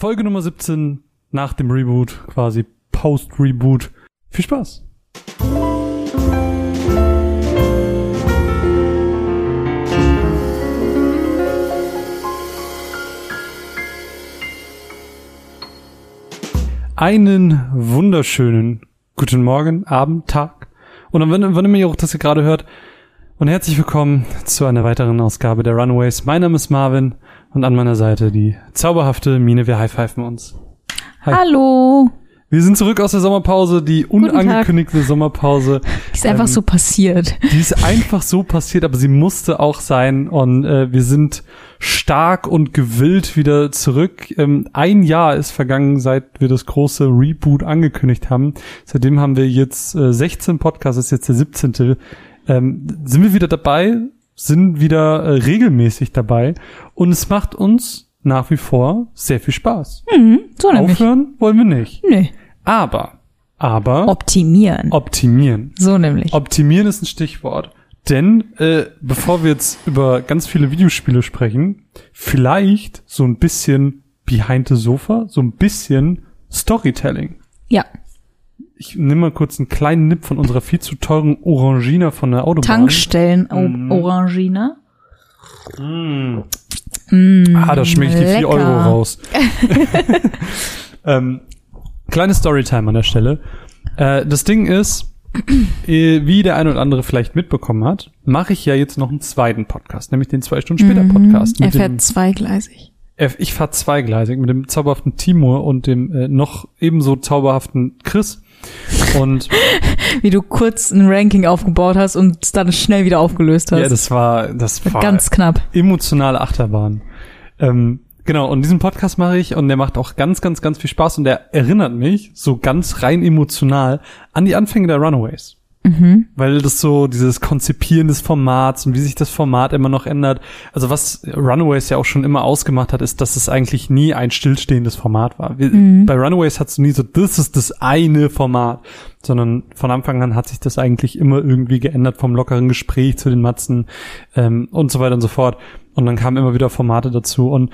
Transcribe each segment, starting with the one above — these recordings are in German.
Folge Nummer 17 nach dem Reboot, quasi Post-Reboot. Viel Spaß! Einen wunderschönen guten Morgen, Abend, Tag und wann immer ihr auch das hier gerade hört. Und herzlich willkommen zu einer weiteren Ausgabe der Runaways. Mein Name ist Marvin und an meiner Seite die zauberhafte Mine. Wir high-pfeifen uns. Hi. Hallo. Wir sind zurück aus der Sommerpause, die unangekündigte Sommerpause. Die ist einfach so passiert. Die ist einfach so passiert, aber sie musste auch sein und wir sind stark und gewillt wieder zurück. Ein Jahr ist vergangen, seit wir das große Reboot angekündigt haben. Seitdem haben wir jetzt 16 Podcasts, das ist jetzt der 17. Sind wir wieder dabei, sind wieder regelmäßig dabei und es macht uns nach wie vor sehr viel Spaß. So nämlich. Aufhören wollen wir nicht. Nee. Aber Optimieren. So nämlich. Optimieren ist ein Stichwort. Denn bevor wir jetzt über ganz viele Videospiele sprechen, vielleicht so ein bisschen Behind the Sofa, so ein bisschen Storytelling. Ja. Ich nehme mal kurz einen kleinen Nip von unserer viel zu teuren Orangina von der Autobahn. Tankstellen Orangina. Da schmecke ich die 4 Euro raus. Kleine Storytime an der Stelle. Das Ding ist, wie der eine oder andere vielleicht mitbekommen hat, mache ich ja jetzt noch einen zweiten Podcast, nämlich den 2 Stunden später Podcast. Er fährt zweigleisig. Ich fahre zweigleisig mit dem zauberhaften Timur und dem noch ebenso zauberhaften Chris. Und wie du kurz ein Ranking aufgebaut hast und es dann schnell wieder aufgelöst hast. Ja, das war ganz knapp. Emotionale Achterbahn. Genau, und diesen Podcast mache ich und der macht auch ganz, ganz, ganz viel Spaß und der erinnert mich so ganz rein emotional an die Anfänge der Runaways. Weil das so dieses Konzipieren des Formats und wie sich das Format immer noch ändert. Also was Runaways ja auch schon immer ausgemacht hat, ist, dass es eigentlich nie ein stillstehendes Format war. Bei Runaways hat es nie so, das ist das eine Format, sondern von Anfang an hat sich das eigentlich immer irgendwie geändert, vom lockeren Gespräch zu den Matzen und so weiter und so fort. Und dann kamen immer wieder Formate dazu und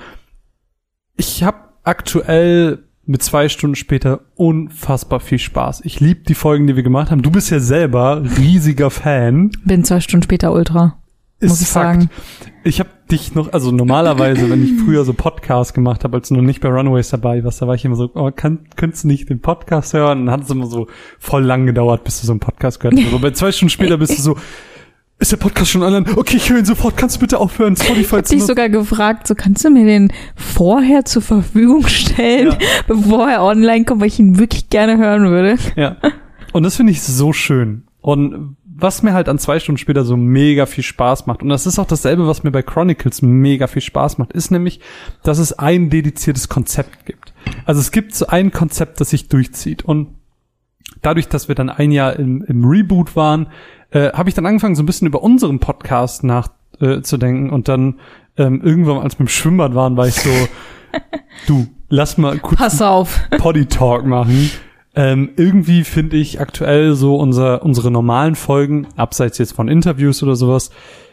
ich habe aktuell mit 2 Stunden später unfassbar viel Spaß. Ich liebe die Folgen, die wir gemacht haben. Du bist ja selber riesiger Fan. Bin 2 Stunden später Ultra. Muss ich sagen. Ich habe dich noch, also normalerweise, wenn ich früher so Podcasts gemacht habe, als du noch nicht bei Runaways dabei warst, da war ich immer so, könntest du nicht den Podcast hören? Und dann hat es immer so voll lang gedauert, bis du so einen Podcast gehört hast. Also bei 2 Stunden später bist du so, ist der Podcast schon online? Okay, ich höre ihn sofort. Kannst du bitte aufhören? Spotify ich hab dich sogar gefragt, so kannst du mir den vorher zur Verfügung stellen, bevor er online kommt, weil ich ihn wirklich gerne hören würde. Ja. Und das finde ich so schön. Und was mir halt an 2 Stunden später so mega viel Spaß macht, und das ist auch dasselbe, was mir bei Chronicles mega viel Spaß macht, ist nämlich, dass es ein dediziertes Konzept gibt. Also es gibt so ein Konzept, das sich durchzieht. Und dadurch, dass wir dann ein Jahr im Reboot waren, habe ich dann angefangen, so ein bisschen über unseren Podcast nachzudenken und dann irgendwann, als wir im Schwimmbad waren, war ich so, du, lass mal kurz Pass auf. Potty Talk machen. Irgendwie finde ich aktuell so unsere normalen Folgen, abseits jetzt von Interviews oder sowas,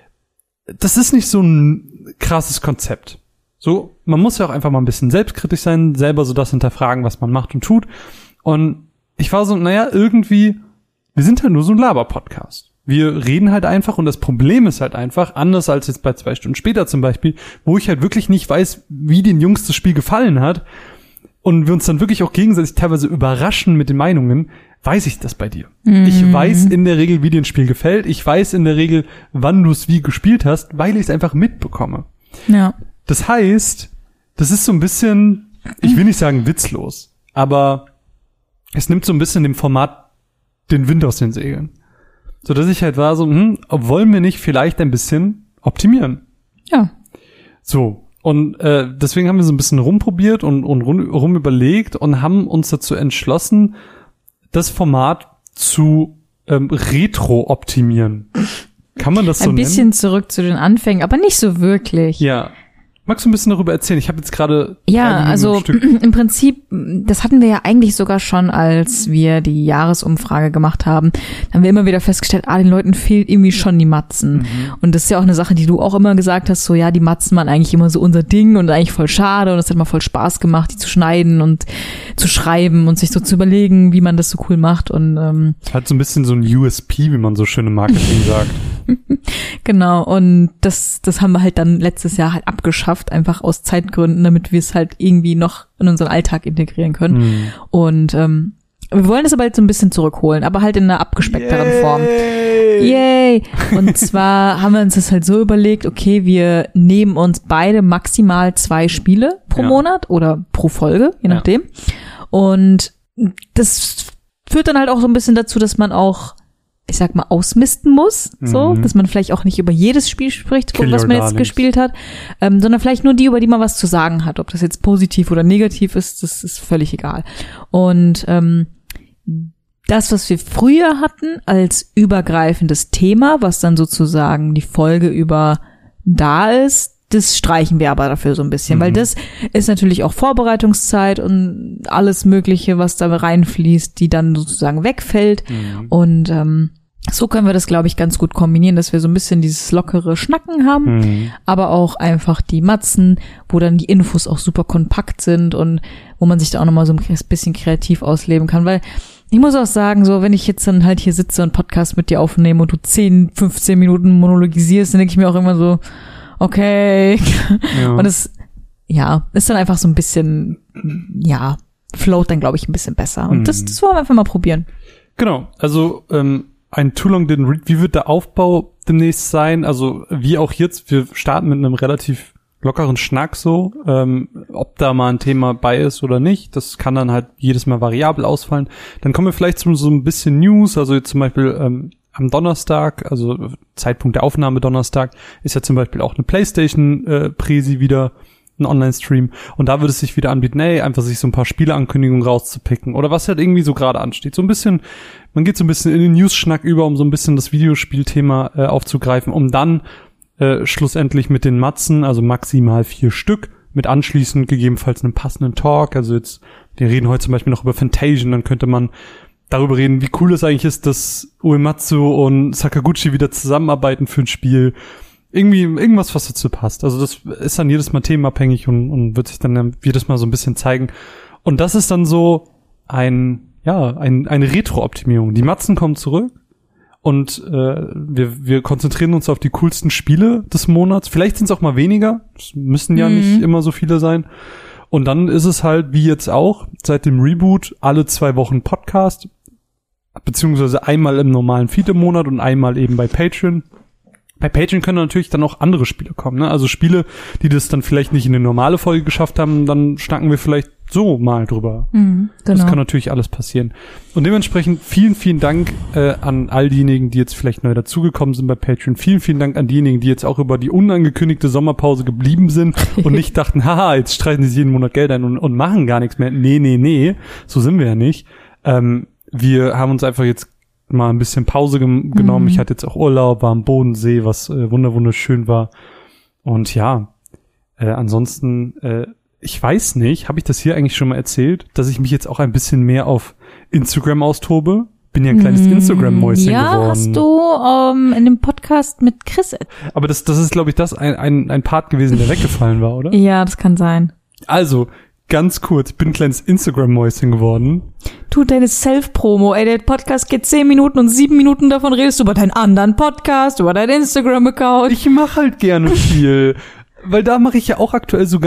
das ist nicht so ein krasses Konzept. So, man muss ja auch einfach mal ein bisschen selbstkritisch sein, selber so das hinterfragen, was man macht und tut. Und ich war so, irgendwie, wir sind halt nur so ein Laber-Podcast. Wir reden halt einfach und das Problem ist halt einfach, anders als jetzt bei 2 Stunden später zum Beispiel, wo ich halt wirklich nicht weiß, wie den Jungs das Spiel gefallen hat und wir uns dann wirklich auch gegenseitig teilweise überraschen mit den Meinungen, weiß ich das bei dir. Ich weiß in der Regel, wie dir ein Spiel gefällt. Ich weiß in der Regel, wann du es wie gespielt hast, weil ich es einfach mitbekomme. Ja. Das heißt, das ist so ein bisschen, ich will nicht sagen witzlos, aber es nimmt so ein bisschen dem Format den Wind aus den Segeln. So dass ich halt war so, wollen wir nicht vielleicht ein bisschen optimieren? Ja. So. Und deswegen haben wir so ein bisschen rumprobiert und rum überlegt und haben uns dazu entschlossen, das Format zu retro-optimieren. Kann man das so nennen? Ein bisschen zurück zu den Anfängen, aber nicht so wirklich. Ja. Magst du ein bisschen darüber erzählen? Ich habe jetzt gerade Ja, also im Prinzip, das hatten wir ja eigentlich sogar schon, als wir die Jahresumfrage gemacht haben. Da haben wir immer wieder festgestellt, den Leuten fehlt irgendwie schon die Matzen. Und das ist ja auch eine Sache, die du auch immer gesagt hast, so ja, die Matzen waren eigentlich immer so unser Ding und eigentlich voll schade und es hat mal voll Spaß gemacht, die zu schneiden und zu schreiben und sich so zu überlegen, wie man das so cool macht. Und halt so ein bisschen so ein USP, wie man so schön im Marketing sagt. Genau, und das haben wir halt dann letztes Jahr halt abgeschafft, einfach aus Zeitgründen, damit wir es halt irgendwie noch in unseren Alltag integrieren können. Und wir wollen es aber jetzt so ein bisschen zurückholen, aber halt in einer abgespeckteren Form. Yay! Und zwar haben wir uns das halt so überlegt, okay, wir nehmen uns beide maximal 2 Spiele pro Monat oder pro Folge, je nachdem. Und das führt dann halt auch so ein bisschen dazu, dass man auch, ich sag mal, ausmisten muss, so, dass man vielleicht auch nicht über jedes Spiel spricht, was man jetzt gespielt hat, sondern vielleicht nur die, über die man was zu sagen hat. Ob das jetzt positiv oder negativ ist, das ist völlig egal. Und das, was wir früher hatten als übergreifendes Thema, was dann sozusagen die Folge über da ist, das streichen wir aber dafür so ein bisschen, weil das ist natürlich auch Vorbereitungszeit und alles Mögliche, was da reinfließt, die dann sozusagen wegfällt. Und so können wir das, glaube ich, ganz gut kombinieren, dass wir so ein bisschen dieses lockere Schnacken haben, aber auch einfach die Matzen, wo dann die Infos auch super kompakt sind und wo man sich da auch nochmal so ein bisschen kreativ ausleben kann, weil ich muss auch sagen, so, wenn ich jetzt dann halt hier sitze und Podcast mit dir aufnehme und du 10, 15 Minuten monologisierst, dann denke ich mir auch immer so, okay. Ja. Und es, ist dann einfach so ein bisschen, float dann, glaube ich, ein bisschen besser. Und das wollen wir einfach mal probieren. Genau, also ein Too Long Didn't Read, wie wird der Aufbau demnächst sein? Also wie auch jetzt, wir starten mit einem relativ lockeren Schnack so, ob da mal ein Thema bei ist oder nicht, das kann dann halt jedes Mal variabel ausfallen. Dann kommen wir vielleicht zu so ein bisschen News, also jetzt zum Beispiel am Donnerstag, also Zeitpunkt der Aufnahme Donnerstag, ist ja zum Beispiel auch eine PlayStation-Präsi wieder, ein Online-Stream, und da würde es sich wieder anbieten, einfach sich so ein paar Spieleankündigungen rauszupicken oder was halt irgendwie so gerade ansteht. So ein bisschen, man geht so ein bisschen in den News-Schnack über, um so ein bisschen das Videospielthema aufzugreifen, um dann schlussendlich mit den Matzen, also maximal 4 Stück, mit anschließend gegebenenfalls einem passenden Talk, also jetzt, wir reden heute zum Beispiel noch über Fantasian, dann könnte man darüber reden, wie cool es eigentlich ist, dass Uematsu und Sakaguchi wieder zusammenarbeiten für ein Spiel. Irgendwas, was dazu passt. Also das ist dann jedes Mal themenabhängig und wird sich dann jedes Mal so ein bisschen zeigen. Und das ist dann so eine Retro-Optimierung. Die Matzen kommen zurück und wir konzentrieren uns auf die coolsten Spiele des Monats. Vielleicht sind es auch mal weniger. Es müssen ja nicht immer so viele sein. Und dann ist es halt, wie jetzt auch, seit dem Reboot, alle 2 Wochen Podcast, beziehungsweise einmal im normalen Feed im Monat und einmal eben bei Patreon. Bei Patreon können natürlich dann auch andere Spiele kommen, ne? Also Spiele, die das dann vielleicht nicht in eine normale Folge geschafft haben, dann schnacken wir vielleicht so mal drüber. Genau. Das kann natürlich alles passieren. Und dementsprechend vielen, vielen Dank an all diejenigen, die jetzt vielleicht neu dazugekommen sind bei Patreon. Vielen, vielen Dank an diejenigen, die jetzt auch über die unangekündigte Sommerpause geblieben sind und nicht dachten, haha, jetzt streichen sie jeden Monat Geld ein und machen gar nichts mehr. Nee, so sind wir ja nicht. Wir haben uns einfach jetzt mal ein bisschen Pause genommen. Ich hatte jetzt auch Urlaub, war am Bodensee, was wunderschön war. Und ansonsten, ich weiß nicht, habe ich das hier eigentlich schon mal erzählt, dass ich mich jetzt auch ein bisschen mehr auf Instagram austobe? Bin ja ein kleines Instagram-Mäuschen geworden. Ja, hast du in dem Podcast mit Chris. Aber das ist, glaube ich, ein Part gewesen, der weggefallen war, oder? Ja, das kann sein. Also, ganz kurz, ich bin ein kleines Instagram-Mäuschen geworden. Tu deine Self-Promo, der Podcast geht 10 Minuten und 7 Minuten davon redest du über deinen anderen Podcast, über deinen Instagram-Account. Ich mache halt gerne viel. Weil da mache ich ja auch aktuell so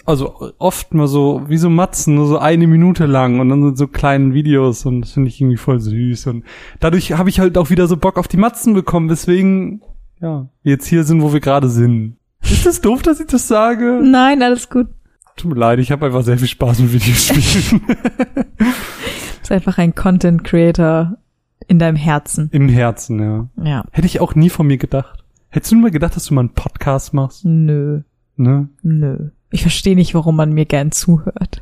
oft mal so, wie so Matzen, nur so 1 Minute lang und dann so kleinen Videos und das finde ich irgendwie voll süß und dadurch habe ich halt auch wieder so Bock auf die Matzen bekommen, weswegen, jetzt hier sind, wo wir gerade sind. Ist das doof, dass ich das sage? Nein, alles gut. Tut mir leid, ich habe einfach sehr viel Spaß mit Videospielen. Du bist einfach ein Content Creator in deinem Herzen. Im Herzen, ja. Ja. Hätte ich auch nie von mir gedacht. Hättest du mal gedacht, dass du mal einen Podcast machst? Nö. Ne? Nö. Ich verstehe nicht, warum man mir gern zuhört.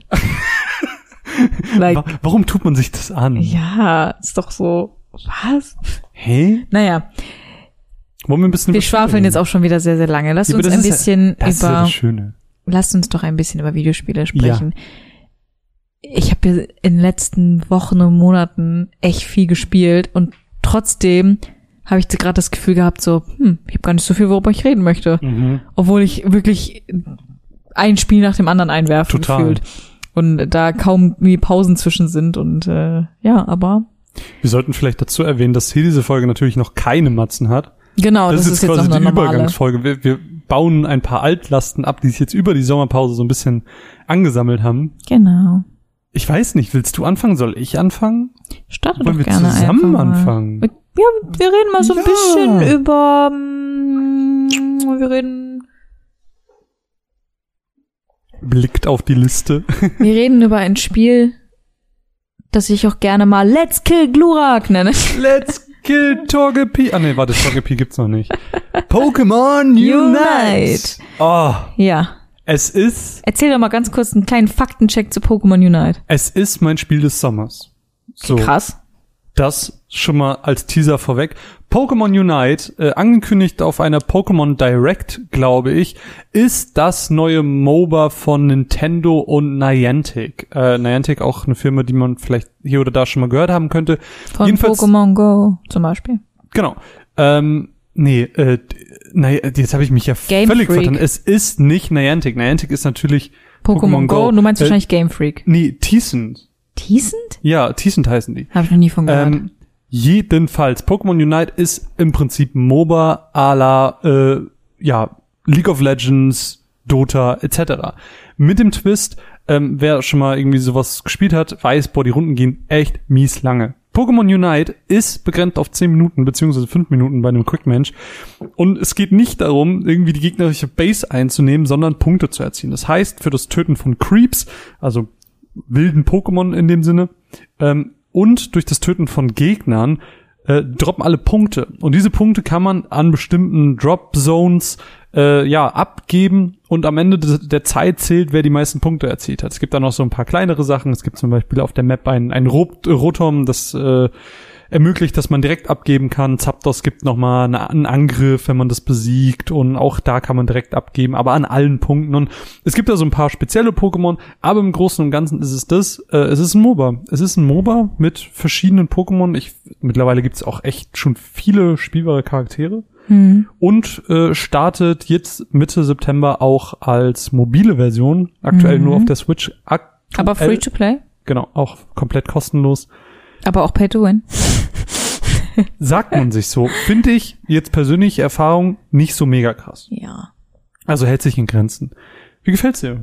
Warum tut man sich das an? Ja, ist doch so, was? Hey? Naja. Wollen wir ein bisschen Wir schwafeln jetzt auch schon wieder sehr, sehr lange. Lass uns ein bisschen das ist ja das Schöne. lasst uns doch ein bisschen über Videospiele sprechen. Ja. Ich habe ja in den letzten Wochen und Monaten echt viel gespielt und trotzdem habe ich gerade das Gefühl gehabt, so, ich habe gar nicht so viel, worüber ich reden möchte. Obwohl ich wirklich ein Spiel nach dem anderen einwerfe gefühlt. Und da kaum wie Pausen zwischen sind und aber. Wir sollten vielleicht dazu erwähnen, dass hier diese Folge natürlich noch keine Matzen hat. Genau, das ist jetzt quasi noch eine normale Übergangsfolge. Wir bauen ein paar Altlasten ab, die sich jetzt über die Sommerpause so ein bisschen angesammelt haben. Genau. Ich weiß nicht, willst du anfangen? Soll ich anfangen? Starte doch gerne einfach. Wollen wir zusammen anfangen? Ja, wir reden mal so ein bisschen über, blickt auf die Liste. Wir reden über ein Spiel, das ich auch gerne mal Let's Kill Glurak nenne. Let's Kill Togepi. Warte, Togepi gibt's noch nicht. Pokémon Unite. Oh. Ja. Erzähl doch mal ganz kurz einen kleinen Faktencheck zu Pokémon Unite. Es ist mein Spiel des Sommers. So. Krass. Das schon mal als Teaser vorweg. Pokémon Unite, angekündigt auf einer Pokémon Direct, glaube ich, ist das neue MOBA von Nintendo und Niantic. Niantic auch eine Firma, die man vielleicht hier oder da schon mal gehört haben könnte. Von Pokémon Go zum Beispiel. Genau. Jetzt habe ich mich ja völlig vertan. Es ist nicht Niantic. Niantic ist natürlich Pokémon Go. Du meinst wahrscheinlich Game Freak. Nee, Tencent. Tencent? Ja, Tencent heißen die. Habe ich noch nie von gehört. Jedenfalls, Pokémon Unite ist im Prinzip MOBA à la League of Legends, Dota etc. Mit dem Twist, wer schon mal irgendwie sowas gespielt hat, weiß, boah, die Runden gehen echt mies lange. Pokémon Unite ist begrenzt auf 10 Minuten beziehungsweise 5 Minuten bei einem Quick-Match. Und es geht nicht darum, irgendwie die gegnerische Base einzunehmen, sondern Punkte zu erzielen. Das heißt, für das Töten von Creeps, also wilden Pokémon in dem Sinne, und durch das Töten von Gegnern droppen alle Punkte. Und diese Punkte kann man an bestimmten Drop-Zones abgeben und am Ende der Zeit zählt, wer die meisten Punkte erzielt hat. Es gibt da noch so ein paar kleinere Sachen. Es gibt zum Beispiel auf der Map ein Rotom, das ermöglicht, dass man direkt abgeben kann. Zapdos gibt nochmal einen Angriff, wenn man das besiegt, und auch da kann man direkt abgeben, aber an allen Punkten. Und es gibt da so ein paar spezielle Pokémon, aber im Großen und Ganzen ist es das. Es ist ein MOBA. Es ist ein MOBA mit verschiedenen Pokémon. Mittlerweile gibt es auch echt schon viele spielbare Charaktere. Und startet jetzt Mitte September auch als mobile Version, aktuell nur auf der Switch. Aber free to play? Genau, auch komplett kostenlos. Aber auch pay to win. Sagt man sich so. Finde ich jetzt persönliche Erfahrung nicht so mega krass. Ja. Also hält sich in Grenzen. Wie gefällt's dir?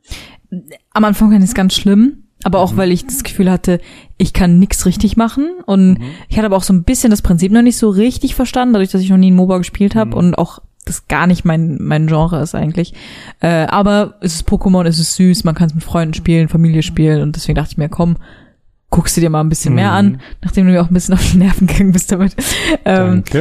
Am Anfang fand ich es ganz schlimm. Aber auch, weil ich das Gefühl hatte, ich kann nichts richtig machen. Und ich hatte aber auch so ein bisschen das Prinzip noch nicht so richtig verstanden, dadurch, dass ich noch nie ein MOBA gespielt habe und auch das gar nicht mein Genre ist eigentlich. Aber es ist Pokémon, es ist süß, man kann es mit Freunden spielen, Familie spielen. Und deswegen dachte ich mir, komm, guckst du dir mal ein bisschen mehr an, nachdem du mir auch ein bisschen auf die Nerven gegangen bist damit. Danke.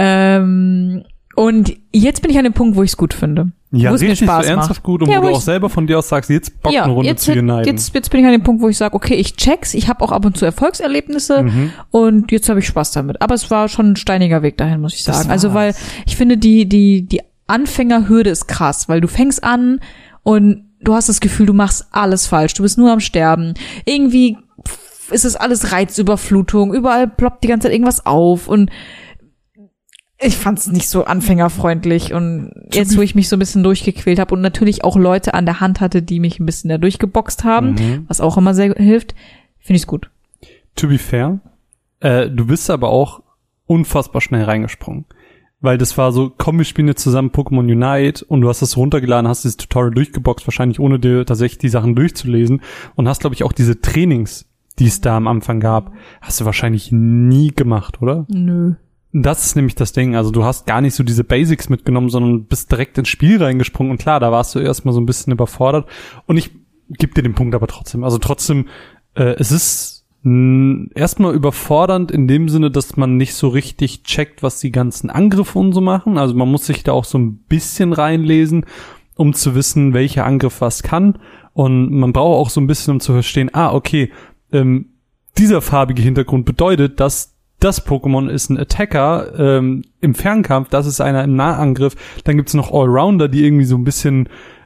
Und jetzt bin ich an dem Punkt, wo ich es gut finde. Ja, wo es richtig mir Spaß so ernsthaft macht. gut und wo du auch selber von dir aus sagst, jetzt Bock eine Runde zu hinein. Jetzt bin ich an dem Punkt, wo ich sage, okay, ich check's, ich habe auch ab und zu Erfolgserlebnisse und jetzt habe ich Spaß damit. Aber es war schon ein steiniger Weg dahin, muss ich sagen. Also weil ich finde, die Anfängerhürde ist krass, weil du fängst an und du hast das Gefühl, du machst alles falsch, du bist nur am Sterben. Irgendwie ist es alles Reizüberflutung, überall ploppt die ganze Zeit irgendwas auf und ich fand's nicht so anfängerfreundlich und jetzt, wo ich mich so ein bisschen durchgequält habe und natürlich auch Leute an der Hand hatte, die mich ein bisschen da durchgeboxt haben, was auch immer sehr hilft, finde ich's gut. To be fair, du bist aber auch unfassbar schnell reingesprungen. Weil das war so, komm, wir spielen jetzt zusammen Pokémon Unite und du hast das runtergeladen, hast dieses Tutorial durchgeboxt, wahrscheinlich ohne dir tatsächlich die Sachen durchzulesen und hast, glaube ich, auch diese Trainings, die es da am Anfang gab, hast du wahrscheinlich nie gemacht, oder? Nö. Das ist nämlich das Ding, also du hast gar nicht so diese Basics mitgenommen, sondern bist direkt ins Spiel reingesprungen und klar, da warst du erstmal so ein bisschen überfordert und ich gebe dir den Punkt aber trotzdem, es ist erstmal überfordernd in dem Sinne, dass man nicht so richtig checkt, was die ganzen Angriffe und so machen, also man muss sich da auch so ein bisschen reinlesen, um zu wissen, welcher Angriff was kann und man braucht auch so ein bisschen, um zu verstehen, okay, dieser farbige Hintergrund bedeutet, dass das Pokémon ist ein Attacker im Fernkampf, das ist einer im Nahangriff. Dann gibt's noch Allrounder, die irgendwie so ein bisschen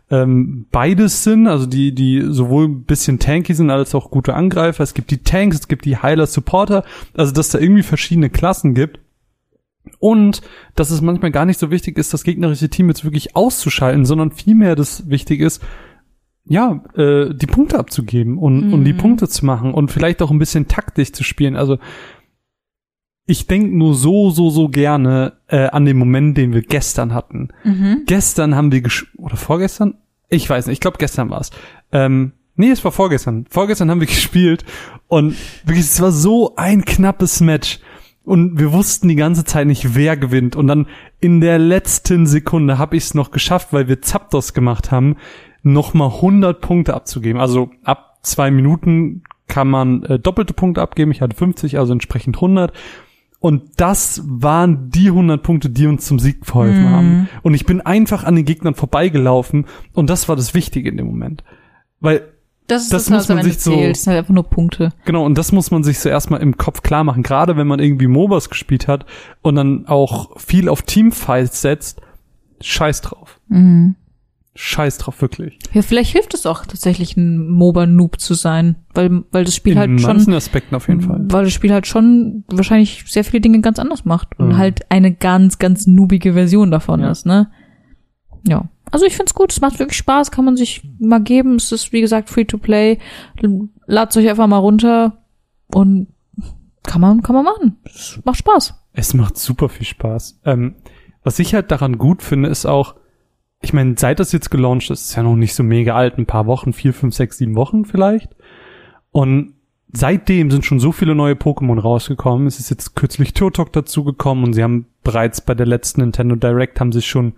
beides sind, also die sowohl ein bisschen tanky sind als auch gute Angreifer. Es gibt die Tanks, es gibt die Heiler, Supporter, also dass da irgendwie verschiedene Klassen gibt. Und dass es manchmal gar nicht so wichtig ist, das gegnerische Team jetzt wirklich auszuschalten, sondern vielmehr das wichtig ist, ja, die Punkte abzugeben und die Punkte zu machen und vielleicht auch ein bisschen taktisch zu spielen. Also ich denke nur so gerne an den Moment, den wir gestern hatten. Gestern haben wir oder vorgestern? Ich weiß nicht, ich glaube gestern war es. Nee, es war vorgestern. Vorgestern haben wir gespielt und wirklich, es war so ein knappes Match. Und wir wussten die ganze Zeit nicht, wer gewinnt. Und dann in der letzten Sekunde habe ich es noch geschafft, weil wir Zapdos gemacht haben, nochmal 100 Punkte abzugeben. Also ab 2 Minuten kann man doppelte Punkte abgeben. Ich hatte 50, also entsprechend 100. Und das waren die 100 Punkte, die uns zum Sieg verholfen haben. Und ich bin einfach an den Gegnern vorbeigelaufen. Und das war das Wichtige in dem Moment. Weil das muss man sich so, das sind halt einfach nur Punkte. Genau, und das muss man sich so erstmal im Kopf klar machen. Gerade wenn man irgendwie MOBAs gespielt hat und dann auch viel auf Teamfights setzt, scheiß drauf. Scheiß drauf, wirklich. Ja, vielleicht hilft es auch tatsächlich, ein MOBA-Noob zu sein, weil das Spiel halt schon... In manchen Aspekten auf jeden Fall. Weil das Spiel halt schon wahrscheinlich sehr viele Dinge ganz anders macht und halt eine ganz, ganz noobige Version davon ist, ne? Ja. Also ich find's gut, es macht wirklich Spaß, kann man sich mal geben. Es ist, wie gesagt, free to play. Ladt's euch einfach mal runter und kann man machen. Es macht Spaß. Es macht super viel Spaß. Was ich halt daran gut finde, ist auch, ich meine, seit das jetzt gelauncht ist ja noch nicht so mega alt, ein paar Wochen, 4, 5, 6, 7 Wochen vielleicht. Und seitdem sind schon so viele neue Pokémon rausgekommen. Es ist jetzt kürzlich Turtok dazugekommen und sie haben bereits bei der letzten Nintendo Direct haben sie schon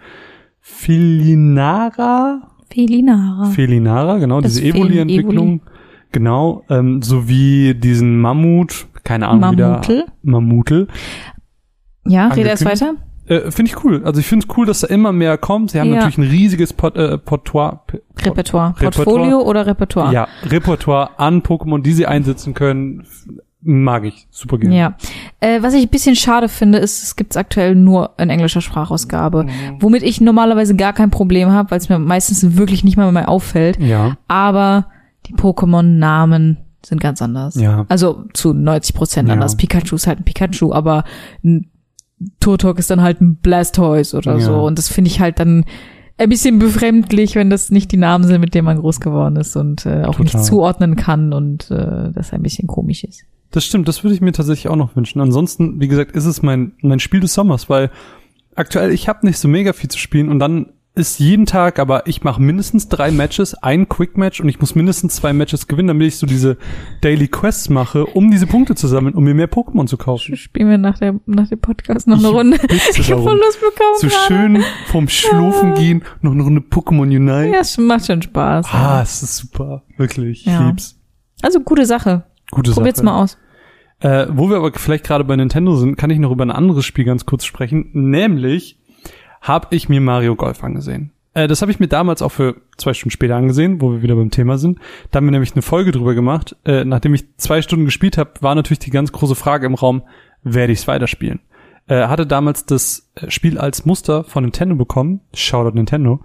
Felinara, genau, das diese Evoli-Entwicklung, genau, sowie diesen Mammut, keine Ahnung, Mammutl. Ja, rede erst weiter. Finde ich cool. Also ich finde es cool, dass da immer mehr kommt. Sie haben natürlich ein riesiges Repertoire. Portfolio oder Repertoire? Ja, Repertoire an Pokémon, die sie einsetzen können. Mag ich super gerne. Ja. Was ich ein bisschen schade finde, ist, es gibt's aktuell nur in englischer Sprachausgabe, womit ich normalerweise gar kein Problem habe, weil es mir meistens wirklich nicht mal mehr auffällt. Ja. Aber die Pokémon-Namen sind ganz anders. Ja. Also zu 90% anders. Pikachu ist halt ein Pikachu, aber ein Turtok ist dann halt ein Blastoise oder so. Und das finde ich halt dann ein bisschen befremdlich, wenn das nicht die Namen sind, mit denen man groß geworden ist und auch nicht zuordnen kann und das ein bisschen komisch ist. Das stimmt, das würde ich mir tatsächlich auch noch wünschen. Ansonsten, wie gesagt, ist es mein Spiel des Sommers, weil aktuell ich habe nicht so mega viel zu spielen und dann ist jeden Tag, aber ich mache mindestens 3 Matches, ein Quick-Match und ich muss mindestens 2 Matches gewinnen, damit ich so diese Daily Quests mache, um diese Punkte zu sammeln, um mir mehr Pokémon zu kaufen. Spielen wir nach dem Podcast noch eine Runde. Ich hab voll Lust bekommen. So gerade. Schön vom Schlafen gehen, noch eine Runde Pokémon Unite. Ja, es macht schon Spaß. Es ist super. Wirklich, ich lieb's. Also gute Sache. Probiert's mal aus. Wo wir aber vielleicht gerade bei Nintendo sind, kann ich noch über ein anderes Spiel ganz kurz sprechen, nämlich habe ich mir Mario Golf angesehen. Das habe ich mir damals auch für 2 Stunden später angesehen, wo wir wieder beim Thema sind. Da haben wir nämlich eine Folge drüber gemacht. Nachdem ich 2 Stunden gespielt habe, war natürlich die ganz große Frage im Raum, werde ich es weiterspielen? Hatte damals das Spiel als Muster von Nintendo bekommen. Shoutout Nintendo.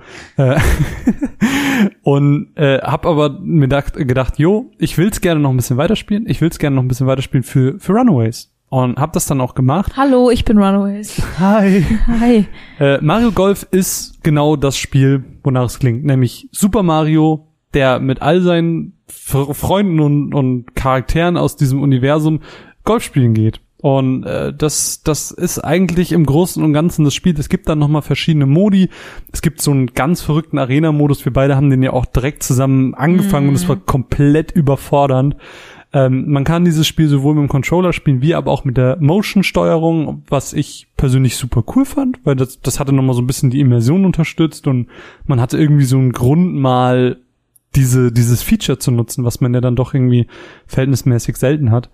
Und habe aber mir gedacht, ich will's gerne noch ein bisschen weiterspielen. Ich will's gerne noch ein bisschen weiterspielen für Runaways. Und habe das dann auch gemacht. Hallo, ich bin Runaways. Hi. Hi. Mario Golf ist genau das Spiel, wonach es klingt. Nämlich Super Mario, der mit all seinen Freunden und Charakteren aus diesem Universum Golf spielen geht. Und das ist eigentlich im Großen und Ganzen das Spiel. Es gibt dann nochmal verschiedene Modi. Es gibt so einen ganz verrückten Arena-Modus. Wir beide haben den ja auch direkt zusammen angefangen und es war komplett überfordernd. Man kann dieses Spiel sowohl mit dem Controller spielen, wie aber auch mit der Motion-Steuerung, was ich persönlich super cool fand, weil das hatte nochmal so ein bisschen die Immersion unterstützt und man hatte irgendwie so einen Grund, mal dieses Feature zu nutzen, was man ja dann doch irgendwie verhältnismäßig selten hat.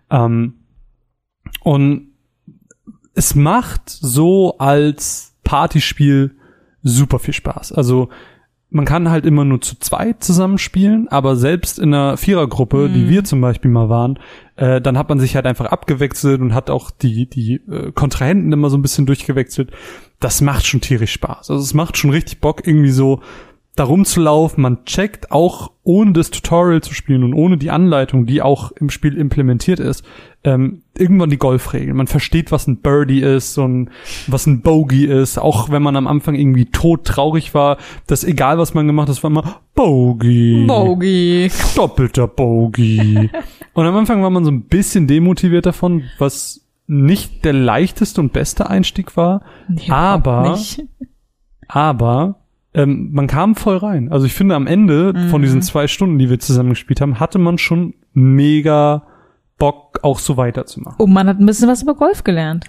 Und es macht so als Partyspiel super viel Spaß. Also man kann halt immer nur zu zweit zusammenspielen, aber selbst in einer Vierergruppe, die wir zum Beispiel mal waren, dann hat man sich halt einfach abgewechselt und hat auch die Kontrahenten immer so ein bisschen durchgewechselt. Das macht schon tierisch Spaß. Also es macht schon richtig Bock, irgendwie so da rumzulaufen, man checkt auch, ohne das Tutorial zu spielen und ohne die Anleitung, die auch im Spiel implementiert ist, irgendwann die Golfregeln. Man versteht, was ein Birdie ist und was ein Bogey ist, auch wenn man am Anfang irgendwie todtraurig war, dass egal, was man gemacht hat, es war immer Bogey. Doppelter Bogey. Und am Anfang war man so ein bisschen demotiviert davon, was nicht der leichteste und beste Einstieg war, aber man kam voll rein. Also ich finde, am Ende von diesen 2 Stunden, die wir zusammen gespielt haben, hatte man schon mega Bock, auch so weiterzumachen. Und man hat ein bisschen was über Golf gelernt.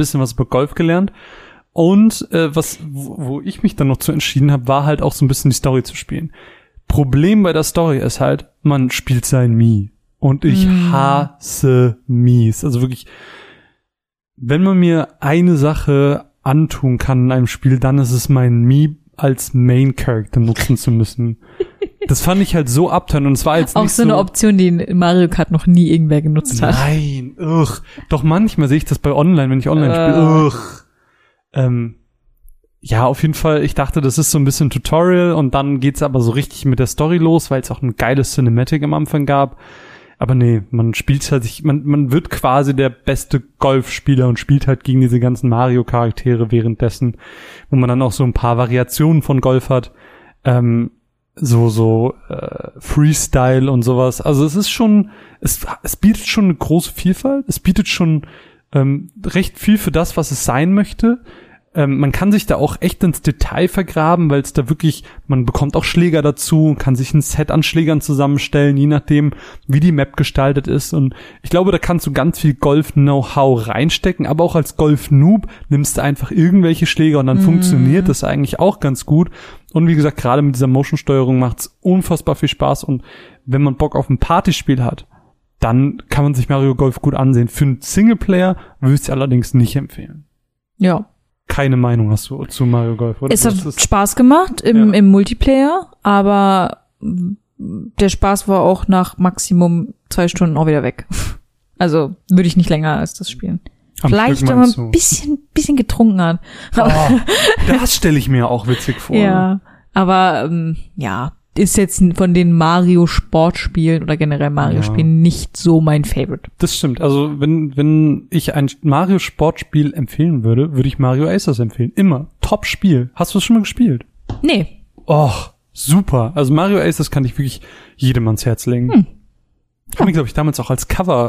Und wo ich mich dann noch zu entschieden habe, war halt auch so ein bisschen die Story zu spielen. Problem bei der Story ist halt, man spielt sein Mii. Und ich hasse Mies. Also wirklich, wenn man mir eine Sache antun kann in einem Spiel, dann ist es mein Mii als Main Character nutzen zu müssen. Das fand ich halt so abturn und es war jetzt auch nicht so eine Option, die in Mario Kart noch nie irgendwer genutzt hat. Nein, Doch manchmal sehe ich das bei Online, wenn ich online spiele. Ja, auf jeden Fall, ich dachte, das ist so ein bisschen Tutorial und dann geht's aber so richtig mit der Story los, weil es auch ein geiles Cinematic am Anfang gab. Aber nee, man spielt halt, man wird quasi der beste Golfspieler und spielt halt gegen diese ganzen Mario-Charaktere währenddessen, wo man dann auch so ein paar Variationen von Golf hat, Freestyle und sowas. Also es ist schon, es bietet schon eine große Vielfalt, es bietet schon recht viel für das, was es sein möchte. Man kann sich da auch echt ins Detail vergraben, weil es da wirklich, man bekommt auch Schläger dazu, kann sich ein Set an Schlägern zusammenstellen, je nachdem, wie die Map gestaltet ist. Und ich glaube, da kannst du ganz viel Golf-Know-how reinstecken, aber auch als Golf-Noob nimmst du einfach irgendwelche Schläger und dann funktioniert das eigentlich auch ganz gut. Und wie gesagt, gerade mit dieser Motion-Steuerung macht's unfassbar viel Spaß. Und wenn man Bock auf ein Partyspiel hat, dann kann man sich Mario Golf gut ansehen. Für einen Singleplayer würde ich es allerdings nicht empfehlen. Ja. Keine Meinung hast du zu Mario Golf, oder? Es hat Spaß gemacht im Multiplayer, aber der Spaß war auch nach Maximum 2 Stunden auch wieder weg. Also würde ich nicht länger als das spielen. Vielleicht, wenn man ein bisschen getrunken hat. Das stelle ich mir auch witzig vor. Ja, aber ist jetzt von den Mario-Sportspielen oder generell Mario-Spielen nicht so mein Favorite. Das stimmt. Also wenn ich ein Mario-Sportspiel empfehlen würde, würde ich Mario Aces empfehlen. Immer. Top-Spiel. Hast du es schon mal gespielt? Nee. Och, super. Also Mario Aces kann ich wirklich jedem ans Herz legen. Haben wir, glaube ich, damals auch als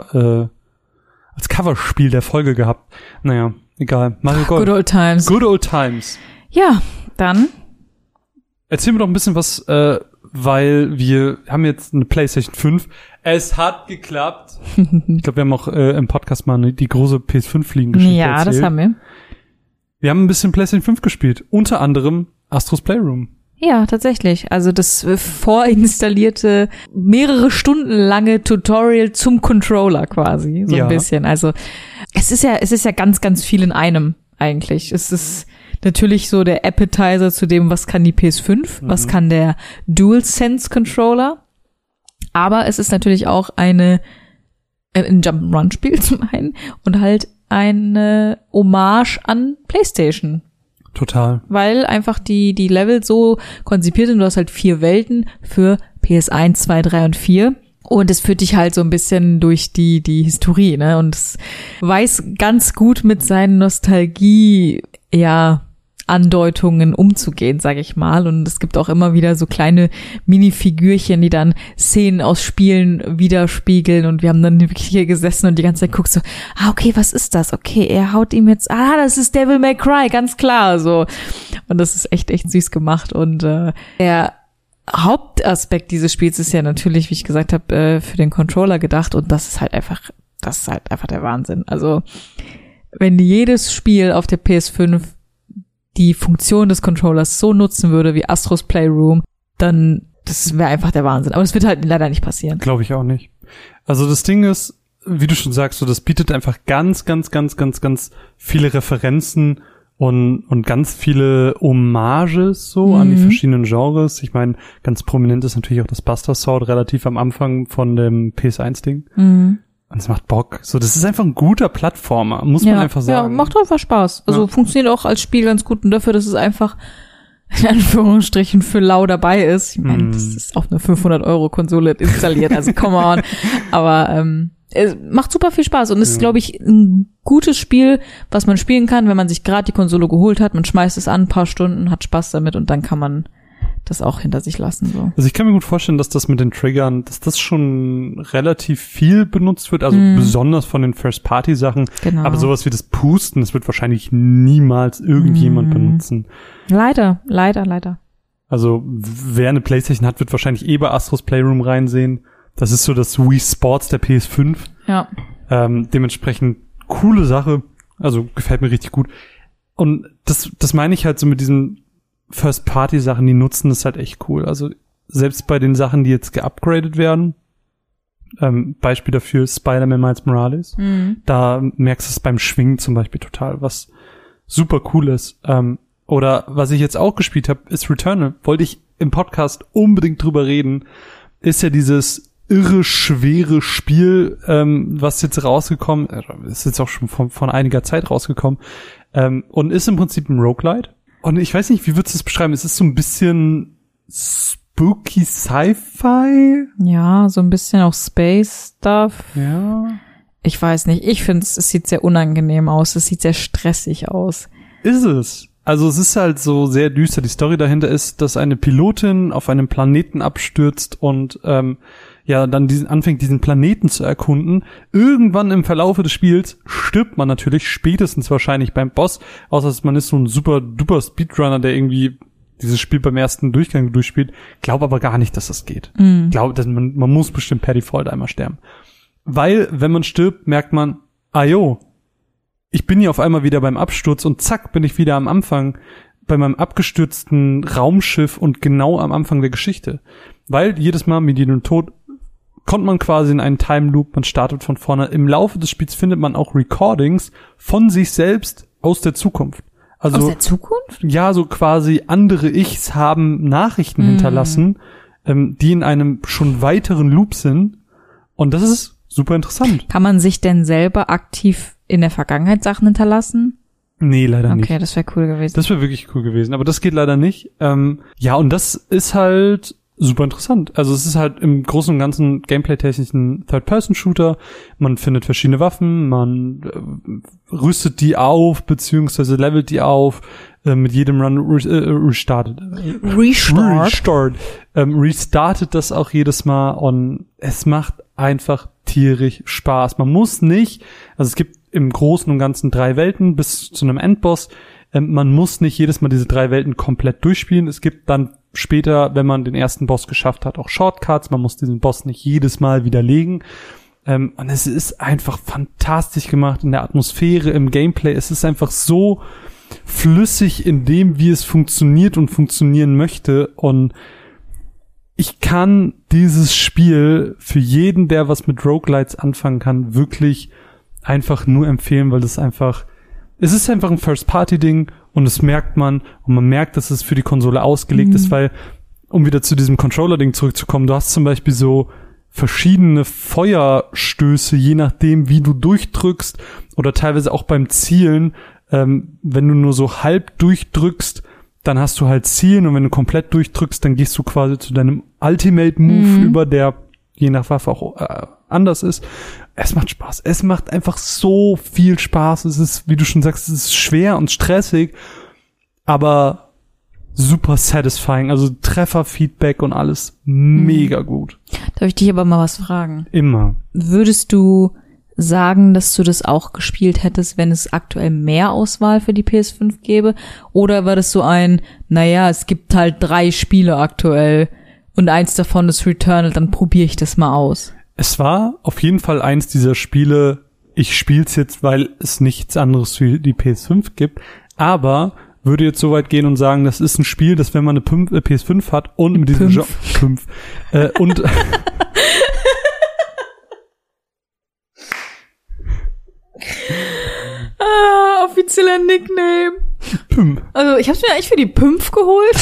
Coverspiel der Folge gehabt. Naja, egal. Mario Golf. Good old times. Good old times. Ja, dann erzähl mir doch ein bisschen was, weil wir haben jetzt eine PlayStation 5. Es hat geklappt. Ich glaube, wir haben auch im Podcast mal die große PS5-Fliegengeschichte erzählt. Ja, das haben wir. Wir haben ein bisschen PlayStation 5 gespielt. Unter anderem Astro's Playroom. Ja, tatsächlich. Also das vorinstallierte, mehrere Stunden lange Tutorial zum Controller quasi. So ein bisschen. Also es ist ja ganz, ganz viel in einem eigentlich. Es ist natürlich so der Appetizer zu dem, was kann die PS5, was kann der DualSense Controller. Aber es ist natürlich auch ein Jump'n'Run-Spiel zum einen und halt eine Hommage an PlayStation. Total. Weil einfach die Level so konzipiert sind. Du hast halt 4 Welten für PS1, 2, 3 und 4. Und es führt dich halt so ein bisschen durch die Historie, ne? Und es weiß ganz gut mit seinen Andeutungen umzugehen, sag ich mal. Und es gibt auch immer wieder so kleine Mini-Figürchen, die dann Szenen aus Spielen widerspiegeln. Und wir haben dann wirklich hier gesessen und die ganze Zeit guckt so, okay, was ist das? Okay, er haut ihm jetzt, das ist Devil May Cry, ganz klar, so. Und das ist echt, echt süß gemacht. Und der Hauptaspekt dieses Spiels ist ja natürlich, wie ich gesagt habe, für den Controller gedacht. Und das ist halt einfach der Wahnsinn. Also, wenn jedes Spiel auf der PS5 die Funktion des Controllers so nutzen würde wie Astro's Playroom, dann das wäre einfach der Wahnsinn. Aber es wird halt leider nicht passieren. Glaube ich auch nicht. Also das Ding ist, wie du schon sagst, so das bietet einfach ganz, ganz, ganz, ganz, ganz viele Referenzen und ganz viele Hommages so an die verschiedenen Genres. Ich meine, ganz prominent ist natürlich auch das Buster Sword relativ am Anfang von dem PS1-Ding. Und es macht Bock. So, das ist einfach ein guter Plattformer, muss man einfach sagen. Ja, macht einfach Spaß. Also funktioniert auch als Spiel ganz gut und dafür, dass es einfach in Anführungsstrichen für lau dabei ist. Ich meine, das ist auf eine 500-Euro-Konsole installiert, also come on. Aber es macht super viel Spaß und ist, glaube ich, ein gutes Spiel, was man spielen kann, wenn man sich gerade die Konsole geholt hat. Man schmeißt es an, ein paar Stunden, hat Spaß damit und dann kann man das auch hinter sich lassen. So. Also ich kann mir gut vorstellen, dass das mit den Triggern, dass das schon relativ viel benutzt wird, also besonders von den First-Party-Sachen. Genau. Aber sowas wie das Pusten, das wird wahrscheinlich niemals irgendjemand benutzen. Leider. Also wer eine PlayStation hat, wird wahrscheinlich bei Astros Playroom reinsehen. Das ist so das Wii Sports der PS5. Ja. Dementsprechend coole Sache. Also gefällt mir richtig gut. Und das meine ich halt so mit diesen First-Party-Sachen, die nutzen das halt echt cool. Also selbst bei den Sachen, die jetzt geupgradet werden, Beispiel dafür Spider-Man Miles Morales, da merkst du es beim Schwingen zum Beispiel total, was super cool ist. Oder was ich jetzt auch gespielt habe, ist Returnal. Wollte ich im Podcast unbedingt drüber reden. Ist ja dieses irre schwere Spiel, was jetzt rausgekommen ist, jetzt auch schon von einiger Zeit rausgekommen, und ist im Prinzip ein Roguelite. Und ich weiß nicht, wie würdest du es beschreiben? Es ist so ein bisschen spooky Sci-Fi. Ja, so ein bisschen auch Space-Stuff. Ja. Ich weiß nicht. Ich finde, es sieht sehr unangenehm aus. Es sieht sehr stressig aus. Ist es. Also es ist halt so sehr düster. Die Story dahinter ist, dass eine Pilotin auf einem Planeten abstürzt und dann anfängt, diesen Planeten zu erkunden. Irgendwann im Verlaufe des Spiels stirbt man natürlich, spätestens wahrscheinlich beim Boss, außer dass man ist so ein super duper Speedrunner, der irgendwie dieses Spiel beim ersten Durchgang durchspielt. Glaub aber gar nicht, dass das geht. Glaub, dass man muss bestimmt per Default einmal sterben. Weil, wenn man stirbt, merkt man, ich bin hier auf einmal wieder beim Absturz und zack, bin ich wieder am Anfang bei meinem abgestürzten Raumschiff und genau am Anfang der Geschichte. Weil jedes Mal mit jedem Tod kommt man quasi in einen Time Loop, man startet von vorne. Im Laufe des Spiels findet man auch Recordings von sich selbst aus der Zukunft. Also, aus der Zukunft? Ja, so quasi andere Ichs haben Nachrichten hinterlassen, die in einem schon weiteren Loop sind. Und das ist super interessant. Kann man sich denn selber aktiv in der Vergangenheit Sachen hinterlassen? Nee, leider nicht. Okay, das wäre cool gewesen. Das wäre wirklich cool gewesen, aber das geht leider nicht. Und das ist halt super interessant. Also es ist halt im Großen und Ganzen gameplay-technisch ein Third-Person-Shooter. Man findet verschiedene Waffen, man rüstet die auf, beziehungsweise levelt die auf. Mit jedem Run restartet das auch jedes Mal und es macht einfach tierisch Spaß. Man muss nicht, also es gibt im Großen und Ganzen 3 Welten bis zu einem Endboss. Man muss nicht jedes Mal diese 3 Welten komplett durchspielen. Es gibt dann später, wenn man den ersten Boss geschafft hat, auch Shortcuts. Man muss diesen Boss nicht jedes Mal widerlegen. Und es ist einfach fantastisch gemacht in der Atmosphäre, im Gameplay. Es ist einfach so flüssig in dem, wie es funktioniert und funktionieren möchte. Und ich kann dieses Spiel für jeden, der was mit Roguelites anfangen kann, wirklich einfach nur empfehlen, weil es ist einfach ein First-Party-Ding und das merkt man und man merkt, dass es für die Konsole ausgelegt ist, weil, um wieder zu diesem Controller-Ding zurückzukommen, du hast zum Beispiel so verschiedene Feuerstöße, je nachdem, wie du durchdrückst oder teilweise auch beim Zielen, wenn du nur so halb durchdrückst, dann hast du halt Zielen und wenn du komplett durchdrückst, dann gehst du quasi zu deinem Ultimate-Move über, der je nach Waffe auch anders ist. Es macht Spaß. Es macht einfach so viel Spaß. Es ist, wie du schon sagst, es ist schwer und stressig, aber super satisfying. Also Trefferfeedback und alles mega gut. Darf ich dich aber mal was fragen? Immer. Würdest du sagen, dass du das auch gespielt hättest, wenn es aktuell mehr Auswahl für die PS5 gäbe? Oder war das so es gibt halt 3 Spiele aktuell und eins davon ist Returnal, dann probiere ich das mal aus? Es war auf jeden Fall eins dieser Spiele, ich spiel's jetzt, weil es nichts anderes für die PS5 gibt, aber würde jetzt so weit gehen und sagen, das ist ein Spiel, das wenn man eine PS5 hat und mit diesem und offizieller Nickname. Püm. Also ich hab's mir eigentlich für die Pümpf geholt.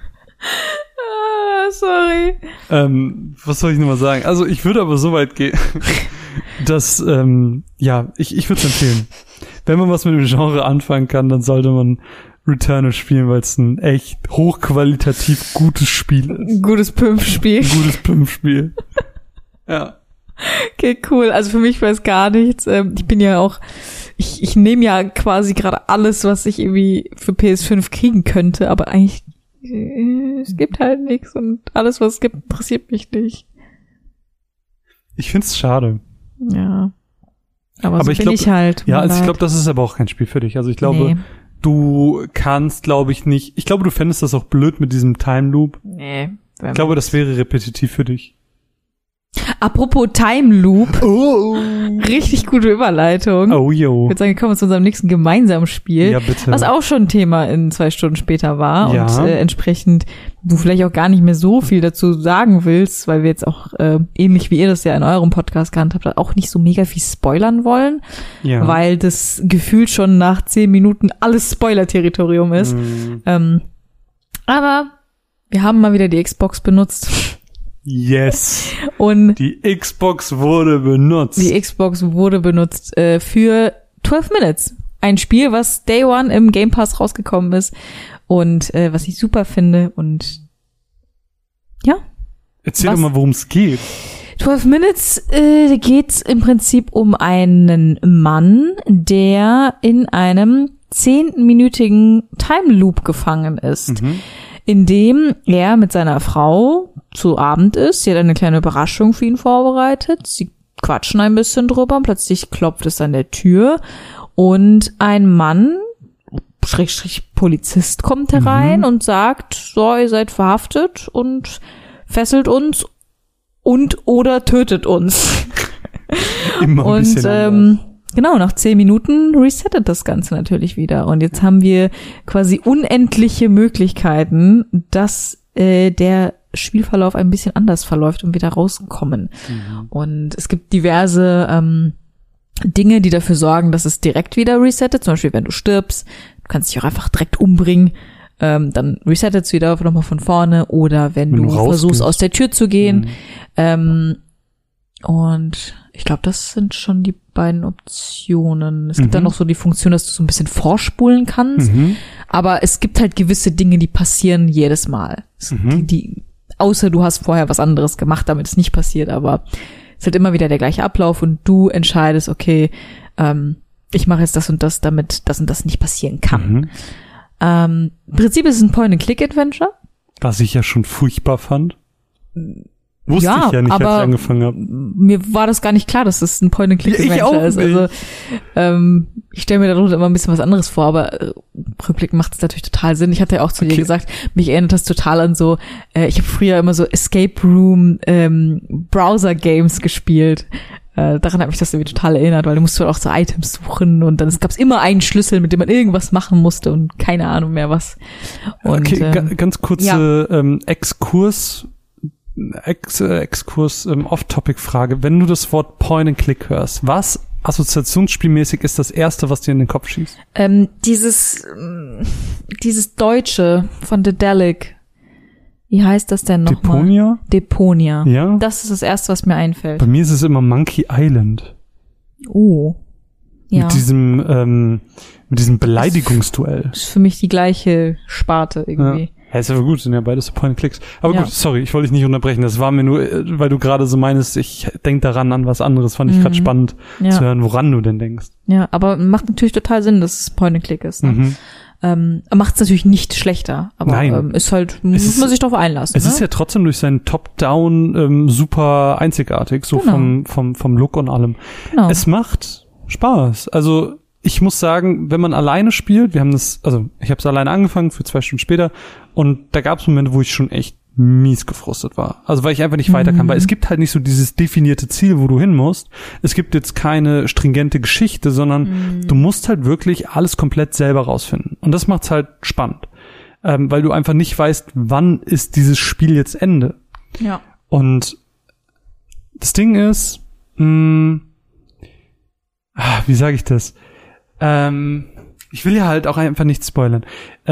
Sorry. Was soll ich nochmal sagen? Also ich würde aber so weit gehen, dass, ich würde es empfehlen. Wenn man was mit dem Genre anfangen kann, dann sollte man Returnal spielen, weil es ein echt hochqualitativ gutes Spiel ist. Gutes Pimpfspiel. Gutes Pimpfspiel. Ja. Okay, cool. Also für mich war es gar nichts. Ich bin ja auch, ich nehme ja quasi gerade alles, was ich irgendwie für PS5 kriegen könnte, aber eigentlich, es gibt halt nichts und alles, was es gibt, interessiert mich nicht. Ich find's schade. Ja. Aber so ich bin glaub, ich halt. Ja, also ich glaube, das ist aber auch kein Spiel für dich. Also ich glaube, du kannst, glaube ich, nicht, ich glaube, du fändest das auch blöd mit diesem Time Loop. Nee. Ich glaube, das wäre repetitiv für dich. Apropos Time Loop. Oh. Richtig gute Überleitung. Oh, yo. Ich würde sagen, wir kommen zu unserem nächsten gemeinsamen Spiel. Ja, bitte. Was auch schon Thema in 2 Stunden später war. Ja. Und entsprechend du vielleicht auch gar nicht mehr so viel dazu sagen willst, weil wir jetzt auch ähnlich wie ihr das ja in eurem Podcast gehandhabt habt, auch nicht so mega viel spoilern wollen. Ja. Weil das gefühlt schon nach 10 Minuten alles Spoiler-Territorium ist. Aber wir haben mal wieder die Xbox benutzt. Yes. Und die Xbox wurde benutzt. Die Xbox wurde benutzt für 12 Minutes. Ein Spiel, was Day One im Game Pass rausgekommen ist und was ich super finde und ja. Erzähl doch mal, worum es geht. 12 Minutes geht's im Prinzip um einen Mann, der in einem 10-minütigen Time Loop gefangen ist, in dem er mit seiner Frau zu Abend ist. Sie hat eine kleine Überraschung für ihn vorbereitet. Sie quatschen ein bisschen drüber und plötzlich klopft es an der Tür und ein Mann, / Polizist, kommt herein und sagt, so, ihr seid verhaftet und fesselt uns und oder tötet uns. Immer ein bisschen anders. Genau, nach 10 Minuten resettet das Ganze natürlich wieder. Und jetzt haben wir quasi unendliche Möglichkeiten, dass der Spielverlauf ein bisschen anders verläuft und wieder rauskommen. Und es gibt diverse Dinge, die dafür sorgen, dass es direkt wieder resettet. Zum Beispiel, wenn du stirbst, du kannst dich auch einfach direkt umbringen. Dann resettet es wieder nochmal von vorne. Oder wenn du versuchst, aus der Tür zu gehen. Und ich glaube, das sind schon die beiden Optionen. Es gibt dann noch so die Funktion, dass du so ein bisschen vorspulen kannst. Aber es gibt halt gewisse Dinge, die passieren jedes Mal. Außer du hast vorher was anderes gemacht, damit es nicht passiert. Aber es ist halt immer wieder der gleiche Ablauf und du entscheidest, okay, ich mache jetzt das und das, damit das und das nicht passieren kann. Im Prinzip ist es ein Point-and-Click-Adventure. Was ich ja schon furchtbar fand. Wusste ich ja nicht, als ich angefangen habe. Mir war das gar nicht klar, dass das ein Point-and-Click-Adventure ist. Also ich stelle mir darunter immer ein bisschen was anderes vor, aber rückblickend macht es natürlich total Sinn. Ich hatte ja auch zu dir gesagt, mich erinnert das total an so, ich habe früher immer so Escape Room Browser-Games gespielt. Daran hat mich das irgendwie total erinnert, weil du musst auch so Items suchen und dann gab es immer einen Schlüssel, mit dem man irgendwas machen musste und keine Ahnung mehr was. Und, okay, ganz kurze Exkurs, Off-Topic-Frage. Wenn du das Wort Point-and-Click hörst, was assoziationsspielmäßig ist das Erste, was dir in den Kopf schießt? Dieses Deutsche von Dedelic. Wie heißt das denn nochmal? Deponia. Ja. Das ist das Erste, was mir einfällt. Bei mir ist es immer Monkey Island. Oh. Ja. Mit diesem Beleidigungsduell. Das ist für mich die gleiche Sparte irgendwie. Ja, ist aber gut, sind ja beides so Point-and-Clicks. Aber gut, sorry, ich wollte dich nicht unterbrechen. Das war mir nur, weil du gerade so meinst, ich denk daran an was anderes. Fand ich gerade spannend zu hören, woran du denn denkst. Ja, aber macht natürlich total Sinn, dass es Point-and-Click ist. Ne? Macht es natürlich nicht schlechter, aber ist halt, muss man sich darauf einlassen. Es ist ja trotzdem durch seinen Top-Down super einzigartig, so vom Look und allem. Genau. Es macht Spaß. Also ich muss sagen, wenn man alleine spielt, ich habe es alleine angefangen für 2 Stunden später und da gab es Momente, wo ich schon echt mies gefrustet war. Also weil ich einfach nicht weiter kann, weil es gibt halt nicht so dieses definierte Ziel, wo du hin musst. Es gibt jetzt keine stringente Geschichte, sondern du musst halt wirklich alles komplett selber rausfinden. Und das macht's halt spannend, weil du einfach nicht weißt, wann ist dieses Spiel jetzt Ende. Ja. Und das Ding ist, wie sage ich das? Ich will ja halt auch einfach nicht spoilern.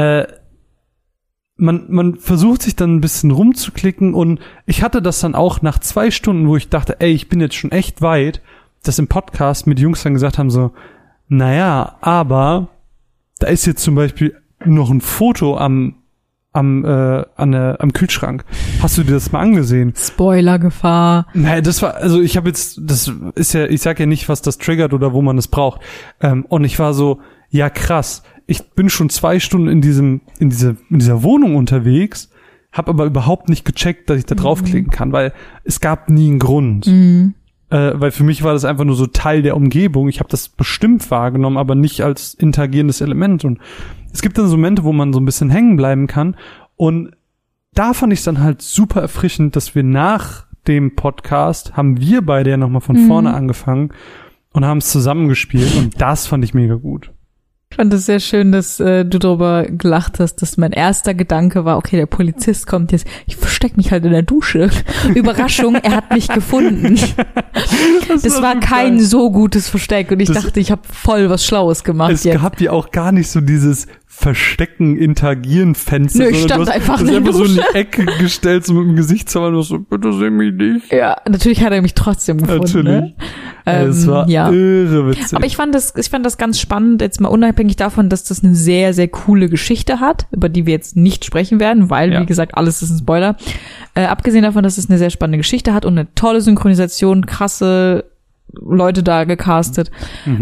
Man versucht sich dann ein bisschen rumzuklicken und ich hatte das dann auch nach 2 Stunden, wo ich dachte, ey, ich bin jetzt schon echt weit, dass im Podcast mit Jungs dann gesagt haben so, naja, aber da ist jetzt zum Beispiel noch ein Foto am Kühlschrank. Hast du dir das mal angesehen? Spoilergefahr. Nein, das ist ja, ich sag ja nicht, was das triggert oder wo man es braucht. Und ich war so, ja krass, ich bin schon 2 Stunden in dieser Wohnung unterwegs, habe aber überhaupt nicht gecheckt, dass ich da draufklicken kann, weil es gab nie einen Grund. Weil für mich war das einfach nur so Teil der Umgebung. Ich habe das bestimmt wahrgenommen, aber nicht als interagierendes Element. Und es gibt dann so Momente, wo man so ein bisschen hängen bleiben kann. Und da fand ich es dann halt super erfrischend, dass wir nach dem Podcast haben wir beide ja nochmal von vorne angefangen und haben es zusammengespielt. Und das fand ich mega gut. Ich fand es sehr schön, dass du darüber gelacht hast, dass mein erster Gedanke war, okay, der Polizist kommt jetzt, ich verstecke mich halt in der Dusche. Überraschung, er hat mich gefunden. Das war kein so gutes Versteck und ich dachte, ich habe voll was Schlaues gemacht. Es gab ja auch gar nicht so dieses Verstecken, Interagieren, Fenster. Nö, ich stand einfach in der Dusche. Dusche. So in die Ecke gestellt, so mit dem Gesicht zu und so, bitte seh mich nicht. Ja, natürlich hat er mich trotzdem gefunden. Natürlich. Ne? Es war irre witzig. Aber ich fand das ganz spannend, jetzt mal unabhängig davon, dass das eine sehr, sehr coole Geschichte hat, über die wir jetzt nicht sprechen werden, weil, wie gesagt, alles ist ein Spoiler. Abgesehen davon, dass es eine sehr spannende Geschichte hat und eine tolle Synchronisation, krasse Leute da gecastet,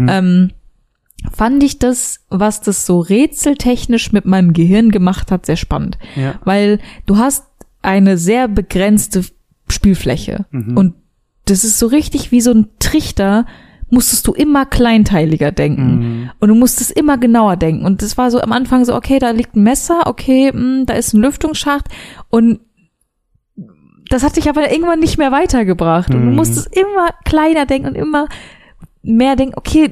fand ich das, was das so rätseltechnisch mit meinem Gehirn gemacht hat, sehr spannend. Ja. Weil du hast eine sehr begrenzte Spielfläche und das ist so richtig wie so ein Trichter, musstest du immer kleinteiliger denken und du musstest immer genauer denken und das war so am Anfang so, okay, da liegt ein Messer, okay, da ist ein Lüftungsschacht und das hat dich aber irgendwann nicht mehr weitergebracht und du musstest immer kleiner denken und immer mehr denken, okay,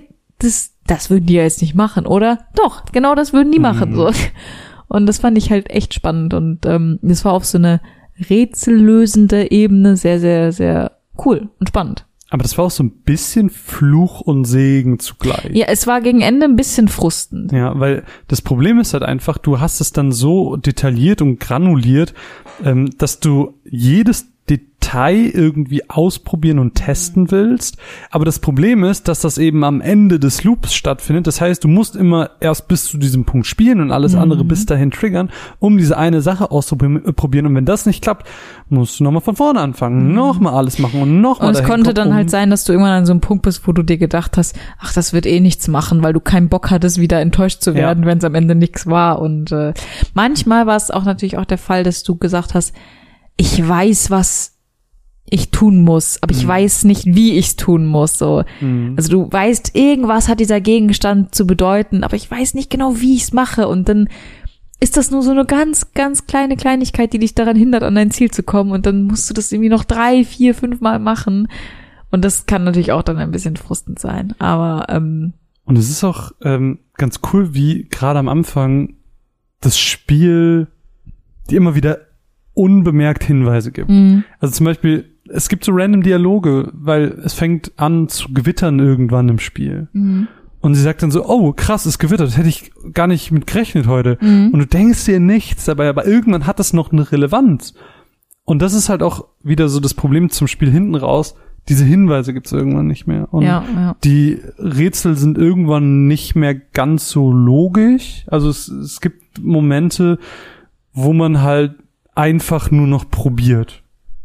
das würden die ja jetzt nicht machen, oder? Doch, genau das würden die machen, so. Und das fand ich halt echt spannend und das war auf so eine rätsellösende Ebene sehr, sehr, sehr cool und spannend. Aber das war auch so ein bisschen Fluch und Segen zugleich. Ja, es war gegen Ende ein bisschen frustend. Ja, weil das Problem ist halt einfach, du hast es dann so detailliert und granuliert, dass du jedes Detail irgendwie ausprobieren und testen willst. Aber das Problem ist, dass das eben am Ende des Loops stattfindet. Das heißt, du musst immer erst bis zu diesem Punkt spielen und alles andere bis dahin triggern, um diese eine Sache auszuprobieren. Und wenn das nicht klappt, musst du nochmal von vorne anfangen, nochmal alles machen und nochmal. Und es konnte dann halt sein, dass du irgendwann an so einem Punkt bist, wo du dir gedacht hast, ach, das wird eh nichts machen, weil du keinen Bock hattest, wieder enttäuscht zu werden, wenn es am Ende nichts war. Und manchmal war es auch natürlich auch der Fall, dass du gesagt hast, ich weiß, was ich tun muss, aber ich weiß nicht, wie ich es tun muss. So. Also du weißt, irgendwas hat dieser Gegenstand zu bedeuten, aber ich weiß nicht genau, wie ich es mache. Und dann ist das nur so eine ganz, ganz kleine Kleinigkeit, die dich daran hindert, an dein Ziel zu kommen. Und dann musst du das irgendwie noch 3, 4, 5 Mal machen. Und das kann natürlich auch dann ein bisschen frustend sein. Aber und es ist auch ganz cool, wie gerade am Anfang das Spiel dir immer wieder unbemerkt Hinweise gibt. Also zum Beispiel, es gibt so random Dialoge, weil es fängt an zu gewittern irgendwann im Spiel. Und sie sagt dann so, oh krass, es gewittert, das hätte ich gar nicht mit gerechnet heute. Und du denkst dir nichts dabei, aber irgendwann hat das noch eine Relevanz. Und das ist halt auch wieder so das Problem zum Spiel hinten raus. Diese Hinweise gibt's irgendwann nicht mehr. Und die Rätsel sind irgendwann nicht mehr ganz so logisch. Also es gibt Momente, wo man halt einfach nur noch probiert.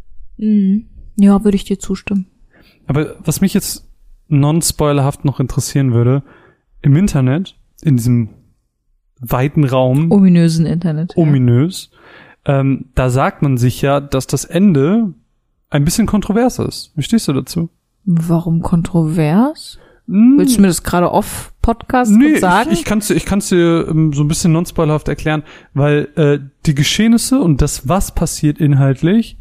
Ja, würde ich dir zustimmen. Aber was mich jetzt non-spoilerhaft noch interessieren würde, im Internet, in diesem weiten Raum. Ominösen Internet. Ominös. Ja. Da sagt man sich ja, dass das Ende ein bisschen kontrovers ist. Wie stehst du dazu? Warum kontrovers? Willst du mir das gerade off-Podcast sagen? Ich kann's dir so ein bisschen non-spoilerhaft erklären, weil die Geschehnisse und das, was passiert inhaltlich,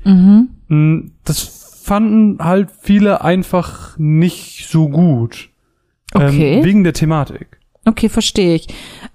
das fanden halt viele einfach nicht so gut. Okay. Wegen der Thematik. Okay, verstehe ich.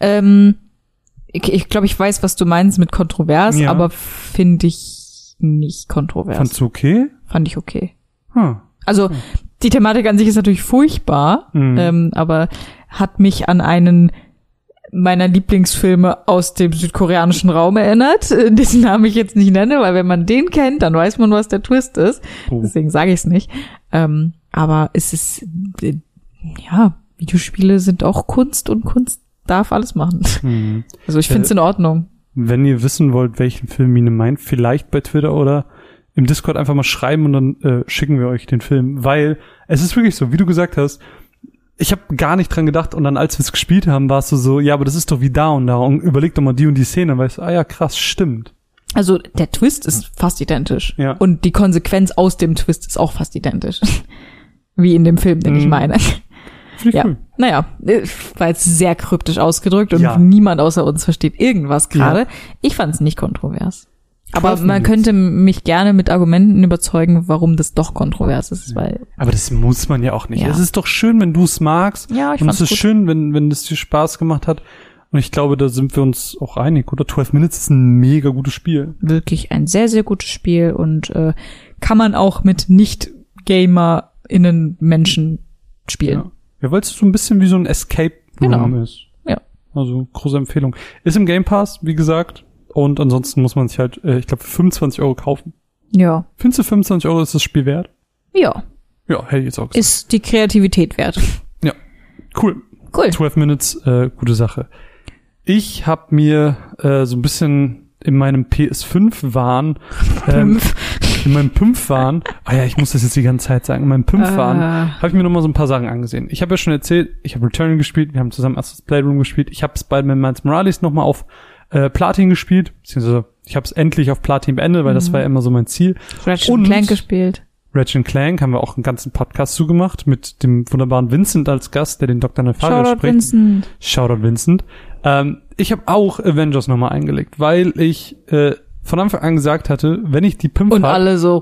Ich glaube, ich weiß, was du meinst mit kontrovers, aber finde ich nicht kontrovers. Fandst du okay? Fand ich okay. Also die Thematik an sich ist natürlich furchtbar, aber hat mich an einen meiner Lieblingsfilme aus dem südkoreanischen Raum erinnert, dessen Namen ich jetzt nicht nenne, weil wenn man den kennt, dann weiß man, was der Twist ist. Deswegen sage ich es nicht. Aber es ist, Videospiele sind auch Kunst und Kunst darf alles machen. Also ich finde es in Ordnung. Wenn ihr wissen wollt, welchen Film Mine meint, vielleicht bei Twitter oder im Discord einfach mal schreiben und dann schicken wir euch den Film, weil es ist wirklich so, wie du gesagt hast, ich habe gar nicht dran gedacht und dann, als wir es gespielt haben, warst du so, ja, aber das ist doch wie da und überleg doch mal die und die Szene, und weißt du, ja, krass, stimmt. Also der Twist ist fast identisch. Ja. Und die Konsequenz aus dem Twist ist auch fast identisch. Wie in dem Film, den ich meine. Ja, cool. Naja, war jetzt sehr kryptisch ausgedrückt und niemand außer uns versteht irgendwas gerade. Ja. Ich fand es nicht kontrovers. Aber man könnte mich gerne mit Argumenten überzeugen, warum das doch kontrovers ist. Weil aber das muss man ja auch nicht. Ja. Es ist doch schön, wenn du es magst. Ja, ich fand's gut. Und es ist schön, wenn es dir Spaß gemacht hat. Und ich glaube, da sind wir uns auch einig, oder? 12 Minutes ist ein mega gutes Spiel. Wirklich ein sehr, sehr gutes Spiel und kann man auch mit Nicht-GamerInnen Menschen spielen. Ja, weil es so ein bisschen wie so ein Escape Room ist. Ja. Also, große Empfehlung. Ist im Game Pass, wie gesagt. Und ansonsten muss man sich halt, ich glaube, für 25 € kaufen. Ja. Findest du 25 € ist das Spiel wert? Ja. Ja, hätte ich jetzt auch gesagt. Ist die Kreativität wert. Ja. Cool. 12 Minutes, gute Sache. Ich habe mir so ein bisschen in meinem PS5-Wahn, in meinem PIMF-Wahn, ich muss das jetzt die ganze Zeit sagen, in meinem PIMF-Wahn habe ich mir nochmal so ein paar Sachen angesehen. Ich habe ja schon erzählt, ich habe Returnal gespielt, wir haben zusammen erst das Playroom gespielt, ich habe Spider-Man Miles Morales nochmal auf Platin gespielt, beziehungsweise ich habe es endlich auf Platin beendet, weil das war ja immer so mein Ziel. Ratchet & Clank gespielt. Ratchet & Clank haben wir auch einen ganzen Podcast zugemacht mit dem wunderbaren Vincent als Gast, der den Dr. Nefario spricht. Vincent. Shoutout Vincent. Ich habe auch Avengers nochmal eingelegt, weil ich von Anfang an gesagt hatte, wenn ich die PIMF und alle so.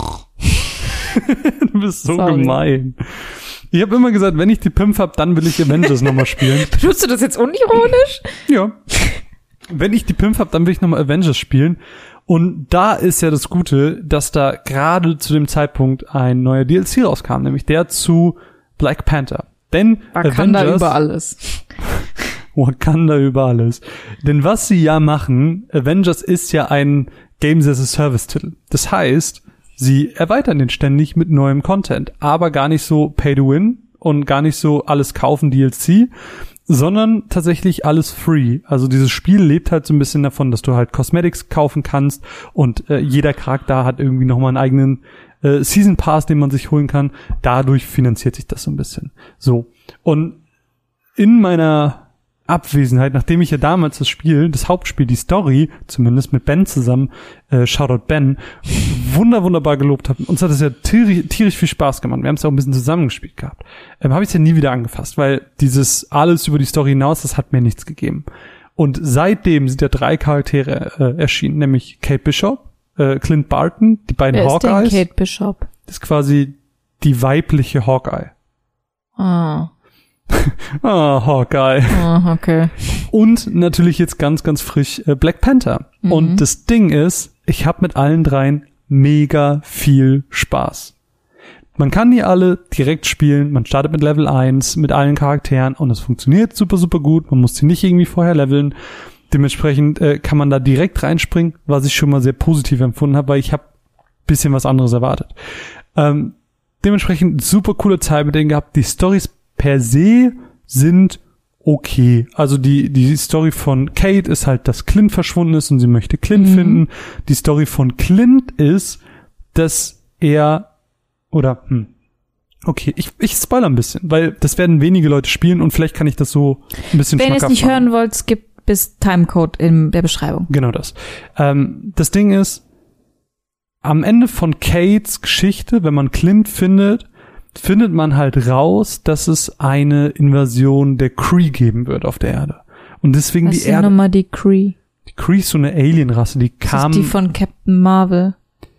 Du bist so gemein. Ich habe immer gesagt, wenn ich die PIMF hab, dann will ich Avengers nochmal spielen. Benutzt du das jetzt unironisch? Ja. Wenn ich die PIMF hab, dann will ich nochmal Avengers spielen. Und da ist ja das Gute, dass da gerade zu dem Zeitpunkt ein neuer DLC rauskam, nämlich der zu Black Panther. Denn Wakanda Avengers, über alles. Wakanda über alles. Denn was sie ja machen, Avengers ist ja ein Games as a Service Titel. Das heißt, sie erweitern den ständig mit neuem Content, aber gar nicht so Pay to Win und gar nicht so alles kaufen DLC, sondern tatsächlich alles free. Also dieses Spiel lebt halt so ein bisschen davon, dass du halt Cosmetics kaufen kannst und jeder Charakter hat irgendwie nochmal einen eigenen Season Pass, den man sich holen kann. Dadurch finanziert sich das so ein bisschen. So. Und in meiner Abwesenheit, nachdem ich ja damals das Hauptspiel, die Story, zumindest mit Ben zusammen, Shoutout Ben, wunderbar gelobt habe. Uns hat es ja tierisch viel Spaß gemacht. Wir haben es ja auch ein bisschen zusammengespielt gehabt. Habe ich es ja nie wieder angefasst, weil dieses alles über die Story hinaus, das hat mir nichts gegeben. Und seitdem sind ja 3 Charaktere erschienen, nämlich Kate Bishop, Clint Barton, die beiden Hawkeyes. Wer ist denn Kate Bishop? Das ist quasi die weibliche Hawkeye. Hawkeye. Okay. Und natürlich jetzt ganz, ganz frisch Black Panther. Und das Ding ist, ich habe mit allen dreien mega viel Spaß. Man kann die alle direkt spielen, man startet mit Level 1, mit allen Charakteren und es funktioniert super, super gut. Man muss sie nicht irgendwie vorher leveln. Dementsprechend kann man da direkt reinspringen, was ich schon mal sehr positiv empfunden habe, weil ich habe ein bisschen was anderes erwartet. Dementsprechend super coole Zeit mit denen gehabt. Die Storys per se sind okay. Also die Story von Kate ist halt, dass Clint verschwunden ist und sie möchte Clint finden. Die Story von Clint ist, dass okay, ich spoilere ein bisschen, weil das werden wenige Leute spielen und vielleicht kann ich das so ein bisschen schmackhaft machen. Wenn ihr es nicht hören wollt, skippt bis Timecode in der Beschreibung. Genau das. Das Ding ist, am Ende von Kates Geschichte, wenn man Clint findet man halt raus, dass es eine Invasion der Kree geben wird auf der Erde. Und deswegen die Erde. Was ist nochmal die Kree? Die Kree ist so eine Alienrasse, die kam. Das ist die von Captain Marvel.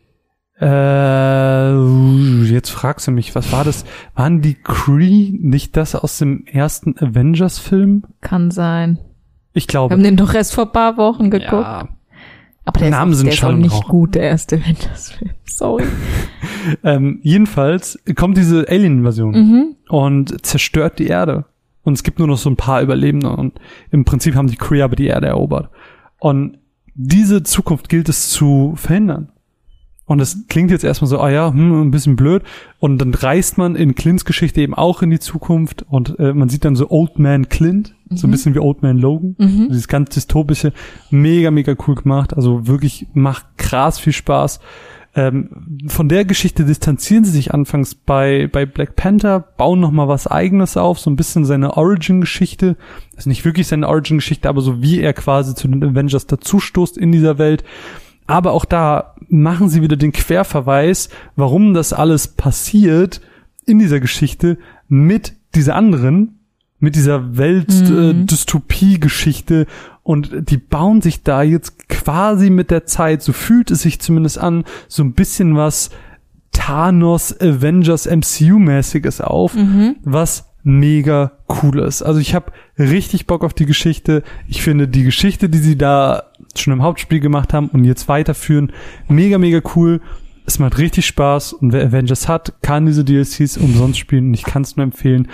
Jetzt fragst du mich, was war das? Waren die Kree nicht das aus dem ersten Avengers-Film? Kann sein. Ich glaube. Wir haben den doch erst vor ein paar Wochen geguckt. Ja. Aber der Namen sind schon auch nicht gut, der erste Avengers-Film. Sorry. Jedenfalls kommt diese Alien-Invasion und zerstört die Erde. Und es gibt nur noch so ein paar Überlebende. Und im Prinzip haben die Kree aber die Erde erobert. Und diese Zukunft gilt es zu verhindern. Und es klingt jetzt erstmal so, ein bisschen blöd. Und dann reist man in Clints Geschichte eben auch in die Zukunft. Und man sieht dann so Old Man Clint, so ein bisschen wie Old Man Logan. Dieses ganz dystopische, mega, mega cool gemacht. Also wirklich macht krass viel Spaß. Von der Geschichte distanzieren sie sich anfangs bei Black Panther, bauen nochmal was Eigenes auf, so ein bisschen seine Origin-Geschichte. Also nicht wirklich seine Origin-Geschichte, aber so wie er quasi zu den Avengers dazustoßt in dieser Welt. Aber auch da machen sie wieder den Querverweis, warum das alles passiert in dieser Geschichte mit dieser anderen, mit dieser Welt-Dystopie-Geschichte. Und die bauen sich da jetzt quasi mit der Zeit, so fühlt es sich zumindest an, so ein bisschen was Thanos Avengers MCU-mäßiges auf, was mega cool ist. Also ich habe richtig Bock auf die Geschichte. Ich finde die Geschichte, die sie da schon im Hauptspiel gemacht haben und jetzt weiterführen, mega, mega cool. Es macht richtig Spaß und wer Avengers hat, kann diese DLCs umsonst spielen und ich kann es nur empfehlen.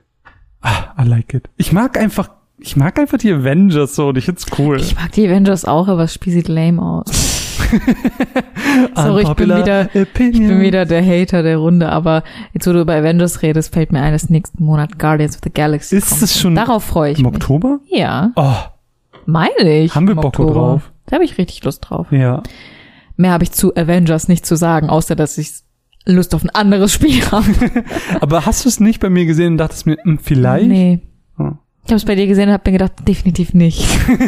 I like it. Ich mag einfach die Avengers so und ich find's cool. Ich mag die Avengers auch, aber das Spiel sieht lame aus. Sorry, ich bin wieder der Hater der Runde, aber jetzt, wo du über Avengers redest, fällt mir ein, dass nächsten Monat Guardians of the Galaxy kommt. Ist es schon Darauf freue ich im mich. Oktober? Ja. Oh. Meine ich. Haben wir Bock drauf? Da habe ich richtig Lust drauf. Ja. Mehr habe ich zu Avengers nicht zu sagen, außer dass ich Lust auf ein anderes Spiel habe. Aber hast du es nicht bei mir gesehen und dachtest mir, vielleicht? Nee. Oh. Ich habe es bei dir gesehen und habe mir gedacht, definitiv nicht.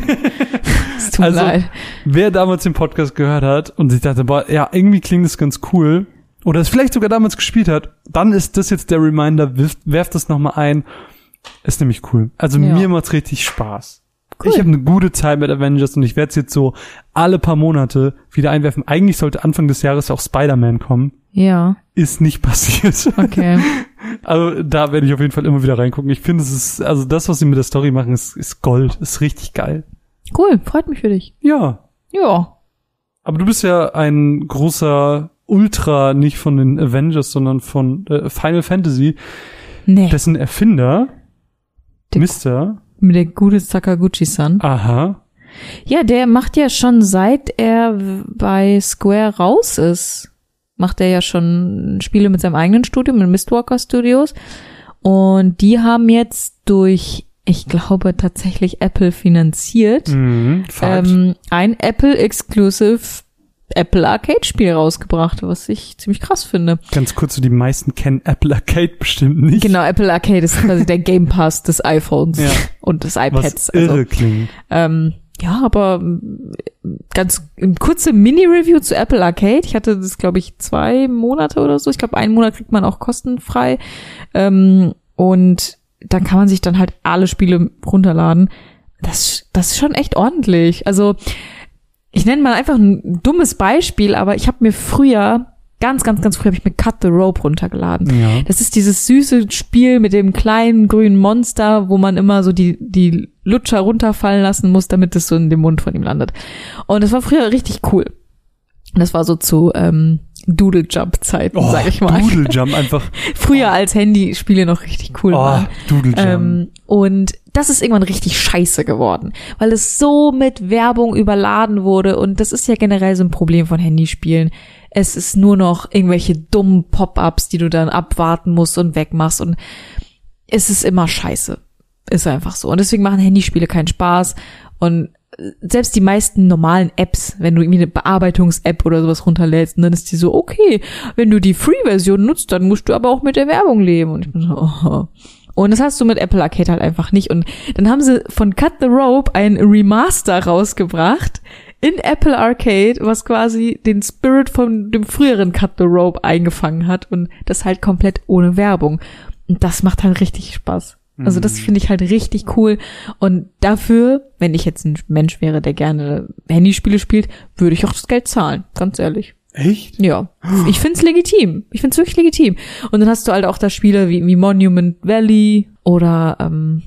Es tut mir leid. Wer damals den Podcast gehört hat und sich dachte, boah, ja, irgendwie klingt das ganz cool, oder es vielleicht sogar damals gespielt hat, dann ist das jetzt der Reminder, werft das nochmal ein. Ist nämlich cool. Also mir macht's richtig Spaß. Cool. Ich habe eine gute Zeit mit Avengers und ich werde es jetzt so alle paar Monate wieder einwerfen. Eigentlich sollte Anfang des Jahres auch Spider-Man kommen. Ja. Ist nicht passiert. Okay. Also da werde ich auf jeden Fall immer wieder reingucken. Ich finde, es ist, also das, was sie mit der Story machen, ist Gold. Ist richtig geil. Cool, freut mich für dich. Ja. Ja. Aber du bist ja ein großer Ultra, nicht von den Avengers, sondern von Final Fantasy. Nee. Dessen Erfinder, Mr. Mit der gute Sakaguchi-san. Aha. Ja, der macht ja schon, seit er bei Square raus ist, macht er ja schon Spiele mit seinem eigenen Studio, mit Mistwalker Studios. Und die haben jetzt durch, ich glaube, tatsächlich Apple finanziert, ein Apple-Exclusive Apple Arcade-Spiel rausgebracht, was ich ziemlich krass finde. Ganz kurz, so die meisten kennen Apple Arcade bestimmt nicht. Genau, Apple Arcade ist quasi der Game Pass des iPhones und des iPads. Was irre klingt. Ja, aber ganz kurze Mini-Review zu Apple Arcade. Ich hatte das, glaube ich, 2 Monate oder so. Ich glaube, 1 Monat kriegt man auch kostenfrei. Und dann kann man sich dann halt alle Spiele runterladen. Das ist schon echt ordentlich. Also ich nenne mal einfach ein dummes Beispiel, aber ich habe mir früher, ganz früh habe ich mir Cut the Rope runtergeladen. Ja. Das ist dieses süße Spiel mit dem kleinen grünen Monster, wo man immer so die Lutscher runterfallen lassen muss, damit es so in dem Mund von ihm landet. Und das war früher richtig cool. Das war so zu Doodle Jump Zeiten, sag ich mal. Doodle Jump einfach. Früher als Handyspiele noch richtig cool waren. Doodle Jump. Und das ist irgendwann richtig scheiße geworden, weil es so mit Werbung überladen wurde und das ist ja generell so ein Problem von Handyspielen. Es ist nur noch irgendwelche dummen Pop-ups, die du dann abwarten musst und wegmachst und es ist immer scheiße. Ist einfach so. Und deswegen machen Handyspiele keinen Spaß und selbst die meisten normalen Apps, wenn du irgendwie eine Bearbeitungs-App oder sowas runterlädst, dann ist die so, okay, wenn du die Free-Version nutzt, dann musst du aber auch mit der Werbung leben. Und ich bin so, oh. Und das hast du mit Apple Arcade halt einfach nicht. Und dann haben sie von Cut the Rope ein Remaster rausgebracht in Apple Arcade, was quasi den Spirit von dem früheren Cut the Rope eingefangen hat und das halt komplett ohne Werbung. Und das macht halt richtig Spaß. Also das finde ich halt richtig cool. Und dafür, wenn ich jetzt ein Mensch wäre, der gerne Handyspiele spielt, würde ich auch das Geld zahlen. Ganz ehrlich. Echt? Ja. Ich find's legitim. Ich find's wirklich legitim. Und dann hast du halt auch da Spiele wie Monument Valley oder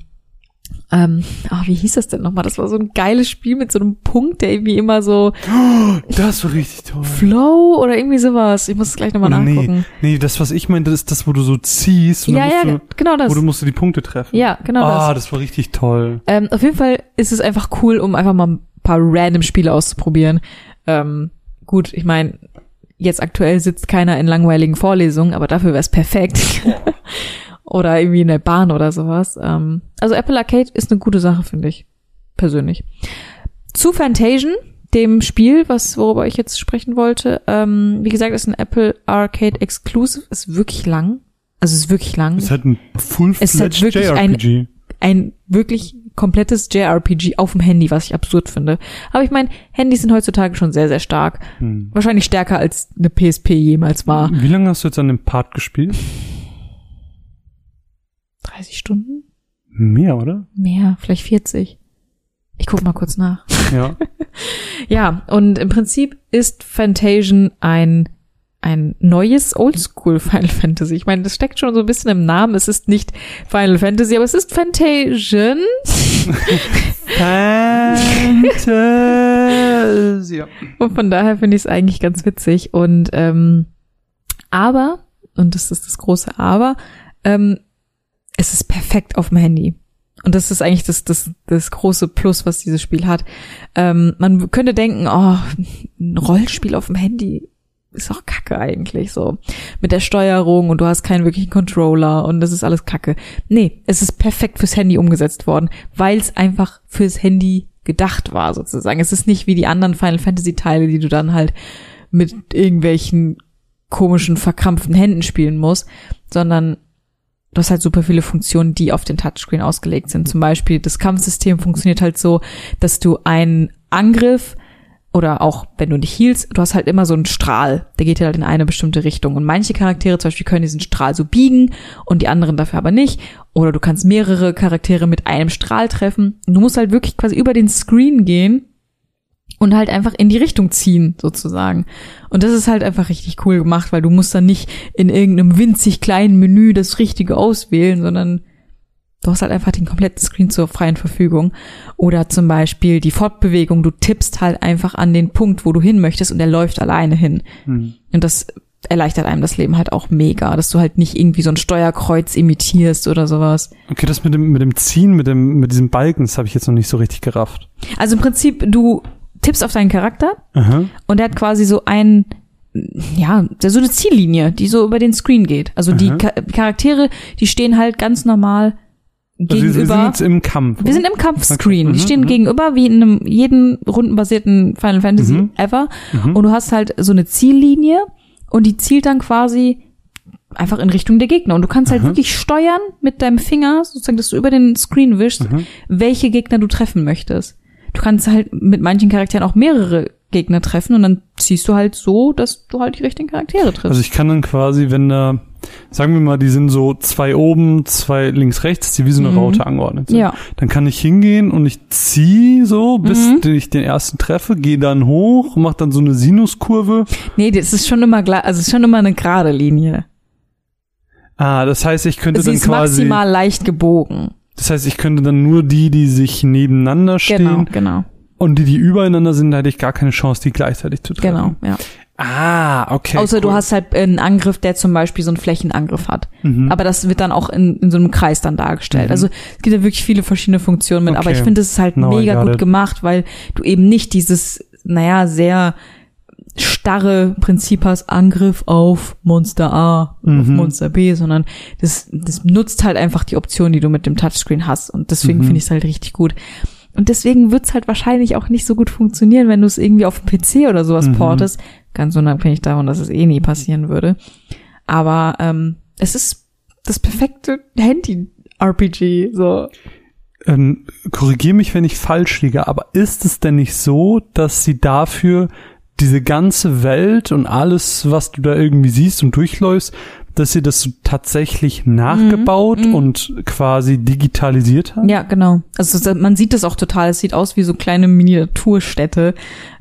wie hieß das denn nochmal? Das war so ein geiles Spiel mit so einem Punkt, der irgendwie immer so das war richtig toll. Flow oder irgendwie sowas. Ich muss es gleich nochmal nachgucken. Nee, das, was ich meinte, ist das, wo du so ziehst. Und genau das. Wo du musst die Punkte treffen. Ja, genau das. Das war richtig toll. Auf jeden Fall ist es einfach cool, um einfach mal ein paar random Spiele auszuprobieren. Gut, ich meine, jetzt aktuell sitzt keiner in langweiligen Vorlesungen, aber dafür wäre es perfekt. oder irgendwie in der Bahn oder sowas. Also Apple Arcade ist eine gute Sache, finde ich, persönlich. Zu Fantasian, dem Spiel, worüber ich jetzt sprechen wollte. Wie gesagt, ist ein Apple Arcade Exclusive, ist wirklich lang. Also es ist wirklich lang. Es ist halt ein full-fledged JRPG. Ein wirklich komplettes JRPG auf dem Handy, was ich absurd finde. Aber ich meine, Handys sind heutzutage schon sehr, sehr stark. Wahrscheinlich stärker als eine PSP jemals war. Wie lange hast du jetzt an dem Part gespielt? 30 Stunden? Mehr, oder? Mehr, vielleicht 40. Ich guck mal kurz nach. Ja. Ja, und im Prinzip ist Fantasian ein neues Oldschool Final Fantasy. Ich meine, das steckt schon so ein bisschen im Namen. Es ist nicht Final Fantasy, aber es ist Fantasian. Fantasia. Und von daher finde ich es eigentlich ganz witzig. Und aber, und das ist das große Aber, es ist perfekt auf dem Handy. Und das ist eigentlich das große Plus, was dieses Spiel hat. Man könnte denken, ein Rollenspiel auf dem Handy ist auch kacke eigentlich so. Mit der Steuerung und du hast keinen wirklichen Controller und das ist alles kacke. Nee, es ist perfekt fürs Handy umgesetzt worden, weil es einfach fürs Handy gedacht war sozusagen. Es ist nicht wie die anderen Final Fantasy Teile, die du dann halt mit irgendwelchen komischen, verkrampften Händen spielen musst, sondern du hast halt super viele Funktionen, die auf den Touchscreen ausgelegt sind. Zum Beispiel das Kampfsystem funktioniert halt so, dass du einen Angriff oder auch wenn du nicht healst, du hast halt immer so einen Strahl, der geht halt in eine bestimmte Richtung. Und manche Charaktere zum Beispiel können diesen Strahl so biegen und die anderen dafür aber nicht. Oder du kannst mehrere Charaktere mit einem Strahl treffen. Und du musst halt wirklich quasi über den Screen gehen und halt einfach in die Richtung ziehen, sozusagen. Und das ist halt einfach richtig cool gemacht, weil du musst dann nicht in irgendeinem winzig kleinen Menü das Richtige auswählen, sondern du hast halt einfach den kompletten Screen zur freien Verfügung. Oder zum Beispiel die Fortbewegung, du tippst halt einfach an den Punkt, wo du hin möchtest und er läuft alleine hin. Und das erleichtert einem das Leben halt auch mega, dass du halt nicht irgendwie so ein Steuerkreuz imitierst oder sowas. Okay, das mit dem Ziehen, mit diesem Balken, das habe ich jetzt noch nicht so richtig gerafft. Also im Prinzip, du tippst auf deinen Charakter und der hat quasi so so eine Ziellinie, die so über den Screen geht. Also die Charaktere, die stehen halt ganz normal gegenüber. Also wir sind jetzt im Kampf. Wir sind im Kampfscreen. Okay. Die stehen gegenüber, wie in einem jeden rundenbasierten Final Fantasy ever. Und du hast halt so eine Ziellinie und die zielt dann quasi einfach in Richtung der Gegner. Und du kannst halt wirklich steuern mit deinem Finger, sozusagen, dass du über den Screen wischst, welche Gegner du treffen möchtest. Du kannst halt mit manchen Charakteren auch mehrere Gegner treffen und dann ziehst du halt so, dass du halt die richtigen Charaktere triffst. Also ich kann dann quasi, wenn da, sagen wir mal, die sind so 2 oben, 2 links, rechts, die wie so eine Raute angeordnet sind. Ja. Dann kann ich hingehen und ich ziehe so, bis ich den ersten treffe, gehe dann hoch, mache dann so eine Sinuskurve. Nee, das ist schon immer es ist schon immer eine gerade Linie. Ah, das heißt, ich könnte dann quasi... Sie ist maximal leicht gebogen. Das heißt, ich könnte dann nur die sich nebeneinander stehen. Genau. Und die übereinander sind, da hätte ich gar keine Chance, die gleichzeitig zu treffen. Genau, ja. Ah, okay. Außer du hast halt einen Angriff, der zum Beispiel so einen Flächenangriff hat. Aber das wird dann auch in so einem Kreis dann dargestellt. Also es gibt ja wirklich viele verschiedene Funktionen mit, aber ich finde, es ist halt mega gut gemacht, weil du eben nicht dieses, sehr starre Prinzip hast, Angriff auf Monster A und auf Monster B, sondern das nutzt halt einfach die Option, die du mit dem Touchscreen hast. Und deswegen finde ich es halt richtig gut. Und deswegen wird es halt wahrscheinlich auch nicht so gut funktionieren, wenn du es irgendwie auf dem PC oder sowas portest. Ganz unabhängig davon, dass es eh nie passieren würde. Aber es ist das perfekte Handy-RPG. So. Korrigier mich, wenn ich falsch liege, aber ist es denn nicht so, dass sie dafür diese ganze Welt und alles, was du da irgendwie siehst und durchläufst, dass sie das so tatsächlich nachgebaut und quasi digitalisiert haben? Ja, genau. Also man sieht das auch total. Es sieht aus wie so kleine Miniaturstädte.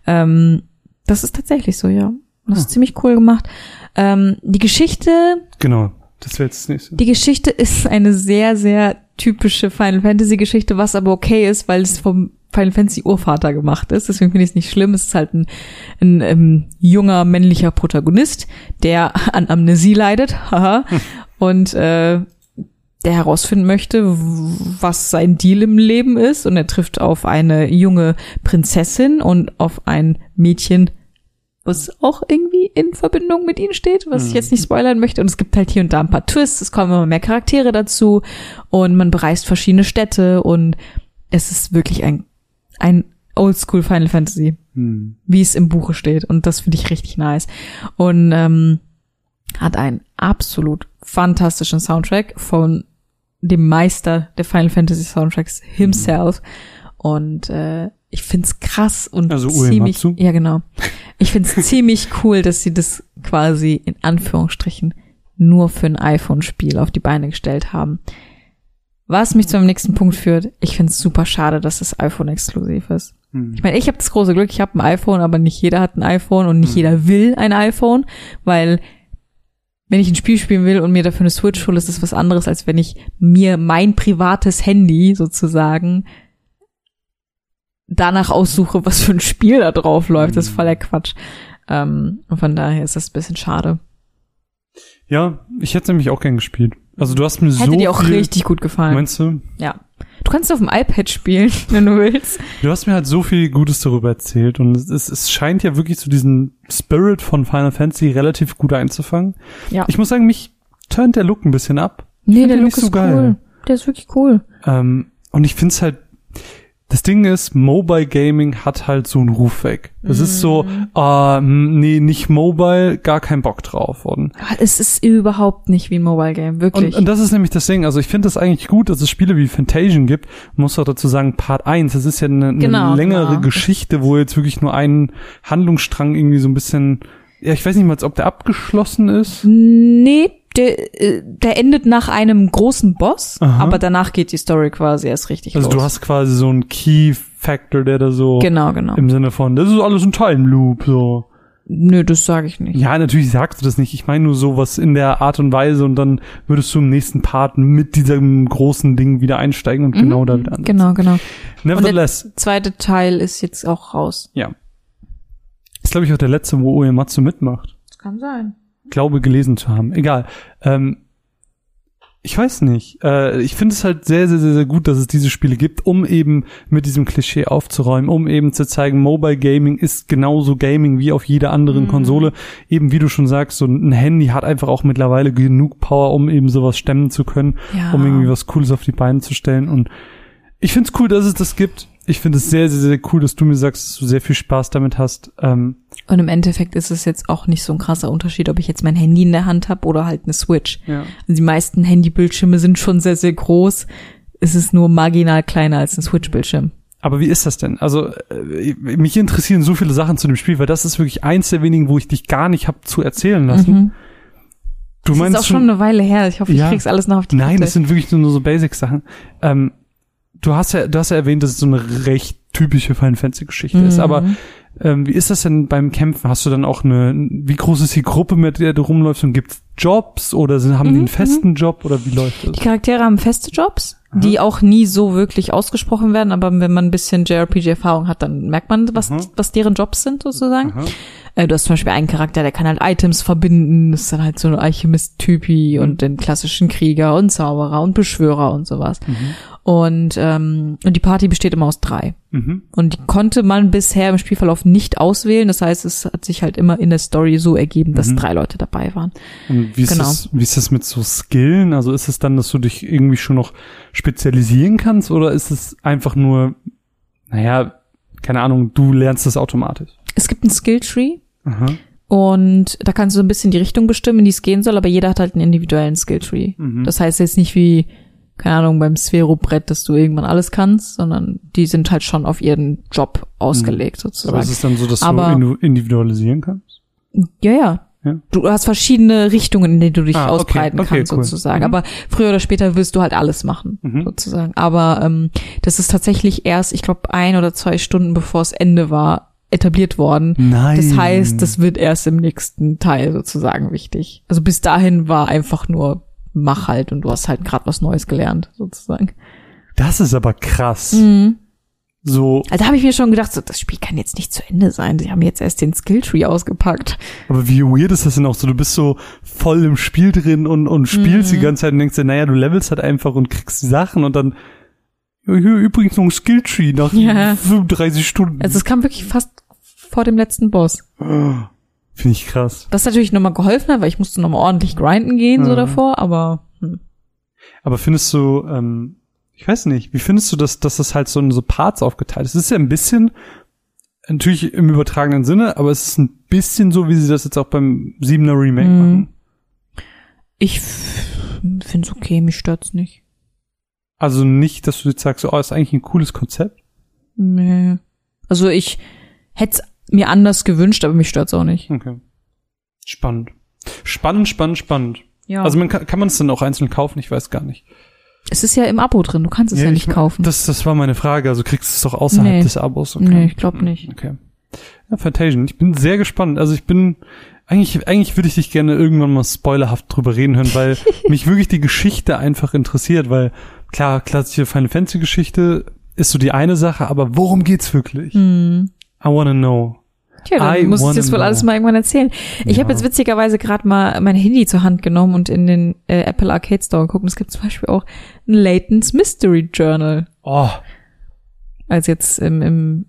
Das ist tatsächlich so, ja. Das ist ziemlich cool gemacht. Die Geschichte... Genau, das wäre jetzt das nächste. Die Geschichte ist eine sehr, sehr typische Final Fantasy Geschichte, was aber okay ist, weil es vom Final Fantasy Urvater gemacht ist. Deswegen finde ich es nicht schlimm. Es ist halt ein junger männlicher Protagonist, der an Amnesie leidet. Haha. Und der herausfinden möchte, was sein Deal im Leben ist. Und er trifft auf eine junge Prinzessin und auf ein Mädchen, was auch irgendwie in Verbindung mit ihnen steht, was ich jetzt nicht spoilern möchte. Und es gibt halt hier und da ein paar Twists, es kommen immer mehr Charaktere dazu und man bereist verschiedene Städte und es ist wirklich ein Oldschool Final Fantasy, wie es im Buche steht. Und das finde ich richtig nice. Und hat einen absolut fantastischen Soundtrack von dem Meister der Final Fantasy Soundtracks himself. Und ich find's krass und also ziemlich, Uematsu? ja genau. Ich find's ziemlich cool, dass sie das quasi in Anführungsstrichen nur für ein iPhone-Spiel auf die Beine gestellt haben. Was mich zu meinem nächsten Punkt führt, ich find's super schade, dass das iPhone exklusiv ist. Ich meine, ich habe das große Glück, ich habe ein iPhone, aber nicht jeder hat ein iPhone und nicht jeder will ein iPhone, weil wenn ich ein Spiel spielen will und mir dafür eine Switch hole, ist das was anderes, als wenn ich mir mein privates Handy sozusagen danach aussuche, was für ein Spiel da drauf läuft. Das ist voller Quatsch. Und von daher ist das ein bisschen schade. Ja, ich hätte nämlich auch gern gespielt. Also du hast mir so Hätte dir auch viel, richtig gut gefallen. Meinst du? Ja. Du kannst auf dem iPad spielen, wenn du willst. Du hast mir halt so viel Gutes darüber erzählt und es scheint ja wirklich zu diesem Spirit von Final Fantasy relativ gut einzufangen. Ja. Ich muss sagen, mich turnt der Look ein bisschen ab. Nee, der Look ist so geil. Cool. Der ist wirklich cool. Und ich find's halt, das Ding ist, Mobile Gaming hat halt so einen Ruf weg. Das ist so, nee, nicht Mobile, gar kein Bock drauf. Und es ist überhaupt nicht wie ein Mobile Game, wirklich. Und das ist nämlich das Ding, also ich finde das eigentlich gut, dass es Spiele wie Fantasian gibt. Man muss auch dazu sagen, Part 1, das ist ja eine längere Geschichte, wo jetzt wirklich nur ein Handlungsstrang irgendwie so ein bisschen, ja, ich weiß nicht mal, ob der abgeschlossen ist. Nee, der endet nach einem großen Boss, aber danach geht die Story quasi erst richtig los. Also du hast quasi so einen Key-Factor, der da so genau. Im Sinne von, das ist alles ein Time-Loop, so. Nö, das sage ich nicht. Ja, natürlich sagst du das nicht. Ich meine nur sowas in der Art und Weise und dann würdest du im nächsten Part mit diesem großen Ding wieder einsteigen und genau da wieder ansetzen. Genau. Nevertheless. Und der zweite Teil ist jetzt auch raus. Ja. Ist, glaube ich, auch der letzte, wo Uematsu mitmacht. Das kann sein. Glaube, gelesen zu haben. Egal. Ich weiß nicht. Ich finde es halt sehr, sehr, sehr, sehr gut, dass es diese Spiele gibt, um eben mit diesem Klischee aufzuräumen, um eben zu zeigen, Mobile Gaming ist genauso Gaming wie auf jeder anderen Konsole. Eben wie du schon sagst, so ein Handy hat einfach auch mittlerweile genug Power, um eben sowas stemmen zu können, um irgendwie was Cooles auf die Beine zu stellen. Und ich finde es cool, dass es das gibt. Ich finde es sehr, sehr, sehr cool, dass du mir sagst, dass du sehr viel Spaß damit hast. Und im Endeffekt ist es jetzt auch nicht so ein krasser Unterschied, ob ich jetzt mein Handy in der Hand habe oder halt eine Switch. Ja. Die meisten Handybildschirme sind schon sehr, sehr groß. Es ist nur marginal kleiner als ein Switch-Bildschirm. Aber wie ist das denn? Also mich interessieren so viele Sachen zu dem Spiel, weil das ist wirklich eins der wenigen, wo ich dich gar nicht habe zu erzählen lassen. Du das meinst ist auch schon eine Weile her. Ich hoffe, ich krieg's alles noch auf die Kette. Nein, das sind wirklich nur so Basic-Sachen. Du hast ja erwähnt, dass es so eine recht typische Final Fantasy Geschichte ist, aber wie ist das denn beim Kämpfen? Hast du dann auch wie groß ist die Gruppe, mit der du rumläufst und gibt's Jobs oder haben die einen festen Job oder wie läuft das? Die Charaktere haben feste Jobs, die auch nie so wirklich ausgesprochen werden, aber wenn man ein bisschen JRPG-Erfahrung hat, dann merkt man, was deren Jobs sind sozusagen. Du hast zum Beispiel einen Charakter, der kann halt Items verbinden, das ist dann halt so ein Alchemist-Typi und den klassischen Krieger und Zauberer und Beschwörer und sowas. Und die Party besteht immer aus 3. Und die konnte man bisher im Spielverlauf nicht auswählen. Das heißt, es hat sich halt immer in der Story so ergeben, dass 3 Leute dabei waren. Und wie ist das mit so Skillen? Also ist es dann, dass du dich irgendwie schon noch spezialisieren kannst oder ist es einfach nur, naja, keine Ahnung, du lernst das automatisch? Es gibt einen Skilltree. Und da kannst du so ein bisschen die Richtung bestimmen, in die es gehen soll, aber jeder hat halt einen individuellen Skilltree. Das heißt jetzt nicht wie, keine Ahnung, beim Sphero-Brett, dass du irgendwann alles kannst, sondern die sind halt schon auf ihren Job ausgelegt, sozusagen. Aber ist es dann so, dass du individualisieren kannst? Ja. Du hast verschiedene Richtungen, in denen du dich ausbreiten kannst, cool. sozusagen. Aber früher oder später willst du halt alles machen, sozusagen. Aber das ist tatsächlich erst, ich glaube, 1 oder 2 Stunden bevor es Ende war, etabliert worden. Nein. Das heißt, das wird erst im nächsten Teil sozusagen wichtig. Also bis dahin war einfach nur mach halt und du hast halt gerade was Neues gelernt, sozusagen. Das ist aber krass. So. Also habe ich mir schon gedacht, so, das Spiel kann jetzt nicht zu Ende sein. Sie haben jetzt erst den Skilltree ausgepackt. Aber wie weird ist das denn auch so? Du bist so voll im Spiel drin und spielst die ganze Zeit und denkst dir, naja, du levelst halt einfach und kriegst Sachen und dann hier übrigens noch ein Skilltree nach 35 Stunden. Also es kam wirklich fast vor dem letzten Boss. Finde ich krass. Was natürlich nochmal geholfen hat, weil ich musste nochmal ordentlich grinden gehen so davor, aber Aber findest du, ich weiß nicht, wie findest du dass das halt so in so Parts aufgeteilt ist? Es ist ja ein bisschen, natürlich im übertragenen Sinne, aber es ist ein bisschen so, wie sie das jetzt auch beim 7er Remake machen. Ich finde es okay, mich stört's nicht. Also nicht, dass du jetzt sagst, ist eigentlich ein cooles Konzept? Nee. Also ich hätte es mir anders gewünscht, aber mich stört's auch nicht. Okay. Spannend. Ja. Also kann man es dann auch einzeln kaufen? Ich weiß gar nicht. Es ist ja im Abo drin, du kannst es ja nicht kaufen. Das war meine Frage, also kriegst du es doch außerhalb des Abos? Okay. Nee, ich glaube nicht. Okay. Ja, Fantasian, ich bin sehr gespannt. Also eigentlich würde ich dich gerne irgendwann mal spoilerhaft drüber reden hören, weil mich wirklich die Geschichte einfach interessiert, weil klar, klassische Final Fantasy Geschichte ist so die eine Sache, aber worum geht's wirklich? I wanna know. Tja, dann muss ich das wohl alles mal irgendwann erzählen. Ich habe jetzt witzigerweise gerade mal mein Handy zur Hand genommen und in den Apple Arcade Store geguckt. Und es gibt zum Beispiel auch ein Layton's Mystery Journal. Oh. Als jetzt im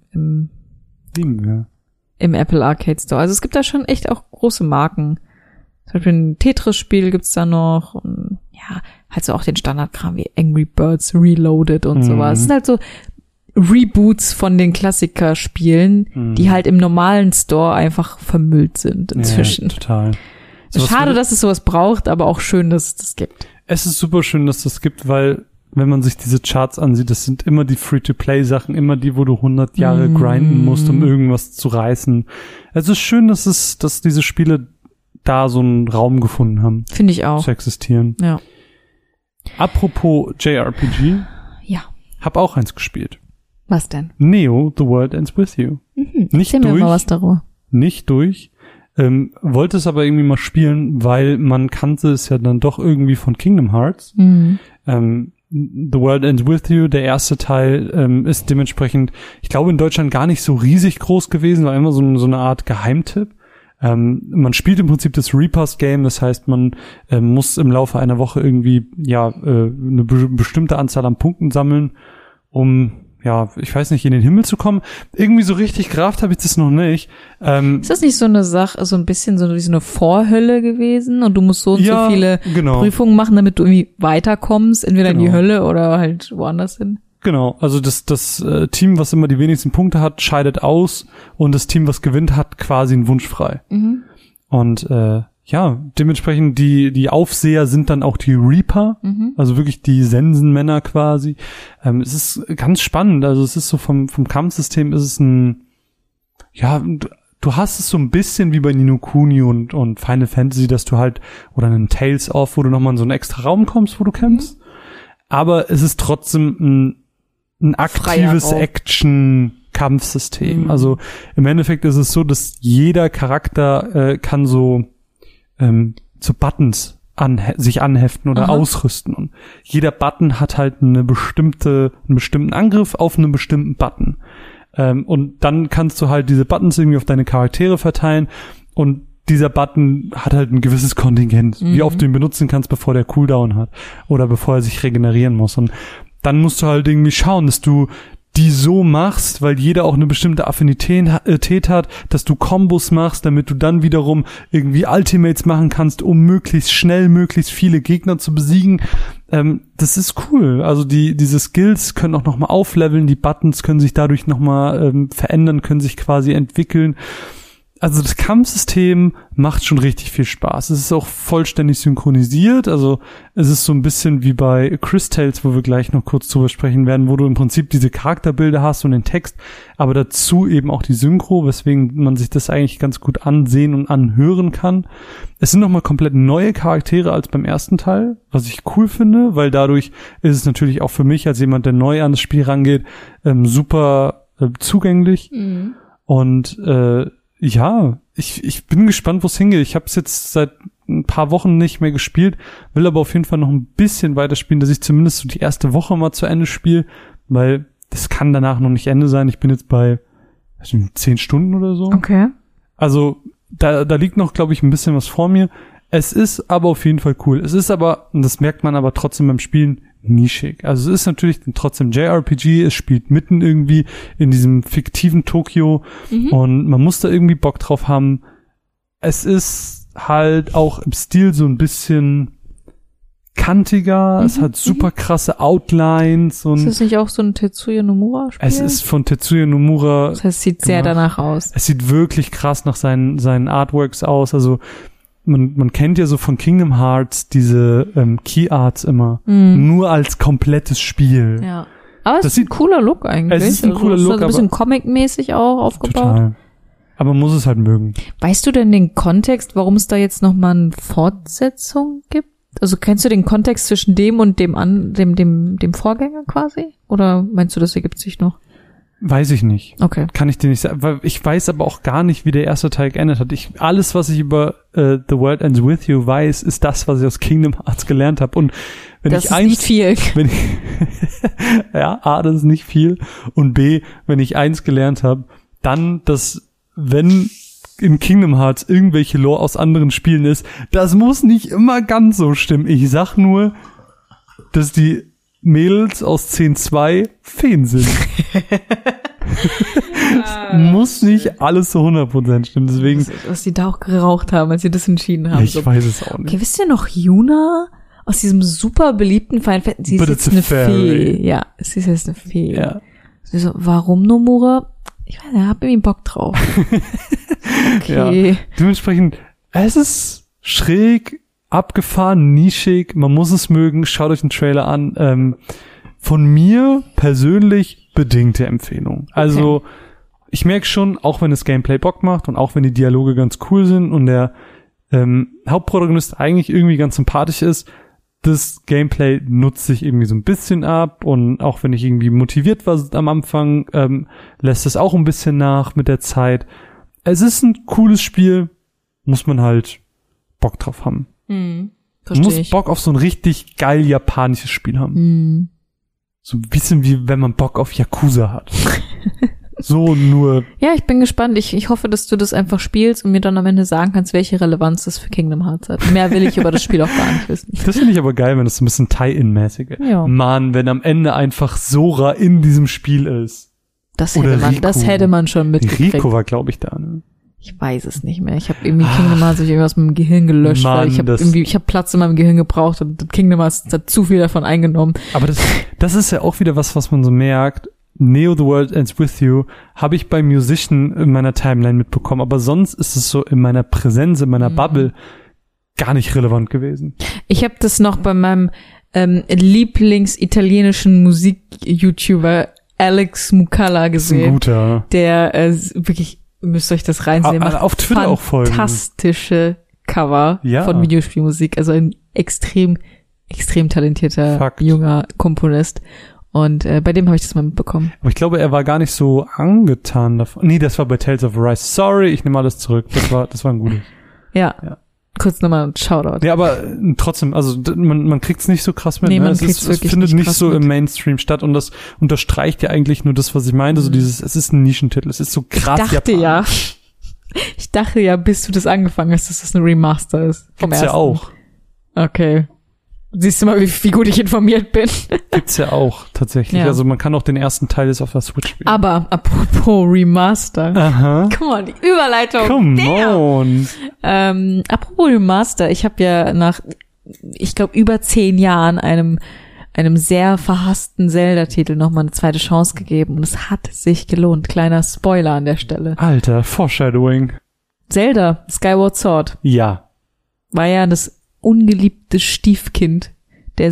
Apple Arcade Store. Also es gibt da schon echt auch große Marken. Zum Beispiel ein Tetris-Spiel gibt's da noch. Und ja, halt so auch den Standardkram wie Angry Birds Reloaded und sowas. Es sind halt so Reboots von den Klassikerspielen, die halt im normalen Store einfach vermüllt sind inzwischen. Ja, total. Schade, dass es sowas braucht, aber auch schön, dass es das gibt. Es ist super schön, dass das gibt, weil wenn man sich diese Charts ansieht, das sind immer die Free-to-Play-Sachen, immer die, wo du 100 Jahre grinden musst, um irgendwas zu reißen. Es ist schön, dass diese Spiele da so einen Raum gefunden haben. Finde ich auch. Zu existieren. Ja. Apropos JRPG. Ja. Hab auch eins gespielt. Was denn? Neo, The World Ends With You. Nicht Erzähl mir mal was darüber. Nicht durch. Wollte es aber irgendwie mal spielen, weil man kannte es ja dann doch irgendwie von Kingdom Hearts. The World Ends With You, der erste Teil, ist dementsprechend, ich glaube, in Deutschland gar nicht so riesig groß gewesen, war immer so eine Art Geheimtipp. Man spielt im Prinzip das Repass-Game, das heißt, man muss im Laufe einer Woche irgendwie eine bestimmte Anzahl an Punkten sammeln, um ich weiß nicht, in den Himmel zu kommen. Irgendwie so richtig gerafft habe ich das noch nicht. Ist das nicht so eine Sache, so ein bisschen so wie so eine Vorhölle gewesen und du musst so und so viele Prüfungen machen, damit du irgendwie weiterkommst, entweder in die Hölle oder halt woanders hin? Genau, also das Team, was immer die wenigsten Punkte hat, scheidet aus und das Team, was gewinnt, hat quasi einen Wunsch frei. Und dementsprechend die Aufseher sind dann auch die Reaper, also wirklich die Sensenmänner quasi. Es ist ganz spannend, also es ist so vom Kampfsystem ist es du hast es so ein bisschen wie bei Ni no Kuni und Final Fantasy, dass du halt, oder einen Tales of, wo du nochmal in so einen extra Raum kommst, wo du kämpfst. Aber es ist trotzdem ein aktives Action-Kampfsystem. Also im Endeffekt ist es so, dass jeder Charakter kann so Buttons sich anheften oder ausrüsten. Und jeder Button hat halt einen bestimmten Angriff auf einen bestimmten Button. Und dann kannst du halt diese Buttons irgendwie auf deine Charaktere verteilen und dieser Button hat halt ein gewisses Kontingent, wie oft du ihn benutzen kannst, bevor der Cooldown hat oder bevor er sich regenerieren muss. Und dann musst du halt irgendwie schauen, dass du die so machst, weil jeder auch eine bestimmte Affinität hat, dass du Kombos machst, damit du dann wiederum irgendwie Ultimates machen kannst, um möglichst schnell, möglichst viele Gegner zu besiegen. Das ist cool. Also diese Skills können auch nochmal aufleveln, die Buttons können sich dadurch nochmal verändern, können sich quasi entwickeln. Also das Kampfsystem macht schon richtig viel Spaß. Es ist auch vollständig synchronisiert. Also es ist so ein bisschen wie bei Chris Tales, wo wir gleich noch kurz drüber sprechen werden, wo du im Prinzip diese Charakterbilder hast und den Text, aber dazu eben auch die Synchro, weswegen man sich das eigentlich ganz gut ansehen und anhören kann. Es sind nochmal komplett neue Charaktere als beim ersten Teil, was ich cool finde, weil dadurch ist es natürlich auch für mich als jemand, der neu an das Spiel rangeht, super zugänglich. Und ich bin gespannt, wo es hingeht. Ich habe es jetzt seit ein paar Wochen nicht mehr gespielt, will aber auf jeden Fall noch ein bisschen weiterspielen, dass ich zumindest so die erste Woche mal zu Ende spiele, weil das kann danach noch nicht Ende sein. Ich bin jetzt bei 10 Stunden oder so. Okay. Also da liegt noch, glaube ich, ein bisschen was vor mir. Es ist aber auf jeden Fall cool. Es ist aber, und das merkt man aber trotzdem beim Spielen, nischig. Also es ist natürlich trotzdem JRPG, es spielt mitten irgendwie in diesem fiktiven Tokio und man muss da irgendwie Bock drauf haben. es ist halt auch im Stil so ein bisschen kantiger, es hat super krasse Outlines und. Ist das nicht auch so ein Tetsuya Nomura-Spiel? Es ist von Tetsuya Nomura. Das heißt, es sieht sehr danach aus. Es sieht wirklich krass nach seinen Artworks aus. Also man kennt ja so von Kingdom Hearts diese Key Arts immer. Nur als komplettes Spiel. Ja. Aber es ist ein cooler Look eigentlich. Es ist ein cooler Look, also ein bisschen Comic-mäßig auch aufgebaut. Total. Aber man muss es halt mögen. Weißt du denn den Kontext, warum es da jetzt nochmal eine Fortsetzung gibt? Also kennst du den Kontext zwischen dem und dem Vorgänger quasi? Oder meinst du, das ergibt sich noch? Weiß ich nicht. Okay. Kann ich dir nicht sagen. Weil ich weiß aber auch gar nicht, wie der erste Teil geendet hat. Alles, was ich über The World Ends With You weiß, ist das, was ich aus Kingdom Hearts gelernt habe. Und wenn das ich ist nicht viel. Ja, A, das ist nicht viel. Und B, wenn ich eins gelernt habe, dann, dass wenn in Kingdom Hearts irgendwelche Lore aus anderen Spielen ist, das muss nicht immer ganz so stimmen. Ich sag nur, dass die Mädels aus 10.2 Feen sind. Muss nicht alles zu 100% stimmen, deswegen. Was die da auch geraucht haben, als sie das entschieden haben. Ich weiß es auch nicht. Okay, wisst ihr noch Yuna? Aus diesem super beliebten Final Fantasy. Sie ist jetzt eine Fee. Ja, sie ist jetzt eine Fee. Ja. Sie so, warum Nomura? Ich weiß nicht, ich hab irgendwie Bock drauf. Okay. Ja. Dementsprechend, es ist schräg, abgefahren, nischig, man muss es mögen, schaut euch den Trailer an. Von mir persönlich bedingte Empfehlung. Also, ich merke schon, auch wenn das Gameplay Bock macht und auch wenn die Dialoge ganz cool sind und der Hauptprotagonist eigentlich irgendwie ganz sympathisch ist, das Gameplay nutzt sich irgendwie so ein bisschen ab und auch wenn ich irgendwie motiviert war am Anfang, lässt es auch ein bisschen nach mit der Zeit. Es ist ein cooles Spiel, muss man halt Bock drauf haben. Man muss Bock auf so ein richtig geil japanisches Spiel haben. So ein bisschen wie wenn man Bock auf Yakuza hat. So nur. Ja, ich bin gespannt. Ich hoffe, dass du das einfach spielst und mir dann am Ende sagen kannst, welche Relevanz das für Kingdom Hearts hat. Mehr will ich über das Spiel auch gar nicht wissen. Das finde ich aber geil, wenn das so ein bisschen Tie-In-mäßig ist. Ja. Mann, wenn am Ende einfach Sora in diesem Spiel ist. Das hätte man schon mitgekriegt. Rico war, glaube ich, da, ne? Ich weiß es nicht mehr. Ich habe irgendwie Kingdom Hearts irgendwas mit dem Gehirn gelöscht, Mann, weil ich habe Platz in meinem Gehirn gebraucht und Kingdom Hearts hat zu viel davon eingenommen. Aber das ist ja auch wieder was man so merkt. Neo The World Ends With You habe ich bei Musician in meiner Timeline mitbekommen, aber sonst ist es so in meiner Präsenz, in meiner Bubble gar nicht relevant gewesen. Ich habe das noch bei meinem Lieblings-italienischen Musik-YouTuber Alex Mukalla gesehen. Das ist ein guter. Der wirklich, müsst euch das reinsehen, macht auf Twitter auch folgen. Fantastische Cover von Videospielmusik, also ein extrem talentierter junger Komponist. Und bei dem habe ich das mal mitbekommen. Aber ich glaube, er war gar nicht so angetan davon. Nee, das war bei Tales of Arise. Sorry, ich nehme alles zurück. Das war ein gutes. Ja. Kurz nochmal ein Shoutout. Ja, aber trotzdem, also man kriegt's nicht so krass mit. Nee, ne? Es findet nicht so im Mainstream statt und das unterstreicht ja eigentlich nur das, was ich meinte. So dieses, es ist ein Nischentitel. Es ist so krass japanisch. Ich dachte ja, bis du das angefangen hast, dass das ein Remaster ist. Gibt's ja auch. Okay. Siehst du mal, wie gut ich informiert bin. Gibt's ja auch, tatsächlich. Ja. Also man kann auch den ersten Teil jetzt auf der Switch spielen. Aber apropos Remaster. Aha. Come on, die Überleitung. Come on. Apropos Remaster, ich habe ja nach, ich glaube, über 10 Jahren einem sehr verhassten Zelda-Titel nochmal eine zweite Chance gegeben. Und es hat sich gelohnt. Kleiner Spoiler an der Stelle. Alter, Foreshadowing. Zelda, Skyward Sword. Ja. War ja das ungeliebte Stiefkind des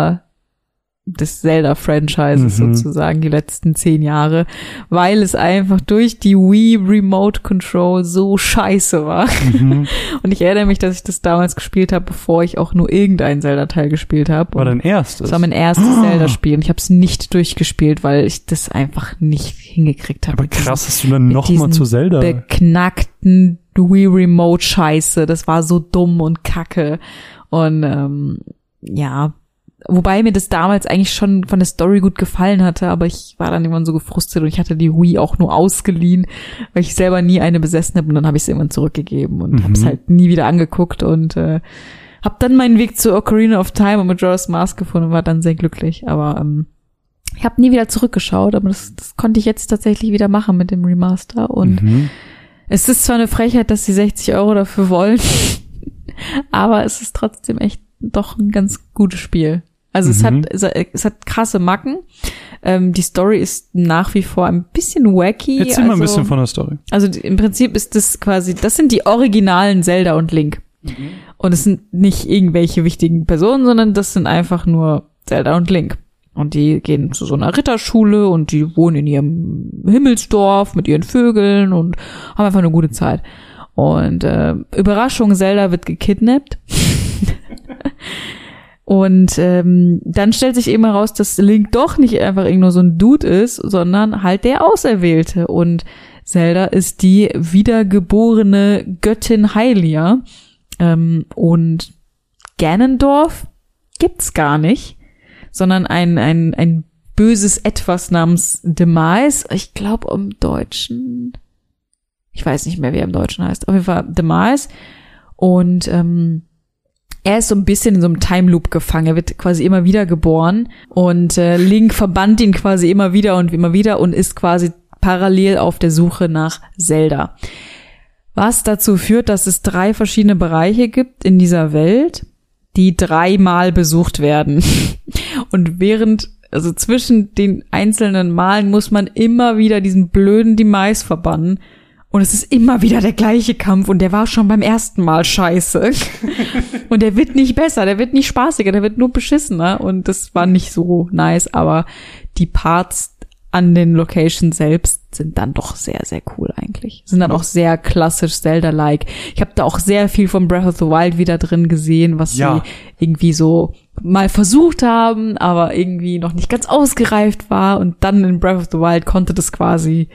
Zelda-Franchises sozusagen die letzten 10 Jahre, weil es einfach durch die Wii Remote Control so scheiße war. Und ich erinnere mich, dass ich das damals gespielt habe, bevor ich auch nur irgendeinen Zelda-Teil gespielt habe. War dein erstes? Das war mein erstes Zelda-Spiel und ich habe es nicht durchgespielt, weil ich das einfach nicht hingekriegt habe. Aber krass, dass du dann nochmal zu Zelda beknackten Wii Remote Scheiße, das war so dumm und kacke und ja, wobei mir das damals eigentlich schon von der Story gut gefallen hatte, aber ich war dann irgendwann so gefrustet und ich hatte die Wii auch nur ausgeliehen, weil ich selber nie eine besessen habe und dann habe ich es irgendwann zurückgegeben und habe es halt nie wieder angeguckt und habe dann meinen Weg zu Ocarina of Time und Majora's Mask gefunden und war dann sehr glücklich, aber ich habe nie wieder zurückgeschaut, aber das konnte ich jetzt tatsächlich wieder machen mit dem Remaster und Es ist zwar eine Frechheit, dass sie 60 € dafür wollen, aber es ist trotzdem echt doch ein ganz gutes Spiel. Also es hat krasse Macken. Die Story ist nach wie vor ein bisschen wacky. Erzähl mal ein bisschen von der Story. Also im Prinzip ist das quasi, das sind die originalen Zelda und Link. Und es sind nicht irgendwelche wichtigen Personen, sondern das sind einfach nur Zelda und Link. Und die gehen zu so einer Ritterschule und die wohnen in ihrem Himmelsdorf mit ihren Vögeln und haben einfach eine gute Zeit. Und Überraschung, Zelda wird gekidnappt. Und dann stellt sich eben heraus, dass Link doch nicht einfach nur so ein Dude ist, sondern halt der Auserwählte. Und Zelda ist die wiedergeborene Göttin Hylia. Und Ganondorf gibt's gar nicht, sondern ein böses Etwas namens Demise. Ich glaube im Deutschen, ich weiß nicht mehr, wie er im Deutschen heißt, auf jeden Fall Demise. Und er ist so ein bisschen in so einem Time Loop gefangen. Er wird quasi immer wieder geboren und Link verbannt ihn quasi immer wieder und ist quasi parallel auf der Suche nach Zelda. Was dazu führt, dass es 3 verschiedene Bereiche gibt in dieser Welt, die 3-mal besucht werden. Und also zwischen den einzelnen Malen muss man immer wieder diesen blöden Demise verbannen. Und es ist immer wieder der gleiche Kampf und der war schon beim ersten Mal scheiße. Und der wird nicht besser, der wird nicht spaßiger, der wird nur beschissener. Und das war nicht so nice, aber die Parts an den Locations selbst sind dann doch sehr, sehr cool eigentlich. Sind dann auch sehr klassisch Zelda-like. Ich habe da auch sehr viel von Breath of the Wild wieder drin gesehen, was sie irgendwie so mal versucht haben, aber irgendwie noch nicht ganz ausgereift war. Und dann in Breath of the Wild konnte das quasi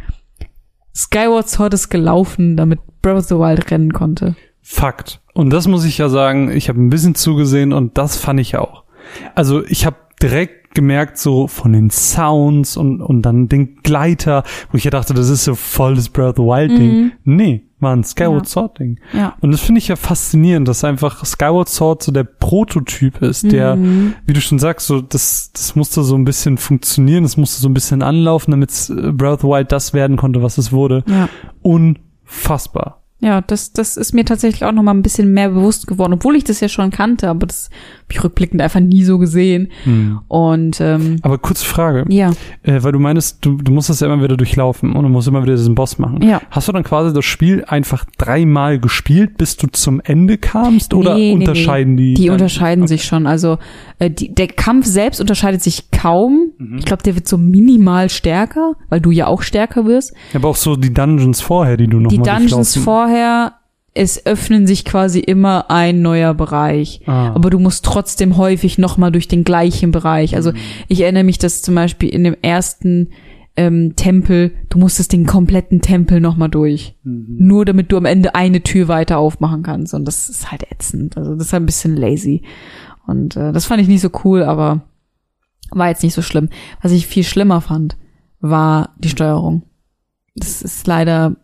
Skyward Sword ist gelaufen, damit Breath of the Wild rennen konnte. Fakt. Und das muss ich ja sagen, ich habe ein bisschen zugesehen und das fand ich auch. Also ich habe direkt gemerkt, so von den Sounds und dann den Gleiter, wo ich ja dachte, das ist so voll das Breath of the Wild Ding. Nee, war ein Skyward Sword Ding. Ja. Und das finde ich ja faszinierend, dass einfach Skyward Sword so der Prototyp ist, der, wie du schon sagst, so das musste so ein bisschen funktionieren, das musste so ein bisschen anlaufen, damit Breath of the Wild das werden konnte, was es wurde. Ja. Unfassbar. Ja, das ist mir tatsächlich auch noch mal ein bisschen mehr bewusst geworden, obwohl ich das ja schon kannte, aber das habe ich rückblickend einfach nie so gesehen. Und aber kurze Frage. Ja. Weil du meinst, du musst das ja immer wieder durchlaufen und du musst immer wieder diesen Boss machen. Ja. Hast du dann quasi das Spiel einfach 3-mal gespielt, bis du zum Ende kamst? Oder unterscheiden die? Die unterscheiden sich schon. Also der Kampf selbst unterscheidet sich kaum. Ich glaube, der wird so minimal stärker, weil du ja auch stärker wirst. Aber auch so die Dungeons vorher, die du noch mal durchlaufen. Die Dungeons vorher, es öffnen sich quasi immer ein neuer Bereich. Aber du musst trotzdem häufig noch mal durch den gleichen Bereich. Also ich erinnere mich, dass zum Beispiel in dem ersten Tempel, du musstest den kompletten Tempel noch mal durch. Nur damit du am Ende eine Tür weiter aufmachen kannst. Und das ist halt ätzend. Also das ist halt ein bisschen lazy. Und das fand ich nicht so cool, aber war jetzt nicht so schlimm. Was ich viel schlimmer fand, war die Steuerung. Das ist halt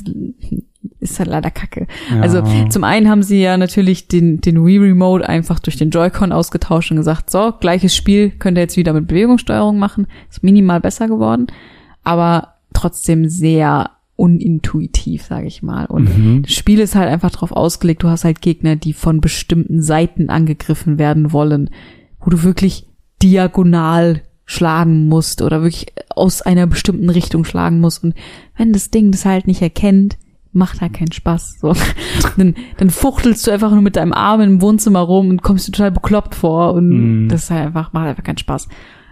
leider kacke. Ja. Also zum einen haben sie ja natürlich den Wii Remote einfach durch den Joy-Con ausgetauscht und gesagt, so, gleiches Spiel könnt ihr jetzt wieder mit Bewegungssteuerung machen. Ist minimal besser geworden, aber trotzdem sehr unintuitiv, sage ich mal. Und das Spiel ist halt einfach drauf ausgelegt, du hast halt Gegner, die von bestimmten Seiten angegriffen werden wollen, wo du wirklich diagonal schlagen musst oder wirklich aus einer bestimmten Richtung schlagen musst. Und wenn das Ding das halt nicht erkennt, macht halt keinen Spaß. So. Dann fuchtelst du einfach nur mit deinem Arm im Wohnzimmer rum und kommst dir total bekloppt vor und das ist halt macht einfach keinen Spaß.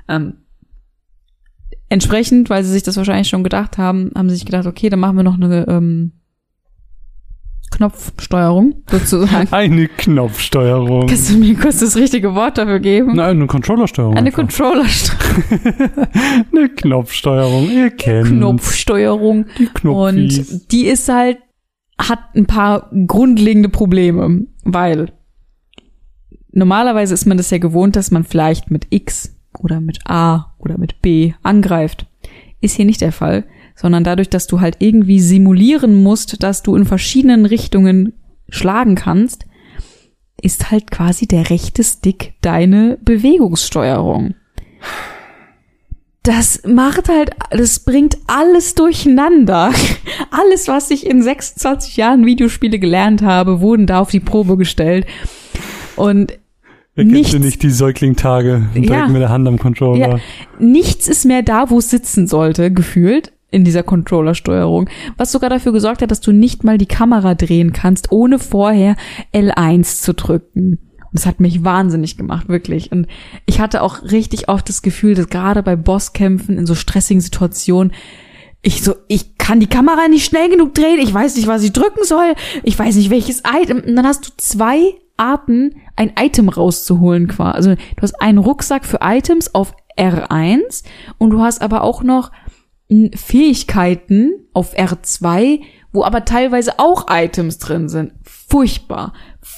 Entsprechend, weil sie sich das wahrscheinlich schon gedacht haben, haben sie sich gedacht, okay, dann machen wir noch eine Knopfsteuerung, sozusagen. Eine Knopfsteuerung. Kannst du mir kurz das richtige Wort dafür geben? Nein, eine Controllersteuerung. Eine Controllersteuerung. Eine Knopfsteuerung, ihr kennt. Knopfsteuerung. Die Knopfis. Und die ist halt, hat ein paar grundlegende Probleme, weil normalerweise ist man das ja gewohnt, dass man vielleicht mit X oder mit A oder mit B angreift. Ist hier nicht der Fall, sondern dadurch, dass du halt irgendwie simulieren musst, dass du in verschiedenen Richtungen schlagen kannst, ist halt quasi der rechte Stick deine Bewegungssteuerung. das bringt alles durcheinander. Alles, was ich in 26 Jahren Videospiele gelernt habe, wurden da auf die Probe gestellt. Und wer kennt denn nicht die Säuglingtage direkt mit der Hand am Controller? Ja, nichts ist mehr da, wo es sitzen sollte, gefühlt, in dieser Controllersteuerung. Was sogar dafür gesorgt hat, dass du nicht mal die Kamera drehen kannst, ohne vorher L1 zu drücken. Das hat mich wahnsinnig gemacht, wirklich. Und ich hatte auch richtig oft das Gefühl, dass gerade bei Bosskämpfen in so stressigen Situationen ich kann die Kamera nicht schnell genug drehen, ich weiß nicht, was ich drücken soll, ich weiß nicht, welches Item. Und dann hast du 2 Arten, ein Item rauszuholen quasi. Also du hast einen Rucksack für Items auf R1 und du hast aber auch noch Fähigkeiten auf R2, wo aber teilweise auch Items drin sind. Furchtbar.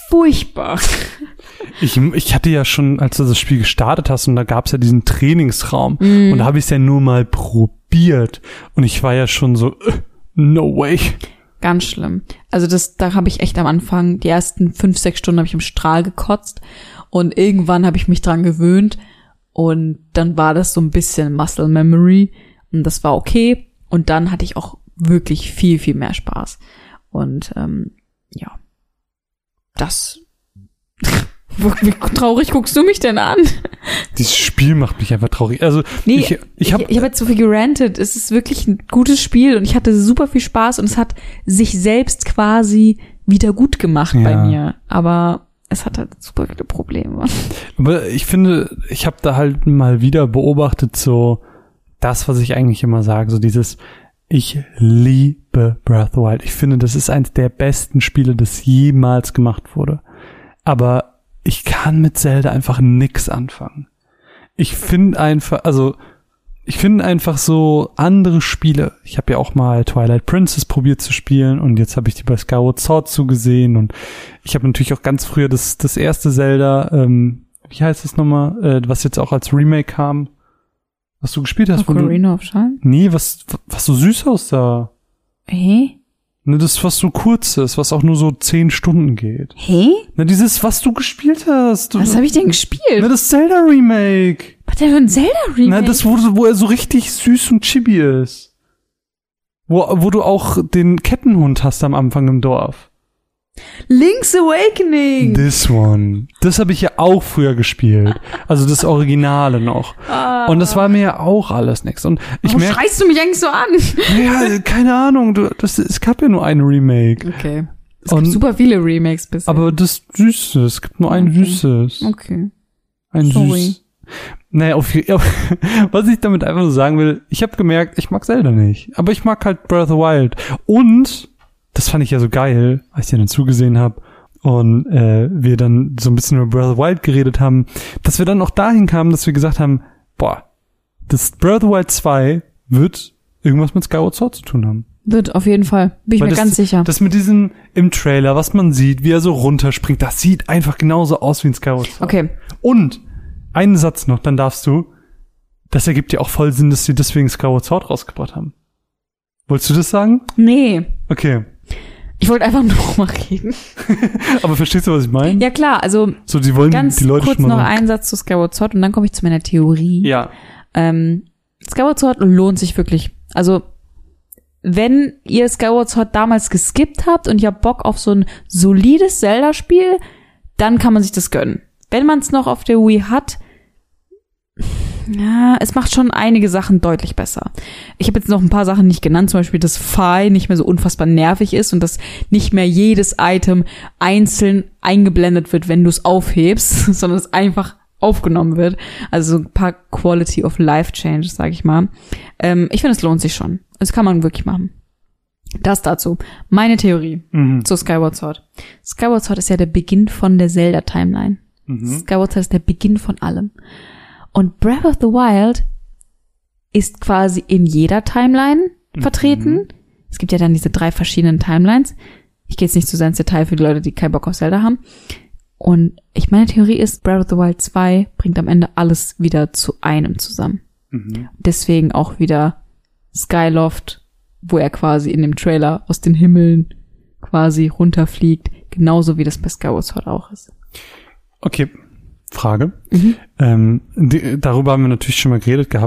Ich hatte ja schon, als du das Spiel gestartet hast, und da gab's ja diesen Trainingsraum, und da habe ich es ja nur mal probiert und ich war ja schon so, no way. Ganz schlimm. Also da habe ich echt am Anfang, die ersten 5-6 Stunden habe ich im Strahl gekotzt und irgendwann habe ich mich dran gewöhnt und dann war das so ein bisschen Muscle Memory und das war okay und dann hatte ich auch wirklich viel, viel mehr Spaß. Und ja, das... Wie traurig guckst du mich denn an? Dieses Spiel macht mich einfach traurig. Also nee, ich habe jetzt so viel gerantet. Es ist wirklich ein gutes Spiel und ich hatte super viel Spaß und es hat sich selbst quasi wieder gut gemacht bei mir. Aber es hat halt super viele Probleme. Aber ich finde, ich habe da halt mal wieder beobachtet, so das, was ich eigentlich immer sage, so dieses, ich liebe Breath of the Wild. Ich finde, das ist eines der besten Spiele, das jemals gemacht wurde. Aber ich kann mit Zelda einfach nix anfangen. Ich finde einfach so andere Spiele. Ich habe ja auch mal Twilight Princess probiert zu spielen und jetzt habe ich die bei Skyward Sword zugesehen und ich habe natürlich auch ganz früher das erste Zelda, wie heißt das nochmal, was jetzt auch als Remake kam, was du gespielt hast. Ocarina of Time? Nee, was so süß aussah. Ne, das, was so kurz ist, was auch nur so 10 Stunden geht. Ne, dieses, was du gespielt hast. Was habe ich denn gespielt? Ne, das Zelda-Remake. Was denn für ein Zelda-Remake? Na, das, wo er so richtig süß und chibi ist. Wo du auch den Kettenhund hast am Anfang im Dorf. Link's Awakening. This one. Das habe ich ja auch früher gespielt. Also das Originale noch. Und das war mir ja auch alles nix. Und warum schreist du mich eigentlich so an? Ja, keine Ahnung. Es gab ja nur ein Remake. Okay. Es gibt super viele Remakes bisher. Aber das Süße, es gibt nur ein Süßes. Okay. Ein Süß. Naja, was ich damit einfach so sagen will, ich habe gemerkt, ich mag Zelda nicht. Aber ich mag halt Breath of the Wild. Und das fand ich ja so geil, als ich dir dann zugesehen habe und wir dann so ein bisschen über Breath of the Wild geredet haben, dass wir dann auch dahin kamen, dass wir gesagt haben, boah, das Breath of the Wild 2 wird irgendwas mit Skyward Sword zu tun haben. Wird, auf jeden Fall. Bin ich mir ganz sicher. Das mit diesem im Trailer, was man sieht, wie er so runterspringt, das sieht einfach genauso aus wie ein Skyward Sword. Okay. Und einen Satz noch, dann darfst du, das ergibt ja auch voll Sinn, dass sie deswegen Skyward Sword rausgebracht haben. Wolltest du das sagen? Nee. Okay. Ich wollte einfach nur noch mal reden. Aber verstehst du, was ich meine? Ja, klar. Also so, die wollen ganz die Leute kurz schon mal noch einen Satz zu Skyward Sword und dann komme ich zu meiner Theorie. Ja. Skyward Sword lohnt sich wirklich. Also wenn ihr Skyward Sword damals geskippt habt und ihr habt Bock auf so ein solides Zelda-Spiel, dann kann man sich das gönnen. Wenn man es noch auf der Wii hat, ja, es macht schon einige Sachen deutlich besser. Ich habe jetzt noch ein paar Sachen nicht genannt, zum Beispiel, dass Phi nicht mehr so unfassbar nervig ist und dass nicht mehr jedes Item einzeln eingeblendet wird, wenn du es aufhebst, sondern es einfach aufgenommen wird. Also so ein paar Quality of Life Changes, sag ich mal. Ich finde, es lohnt sich schon. Das kann man wirklich machen. Das dazu. Meine Theorie zu Skyward Sword. Skyward Sword ist ja der Beginn von der Zelda-Timeline. Skyward Sword ist der Beginn von allem. Und Breath of the Wild ist quasi in jeder Timeline vertreten. Es gibt ja dann diese 3 verschiedenen Timelines. Ich gehe jetzt nicht zu sehr ins Detail für die Leute, die keinen Bock auf Zelda haben. Und meine Theorie ist, Breath of the Wild 2 bringt am Ende alles wieder zu einem zusammen. Deswegen auch wieder Skyloft, wo er quasi in dem Trailer aus den Himmeln quasi runterfliegt. Genauso wie das bei Skyward Sword auch ist. Okay. Frage. Darüber haben wir natürlich schon mal geredet gehabt.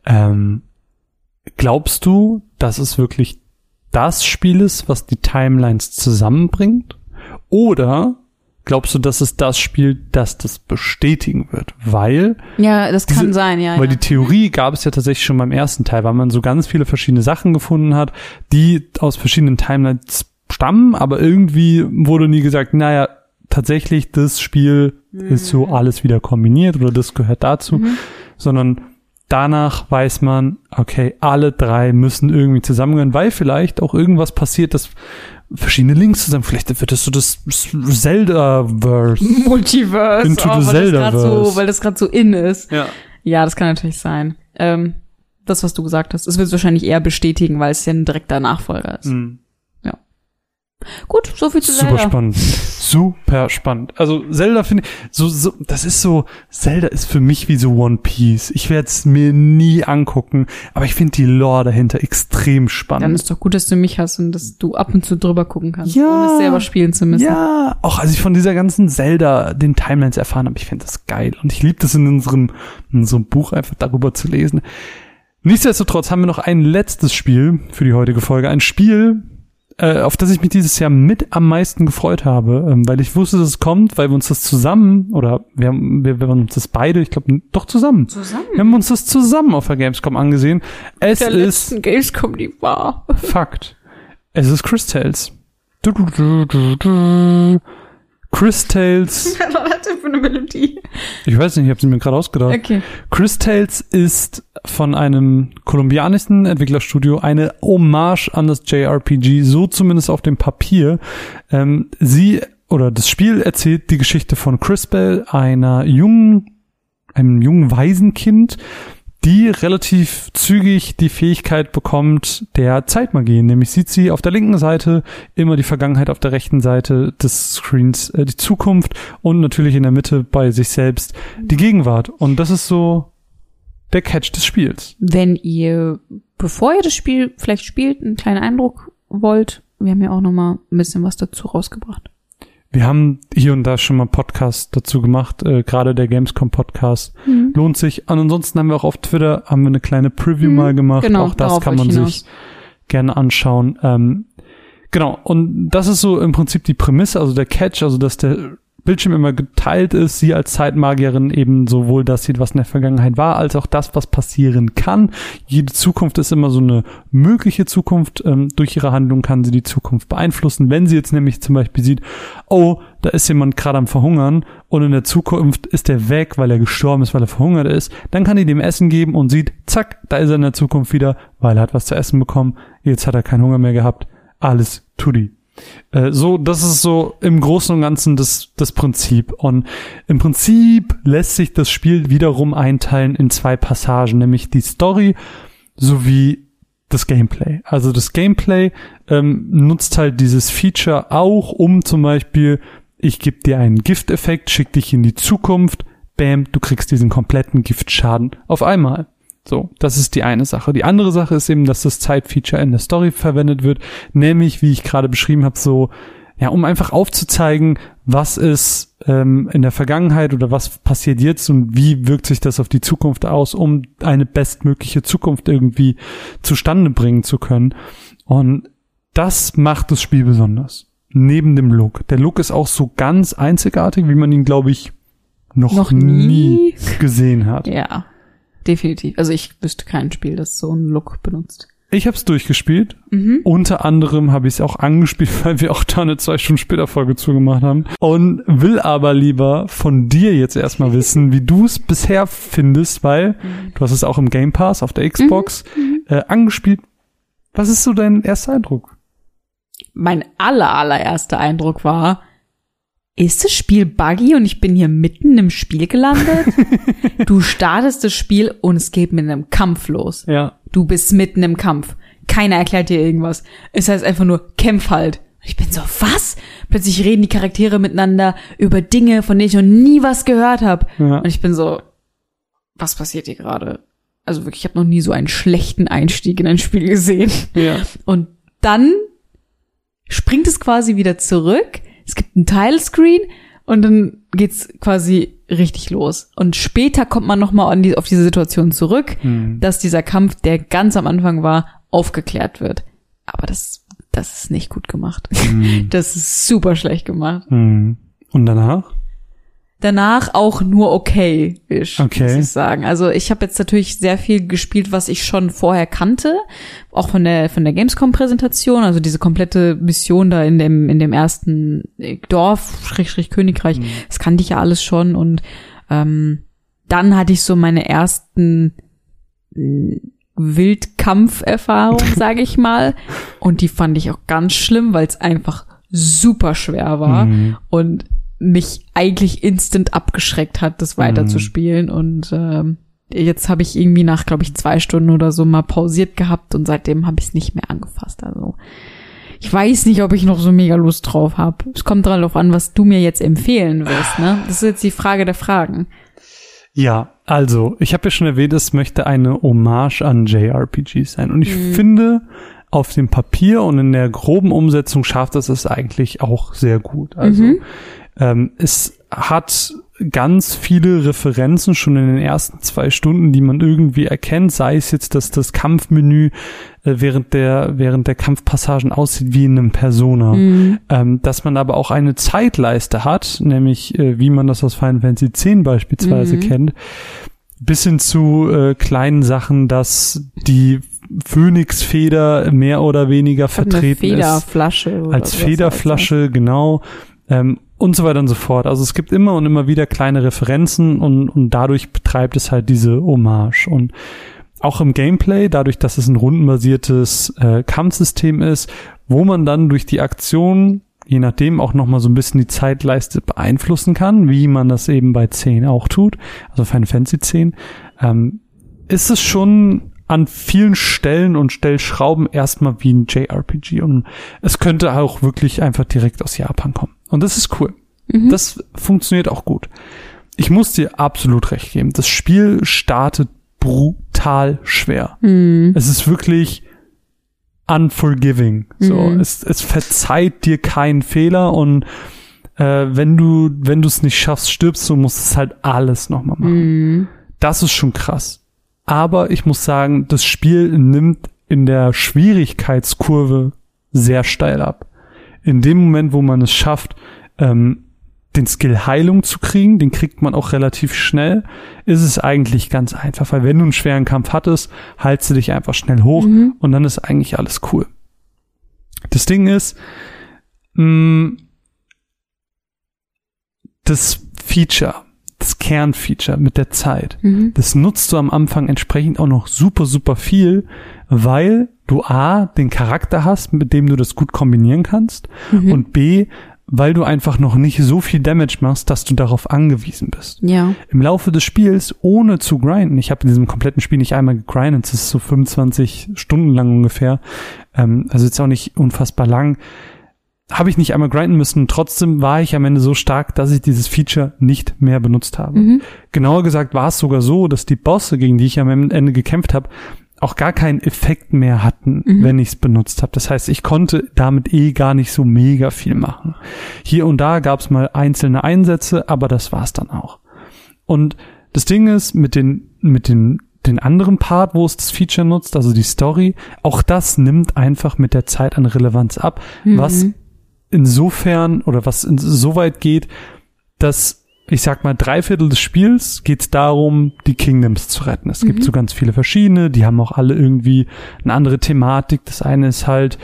Glaubst du, dass es wirklich das Spiel ist, was die Timelines zusammenbringt? Oder glaubst du, dass es das Spiel, das das bestätigen wird? Weil ja, das kann sein, ja. Weil die Theorie gab es ja tatsächlich schon beim ersten Teil, weil man so ganz viele verschiedene Sachen gefunden hat, die aus verschiedenen Timelines stammen, aber irgendwie wurde nie gesagt, naja, tatsächlich das Spiel ist so alles wieder kombiniert oder das gehört dazu, sondern danach weiß man, okay, alle drei müssen irgendwie zusammengehören, weil vielleicht auch irgendwas passiert, dass verschiedene Links zusammen, vielleicht wird das so das Zelda-Verse. Multiverse. Into the Zelda-Verse. Weil das gerade so in ist. Ja. Ja, das kann natürlich sein. Das, was du gesagt hast, es wird es wahrscheinlich eher bestätigen, weil es ja ein direkter Nachfolger ist. Ja. Gut, so viel zu Zelda. Super spannend. Super spannend. Also Zelda finde ich, so, das ist so, Zelda ist für mich wie so One Piece. Ich werde es mir nie angucken, aber ich finde die Lore dahinter extrem spannend. Dann ist doch gut, dass du mich hast und dass du ab und zu drüber gucken kannst, ja, ohne es selber spielen zu müssen. Ja, auch als ich von dieser ganzen Zelda, den Timelines erfahren habe, ich finde das geil. Und ich liebe das in unserem Buch einfach darüber zu lesen. Nichtsdestotrotz haben wir noch ein letztes Spiel für die heutige Folge. Ein Spiel, auf das ich mich dieses Jahr mit am meisten gefreut habe, weil ich wusste, dass es kommt, weil wir uns das zusammen, oder wir haben uns das beide, ich glaube, doch zusammen. Wir haben uns das zusammen auf der Gamescom angesehen. Es der ist letzten Gamescom, die war. Fakt. Es ist Cris Tales. Cris Tales. Was war das denn für eine Melodie? Ich weiß nicht, ich habe sie mir gerade ausgedacht. Okay. Cris Tales ist von einem kolumbianischen Entwicklerstudio eine Hommage an das JRPG, so zumindest auf dem Papier. Das Spiel erzählt die Geschichte von Crisbell, einem jungen Waisenkind, die relativ zügig die Fähigkeit bekommt der Zeitmagie. Nämlich sieht sie auf der linken Seite immer die Vergangenheit, auf der rechten Seite des Screens die Zukunft und natürlich in der Mitte bei sich selbst die Gegenwart. Und das ist so der Catch des Spiels. Wenn ihr, bevor ihr das Spiel vielleicht spielt, einen kleinen Eindruck wollt, wir haben ja auch noch mal ein bisschen was dazu rausgebracht. Wir haben hier und da schon mal Podcasts dazu gemacht, gerade der Gamescom-Podcast lohnt sich. Und ansonsten haben wir auch auf Twitter eine kleine Preview mal gemacht. Genau, auch das kann man sich gerne anschauen. Genau, und das ist so im Prinzip die Prämisse, also der Catch, also dass der Bildschirm immer geteilt ist, sie als Zeitmagierin eben sowohl das sieht, was in der Vergangenheit war, als auch das, was passieren kann. Jede Zukunft ist immer so eine mögliche Zukunft. Durch ihre Handlung kann sie die Zukunft beeinflussen. Wenn sie jetzt nämlich zum Beispiel sieht, oh, da ist jemand gerade am Verhungern und in der Zukunft ist er weg, weil er gestorben ist, weil er verhungert ist, dann kann die dem Essen geben und sieht, zack, da ist er in der Zukunft wieder, weil er hat was zu essen bekommen. Jetzt hat er keinen Hunger mehr gehabt. Alles tutti. Das ist so im Großen und Ganzen das Prinzip. Und im Prinzip lässt sich das Spiel wiederum einteilen in zwei Passagen, nämlich die Story sowie das Gameplay. Also das Gameplay nutzt halt dieses Feature auch, um zum Beispiel, ich gebe dir einen Gifteffekt, schick dich in die Zukunft, bam, du kriegst diesen kompletten Giftschaden auf einmal. So, das ist die eine Sache. Die andere Sache ist eben, dass das Zeitfeature in der Story verwendet wird, nämlich, wie ich gerade beschrieben habe, so, ja, um einfach aufzuzeigen, was ist in der Vergangenheit oder was passiert jetzt und wie wirkt sich das auf die Zukunft aus, um eine bestmögliche Zukunft irgendwie zustande bringen zu können. Und das macht das Spiel besonders. Neben dem Look. Der Look ist auch so ganz einzigartig, wie man ihn, glaube ich, noch nie gesehen hat. Ja. Definitiv. Also ich wüsste kein Spiel, das so einen Look benutzt. Ich habe es durchgespielt. Unter anderem habe ich es auch angespielt, weil wir auch da eine 2 Stunden später Folge zugemacht haben. Und will aber lieber von dir jetzt erstmal wissen, wie du es bisher findest, weil du hast es auch im Game Pass auf der Xbox angespielt. Was ist so dein erster Eindruck? Mein allererster Eindruck war, ist das Spiel buggy und ich bin hier mitten im Spiel gelandet? Du startest das Spiel und es geht mit einem Kampf los. Ja. Du bist mitten im Kampf. Keiner erklärt dir irgendwas. Es heißt einfach nur, kämpf halt. Ich bin so, was? Plötzlich reden die Charaktere miteinander über Dinge, von denen ich noch nie was gehört habe. Ja. Und ich bin so, was passiert hier gerade? Also wirklich, ich habe noch nie so einen schlechten Einstieg in ein Spiel gesehen. Ja. Und dann springt es quasi wieder zurück. Es gibt einen Titlescreen und dann geht's quasi richtig los. Und später kommt man nochmal auf diese Situation zurück, dass dieser Kampf, der ganz am Anfang war, aufgeklärt wird. Aber das ist nicht gut gemacht. Das ist super schlecht gemacht. Und danach? Danach auch nur okay-ish, okay, muss ich sagen. Also ich habe jetzt natürlich sehr viel gespielt, was ich schon vorher kannte, auch von der Gamescom-Präsentation, also diese komplette Mission da in dem ersten Dorf, Königreich, das kannte ich ja alles schon. Und dann hatte ich so meine ersten Wildkampferfahrungen, sage ich mal. Und die fand ich auch ganz schlimm, weil es einfach super schwer war. Und mich eigentlich instant abgeschreckt hat, das weiterzuspielen. Und jetzt habe ich irgendwie nach, glaube ich, 2 Stunden oder so mal pausiert gehabt und seitdem habe ich es nicht mehr angefasst. Also ich weiß nicht, ob ich noch so mega Lust drauf habe. Es kommt darauf an, was du mir jetzt empfehlen wirst, ne? Das ist jetzt die Frage der Fragen. Ja, also, ich habe ja schon erwähnt, es möchte eine Hommage an JRPGs sein. Und ich finde, auf dem Papier und in der groben Umsetzung schafft es eigentlich auch sehr gut. Also es hat ganz viele Referenzen schon in den ersten 2 Stunden, die man irgendwie erkennt, sei es jetzt, dass das Kampfmenü während der Kampfpassagen aussieht wie in einem Persona, dass man aber auch eine Zeitleiste hat, nämlich wie man das aus Final Fantasy X beispielsweise kennt, bis hin zu kleinen Sachen, dass die Phönixfeder mehr oder weniger vertreten Federflasche ist. Als Federflasche, genau. Und so weiter und so fort. Also es gibt immer und immer wieder kleine Referenzen und dadurch betreibt es halt diese Hommage. Und auch im Gameplay, dadurch, dass es ein rundenbasiertes Kampfsystem ist, wo man dann durch die Aktion, je nachdem, auch nochmal so ein bisschen die Zeitleiste beeinflussen kann, wie man das eben bei 10 auch tut, also Final Fantasy 10, ist es schon an vielen Stellen und Stellschrauben erstmal wie ein JRPG und es könnte auch wirklich einfach direkt aus Japan kommen. Und das ist cool. Das funktioniert auch gut. Ich muss dir absolut recht geben. Das Spiel startet brutal schwer. Es ist wirklich unforgiving. So, es verzeiht dir keinen Fehler und wenn du es nicht schaffst, stirbst du, musst es halt alles nochmal machen. Das ist schon krass. Aber ich muss sagen, das Spiel nimmt in der Schwierigkeitskurve sehr steil ab. In dem Moment, wo man es schafft, den Skill Heilung zu kriegen, den kriegt man auch relativ schnell, ist es eigentlich ganz einfach, weil wenn du einen schweren Kampf hattest, heilst du dich einfach schnell hoch und dann ist eigentlich alles cool. Das Ding ist, das Feature, das Kernfeature mit der Zeit, das nutzt du am Anfang entsprechend auch noch super, super viel, weil du A, den Charakter hast, mit dem du das gut kombinieren kannst und B, weil du einfach noch nicht so viel Damage machst, dass du darauf angewiesen bist. Ja. Im Laufe des Spiels, ohne zu grinden, ich habe in diesem kompletten Spiel nicht einmal gegrindet, das ist so 25 Stunden lang ungefähr, also jetzt auch nicht unfassbar lang, habe ich nicht einmal grinden müssen. Trotzdem war ich am Ende so stark, dass ich dieses Feature nicht mehr benutzt habe. Genauer gesagt war es sogar so, dass die Bosse, gegen die ich am Ende gekämpft habe, auch gar keinen Effekt mehr hatten, wenn ich es benutzt habe. Das heißt, ich konnte damit gar nicht so mega viel machen. Hier und da gab es mal einzelne Einsätze, aber das war's dann auch. Und das Ding ist, mit den anderen Part, wo es das Feature nutzt, also die Story, auch das nimmt einfach mit der Zeit an Relevanz ab, was insofern oder was insoweit geht, dass ich sag mal, 3/4 des Spiels geht es darum, die Kingdoms zu retten. Es gibt so ganz viele verschiedene, die haben auch alle irgendwie eine andere Thematik. Das eine ist halt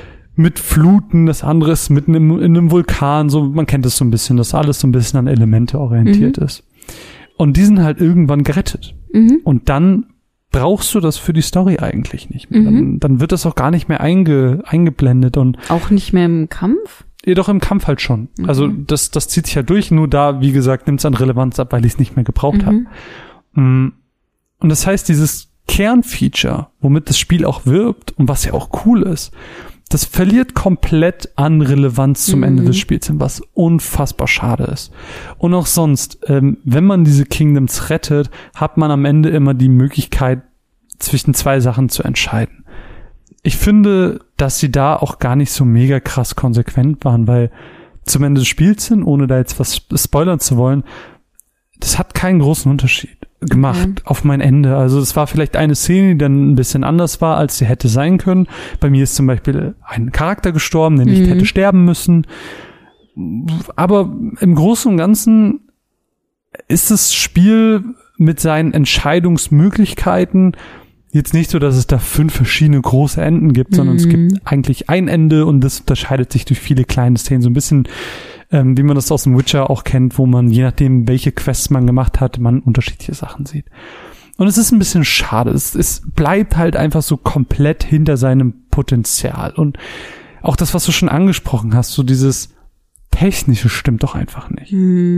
mit Fluten, das andere ist mitten in einem Vulkan, so, man kennt es so ein bisschen, dass alles so ein bisschen an Elemente orientiert ist. Und die sind halt irgendwann gerettet. Und dann brauchst du das für die Story eigentlich nicht mehr. Dann wird das auch gar nicht mehr eingeblendet und auch nicht mehr im Kampf? Jedoch im Kampf halt schon. Also das zieht sich halt durch, nur da, wie gesagt, nimmt es an Relevanz ab, weil ich es nicht mehr gebraucht habe. Und das heißt, dieses Kernfeature, womit das Spiel auch wirbt und was ja auch cool ist, das verliert komplett an Relevanz zum Ende des Spiels, was unfassbar schade ist. Und auch sonst, wenn man diese Kingdoms rettet, hat man am Ende immer die Möglichkeit, zwischen 2 Sachen zu entscheiden. Ich finde, dass sie da auch gar nicht so mega krass konsequent waren, weil zum Ende des Spiels hin, ohne da jetzt was spoilern zu wollen, das hat keinen großen Unterschied gemacht auf mein Ende. Also es war vielleicht eine Szene, die dann ein bisschen anders war, als sie hätte sein können. Bei mir ist zum Beispiel ein Charakter gestorben, der nicht hätte sterben müssen. Aber im Großen und Ganzen ist das Spiel mit seinen Entscheidungsmöglichkeiten jetzt nicht so, dass es da 5 verschiedene große Enden gibt, sondern es gibt eigentlich ein Ende und das unterscheidet sich durch viele kleine Szenen. So ein bisschen, wie man das aus dem Witcher auch kennt, wo man, je nachdem, welche Quests man gemacht hat, man unterschiedliche Sachen sieht. Und es ist ein bisschen schade. Es bleibt halt einfach so komplett hinter seinem Potenzial. Und auch das, was du schon angesprochen hast, so dieses Technische stimmt doch einfach nicht.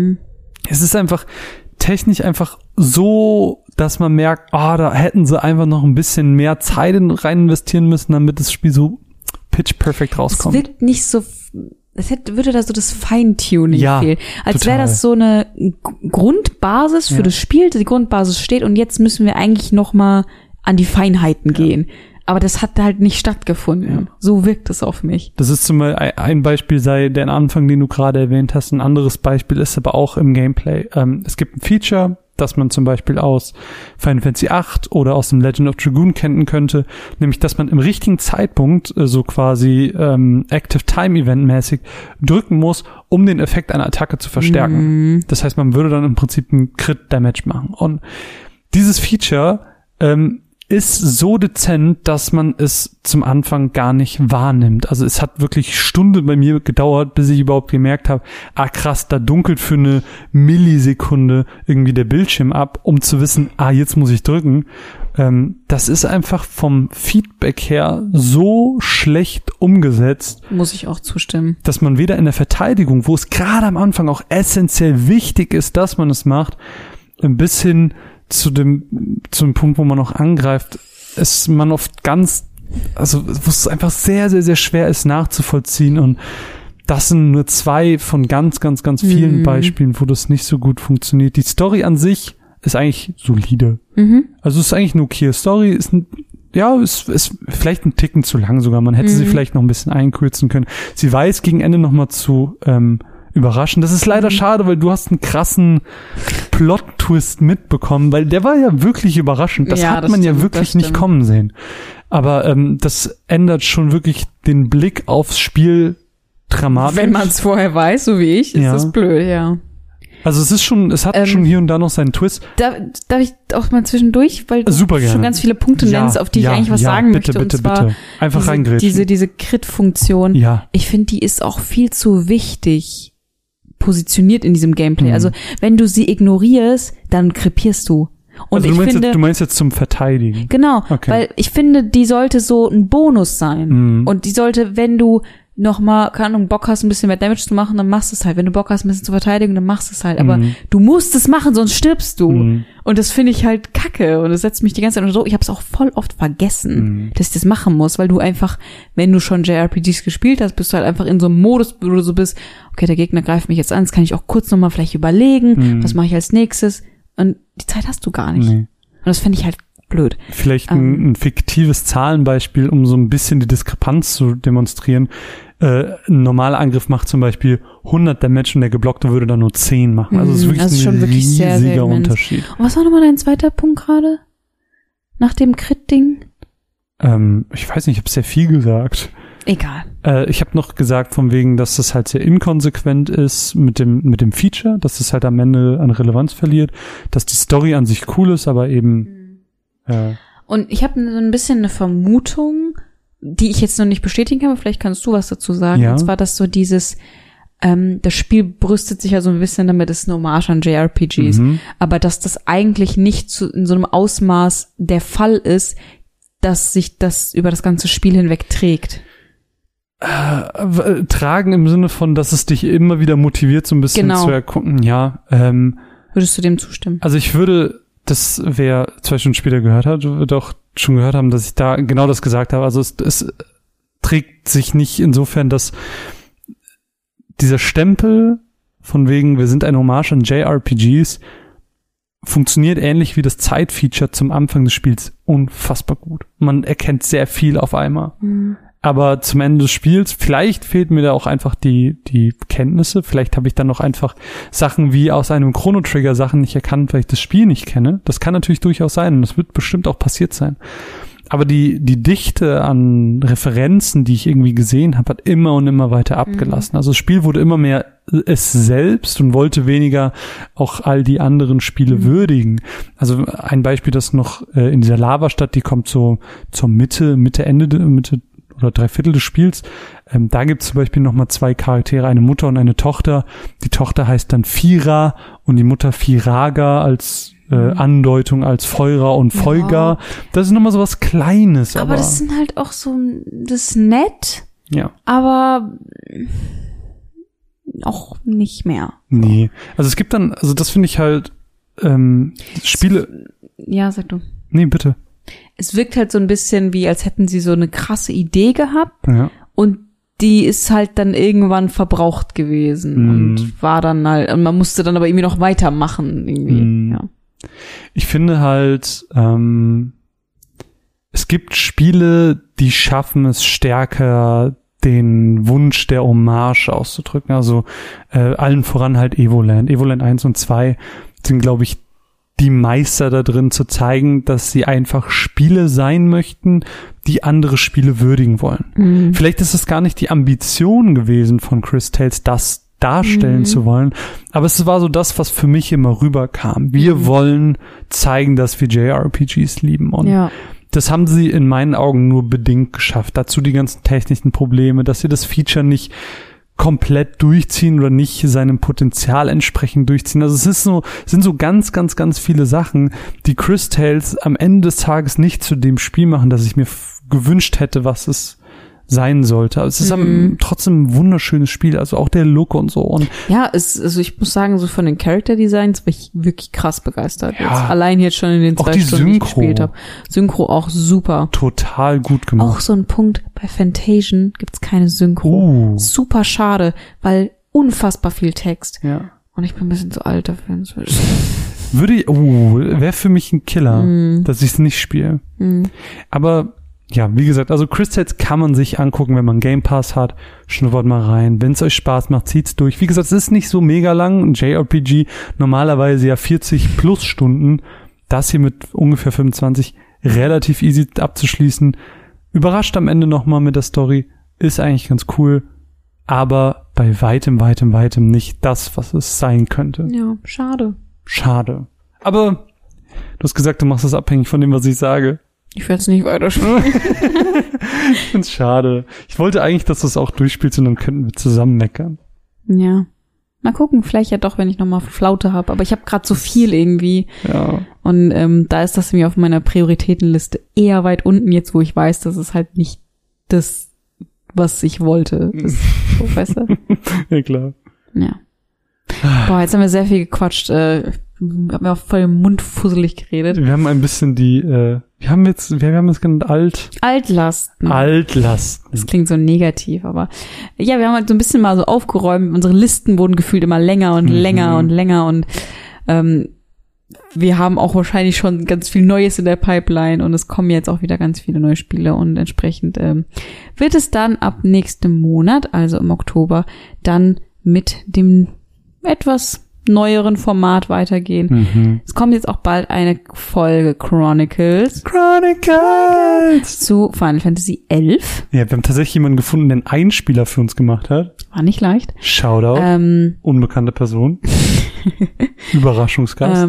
Es ist einfach technisch einfach so, dass man merkt, da hätten sie einfach noch ein bisschen mehr Zeit rein investieren müssen, damit das Spiel so pitch-perfect rauskommt. Es wirkt nicht so, würde da so das Feintuning fehlen. Als wäre das so eine Grundbasis für das Spiel, die Grundbasis steht und jetzt müssen wir eigentlich noch mal an die Feinheiten gehen. Aber das hat halt nicht stattgefunden. Ja. So wirkt es auf mich. Das ist zum Beispiel ein Beispiel, sei der Anfang, den du gerade erwähnt hast. Ein anderes Beispiel ist aber auch im Gameplay. Es gibt ein Feature, das man zum Beispiel aus Final Fantasy VIII oder aus dem Legend of Dragoon kennen könnte, nämlich, dass man im richtigen Zeitpunkt so quasi Active Time Event mäßig drücken muss, um den Effekt einer Attacke zu verstärken. Das heißt, man würde dann im Prinzip einen Crit Damage machen. Und dieses Feature ist so dezent, dass man es zum Anfang gar nicht wahrnimmt. Also es hat wirklich Stunden bei mir gedauert, bis ich überhaupt gemerkt habe, krass, da dunkelt für eine Millisekunde irgendwie der Bildschirm ab, um zu wissen, jetzt muss ich drücken. Das ist einfach vom Feedback her so schlecht umgesetzt. Muss ich auch zustimmen. Dass man weder in der Verteidigung, wo es gerade am Anfang auch essentiell wichtig ist, dass man es macht, bis hin zum Punkt, wo man noch angreift, ist man oft wo es einfach sehr, sehr, sehr schwer ist nachzuvollziehen und das sind nur 2 von ganz, ganz, ganz vielen Beispielen, wo das nicht so gut funktioniert. Die Story an sich ist eigentlich solide. Also es ist eigentlich eine okay Story, ist vielleicht ein Ticken zu lang sogar. Man hätte sie vielleicht noch ein bisschen einkürzen können. Sie weiß gegen Ende noch mal zu überraschen. Das ist leider schade, weil du hast einen krassen Plot-Twist mitbekommen, weil der war ja wirklich überraschend. Das hat man ja wirklich nicht kommen sehen. Aber das ändert schon wirklich den Blick aufs Spiel dramatisch. Wenn man es vorher weiß, so wie ich, ist das blöd, ja. Also es hat schon hier und da noch seinen Twist. Darf ich auch mal zwischendurch, weil du Super schon ganz viele Punkte nennst, auf die ich eigentlich was sagen möchte. Bitte, und zwar bitte. Einfach reingrätschen. diese Crit-Funktion. Ja. Ich finde, die ist auch viel zu wichtig positioniert in diesem Gameplay. Also wenn du sie ignorierst, dann krepierst du. Und also du meinst jetzt zum Verteidigen? Genau, okay. Weil ich finde, die sollte so ein Bonus sein. Und die sollte, wenn du nochmal, keine Ahnung, Bock hast, ein bisschen mehr Damage zu machen, dann machst du es halt. Wenn du Bock hast, ein bisschen zu verteidigen, dann machst du es halt. Aber du musst es machen, sonst stirbst du. Und das finde ich halt kacke. Und das setzt mich die ganze Zeit unter Druck. Ich habe es auch voll oft vergessen, dass ich das machen muss, weil du einfach, wenn du schon JRPGs gespielt hast, bist du halt einfach in so einem Modus, wo du so bist, okay, der Gegner greift mich jetzt an, das kann ich auch kurz nochmal vielleicht überlegen, was mache ich als nächstes? Und die Zeit hast du gar nicht. Nee. Und das finde ich halt blöd. Vielleicht ein fiktives Zahlenbeispiel, um so ein bisschen die Diskrepanz zu demonstrieren. Ein normaler Angriff macht zum Beispiel 100 Damage und der Geblockte würde dann nur 10 machen. Also es ist wirklich ein riesiger sehr, sehr Unterschied. Und was war nochmal dein zweiter Punkt gerade? Nach dem Crit-Ding? Ich weiß nicht, ich habe sehr viel gesagt. Egal. Ich habe noch gesagt von wegen, dass das halt sehr inkonsequent ist mit dem Feature, dass es halt am Ende an Relevanz verliert, dass die Story an sich cool ist, aber eben Und ich habe so ein bisschen eine Vermutung, die ich jetzt noch nicht bestätigen kann, aber vielleicht kannst du was dazu sagen. Ja. Und zwar, dass so dieses das Spiel brüstet sich ja so ein bisschen damit, es ist eine Hommage an JRPGs, aber dass das eigentlich nicht in so einem Ausmaß der Fall ist, dass sich das über das ganze Spiel hinweg trägt. Tragen im Sinne von, dass es dich immer wieder motiviert, so ein bisschen zu erkunden, ja. Würdest du dem zustimmen? Also ich würde, das wer 2 Stunden später gehört hat, wird auch schon gehört haben, dass ich da genau das gesagt habe. Also es trägt sich nicht insofern, dass dieser Stempel von wegen, wir sind ein Hommage an JRPGs, funktioniert ähnlich wie das Zeitfeature zum Anfang des Spiels unfassbar gut. Man erkennt sehr viel auf einmal. Aber zum Ende des Spiels, vielleicht fehlt mir da auch einfach die Kenntnisse. Vielleicht habe ich dann noch einfach Sachen wie aus einem Chrono Trigger Sachen nicht erkannt, weil ich das Spiel nicht kenne. Das kann natürlich durchaus sein und das wird bestimmt auch passiert sein. Aber die Dichte an Referenzen, die ich irgendwie gesehen habe, hat immer und immer weiter abgelassen. Also das Spiel wurde immer mehr es selbst und wollte weniger auch all die anderen Spiele würdigen. Also ein Beispiel, das noch in dieser Lavastadt, die kommt so zur Mitte oder 3/4 des Spiels. Da gibt es zum Beispiel nochmal 2 Charaktere, eine Mutter und eine Tochter. Die Tochter heißt dann Fira und die Mutter Firaga als Andeutung als Feurer und Feuger. Das ist nochmal so was Kleines. Aber das sind halt auch so, das ist nett. Ja. Aber auch nicht mehr. Nee. Also es gibt dann, also das finde ich halt Spiele. Ja, sag du. Nee, bitte. Es wirkt halt so ein bisschen wie, als hätten sie so eine krasse Idee gehabt. Ja. Und die ist halt dann irgendwann verbraucht gewesen und war dann halt, und man musste dann aber irgendwie noch weitermachen, irgendwie, ja. Ich finde halt, es gibt Spiele, die schaffen es stärker, den Wunsch der Hommage auszudrücken. Also allen voran halt Evoland. Evoland 1 und 2 sind, glaube ich, die Meister da drin zu zeigen, dass sie einfach Spiele sein möchten, die andere Spiele würdigen wollen. Vielleicht ist es gar nicht die Ambition gewesen von Cris Tales, das darstellen zu wollen, aber es war so das, was für mich immer rüberkam. Wir wollen zeigen, dass wir JRPGs lieben und das haben sie in meinen Augen nur bedingt geschafft. Dazu die ganzen technischen Probleme, dass sie das Feature nicht komplett durchziehen oder nicht seinem Potenzial entsprechend durchziehen. Also es sind so ganz, ganz, ganz viele Sachen, die Cris Tales am Ende des Tages nicht zu dem Spiel machen, das ich mir gewünscht hätte, was es sein sollte. Aber es ist trotzdem ein wunderschönes Spiel, also auch der Look und so. Und ja, also ich muss sagen, so von den Character Designs war ich wirklich krass begeistert. Ja. Jetzt allein jetzt schon in den 2 Stunden, die ich gespielt habe. Synchro auch super. Total gut gemacht. Auch so ein Punkt, bei Fantasian gibt's keine Synchro. Super schade, weil unfassbar viel Text. Ja. Und ich bin ein bisschen zu alt dafür inzwischen. Wäre für mich ein Killer, dass ich es nicht spiele. Aber ja, wie gesagt, also Cris Tales kann man sich angucken, wenn man Game Pass hat. Schnuppert mal rein. Wenn es euch Spaß macht, zieht's durch. Wie gesagt, es ist nicht so mega lang. Ein JRPG normalerweise ja 40 plus Stunden. Das hier mit ungefähr 25 relativ easy abzuschließen. Überrascht am Ende nochmal mit der Story. Ist eigentlich ganz cool. Aber bei weitem, weitem, weitem nicht das, was es sein könnte. Ja, schade. Schade. Aber du hast gesagt, du machst das abhängig von dem, was ich sage. Ich werde es nicht weiterspielen. Ich find's schade. Ich wollte eigentlich, dass du es auch durchspielst und dann könnten wir zusammen meckern. Ja. Mal gucken, vielleicht ja doch, wenn ich nochmal Flaute habe. Aber ich habe gerade so viel irgendwie. Ja. Und da ist das mir auf meiner Prioritätenliste eher weit unten jetzt, wo ich weiß, dass es halt nicht das, was ich wollte, ist. So, weißt du? Ja, klar. Ja. Boah, jetzt haben wir sehr viel gequatscht. Wir haben ja auch voll im Mund fusselig geredet. Wir haben ein bisschen wir haben es genannt Altlasten. Altlasten. Das klingt so negativ, aber ja, wir haben halt so ein bisschen mal so aufgeräumt. Unsere Listen wurden gefühlt immer länger und länger und länger und wir haben auch wahrscheinlich schon ganz viel Neues in der Pipeline und es kommen jetzt auch wieder ganz viele neue Spiele und entsprechend wird es dann ab nächstem Monat, also im Oktober, dann mit dem etwas neueren Format weitergehen. Es kommt jetzt auch bald eine Folge Chronicles zu Final Fantasy 11. Ja, wir haben tatsächlich jemanden gefunden, der einen Einspieler für uns gemacht hat. War nicht leicht. Shoutout. Unbekannte Person. Überraschungsgast.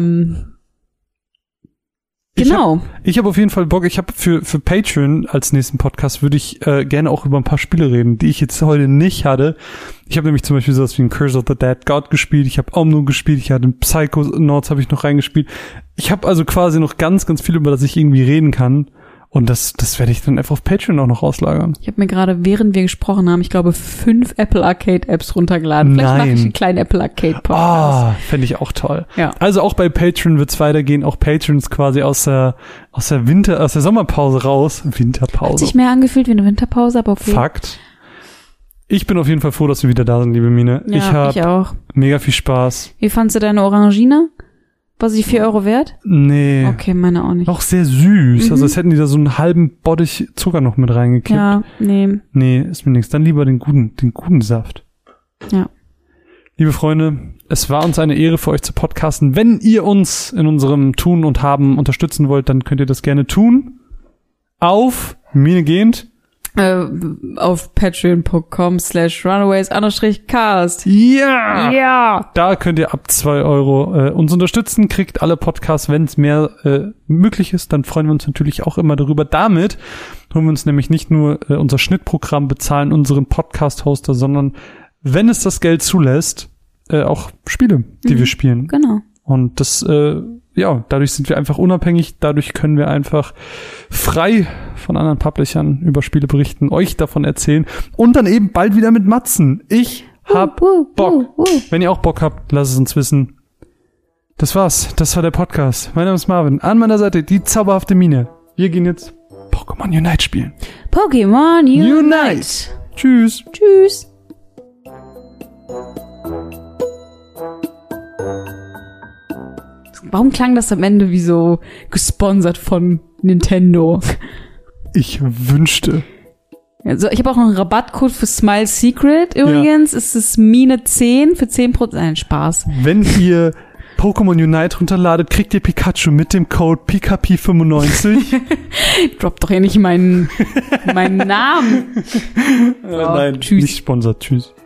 Genau. Ich hab auf jeden Fall Bock. Ich habe für Patreon als nächsten Podcast würde ich gerne auch über ein paar Spiele reden, die ich jetzt heute nicht hatte. Ich habe nämlich zum Beispiel sowas wie ein Curse of the Dead God gespielt. Ich habe Omno gespielt. Ich hatte Psychonauts habe ich noch reingespielt. Ich habe also quasi noch ganz, ganz viel, über das ich irgendwie reden kann. Und das werde ich dann einfach auf Patreon auch noch auslagern. Ich habe mir gerade, während wir gesprochen haben, ich glaube 5 Apple Arcade Apps runtergeladen. Vielleicht mache ich einen kleinen Apple Arcade Podcast. Fände ich auch toll. Ja. Also auch bei Patreon wird's weitergehen. Auch Patrons quasi aus der Sommerpause raus. Winterpause. Hat sich mehr angefühlt wie eine Winterpause, aber okay. Fakt. Ich bin auf jeden Fall froh, dass wir wieder da sind, liebe Mine. Ja, ich auch. Mega viel Spaß. Wie fandst du deine Orangina? War sie 4 Euro wert? Nee. Okay, meine auch nicht. Auch sehr süß. Also als hätten die da so einen halben Bottich Zucker noch mit reingekippt. Ja, nee. Nee, ist mir nichts. Dann lieber den guten Saft. Ja. Liebe Freunde, es war uns eine Ehre für euch zu podcasten. Wenn ihr uns in unserem Tun und Haben unterstützen wollt, dann könnt ihr das gerne tun. Auf Minegehend. Auf patreon.com/runaways_cast. Ja! Ja! Da könnt ihr ab 2 Euro uns unterstützen, kriegt alle Podcasts, wenn es mehr möglich ist, dann freuen wir uns natürlich auch immer darüber. Damit holen wir uns nämlich nicht nur unser Schnittprogramm, bezahlen unseren Podcast-Hoster, sondern, wenn es das Geld zulässt, auch Spiele, die wir spielen. Genau. Und das, dadurch sind wir einfach unabhängig, dadurch können wir einfach frei von anderen Publishern über Spiele berichten, euch davon erzählen und dann eben bald wieder mit Matzen. Ich hab Bock. Wenn ihr auch Bock habt, lasst es uns wissen. Das war's. Das war der Podcast. Mein Name ist Marvin. An meiner Seite die zauberhafte Mine. Wir gehen jetzt Pokémon Unite spielen. Pokémon Unite. Tschüss. Tschüss. Warum klang das am Ende wie so gesponsert von Nintendo? Ich wünschte. Also ich habe auch noch einen Rabattcode für Smile Secret übrigens. Es ist Mine10 für 10%. Nein, Spaß. Wenn ihr Pokémon Unite runterladet, kriegt ihr Pikachu mit dem Code PKP95. Drop doch hier nicht meinen Namen. Nein, tschüss. nicht sponsert. Tschüss.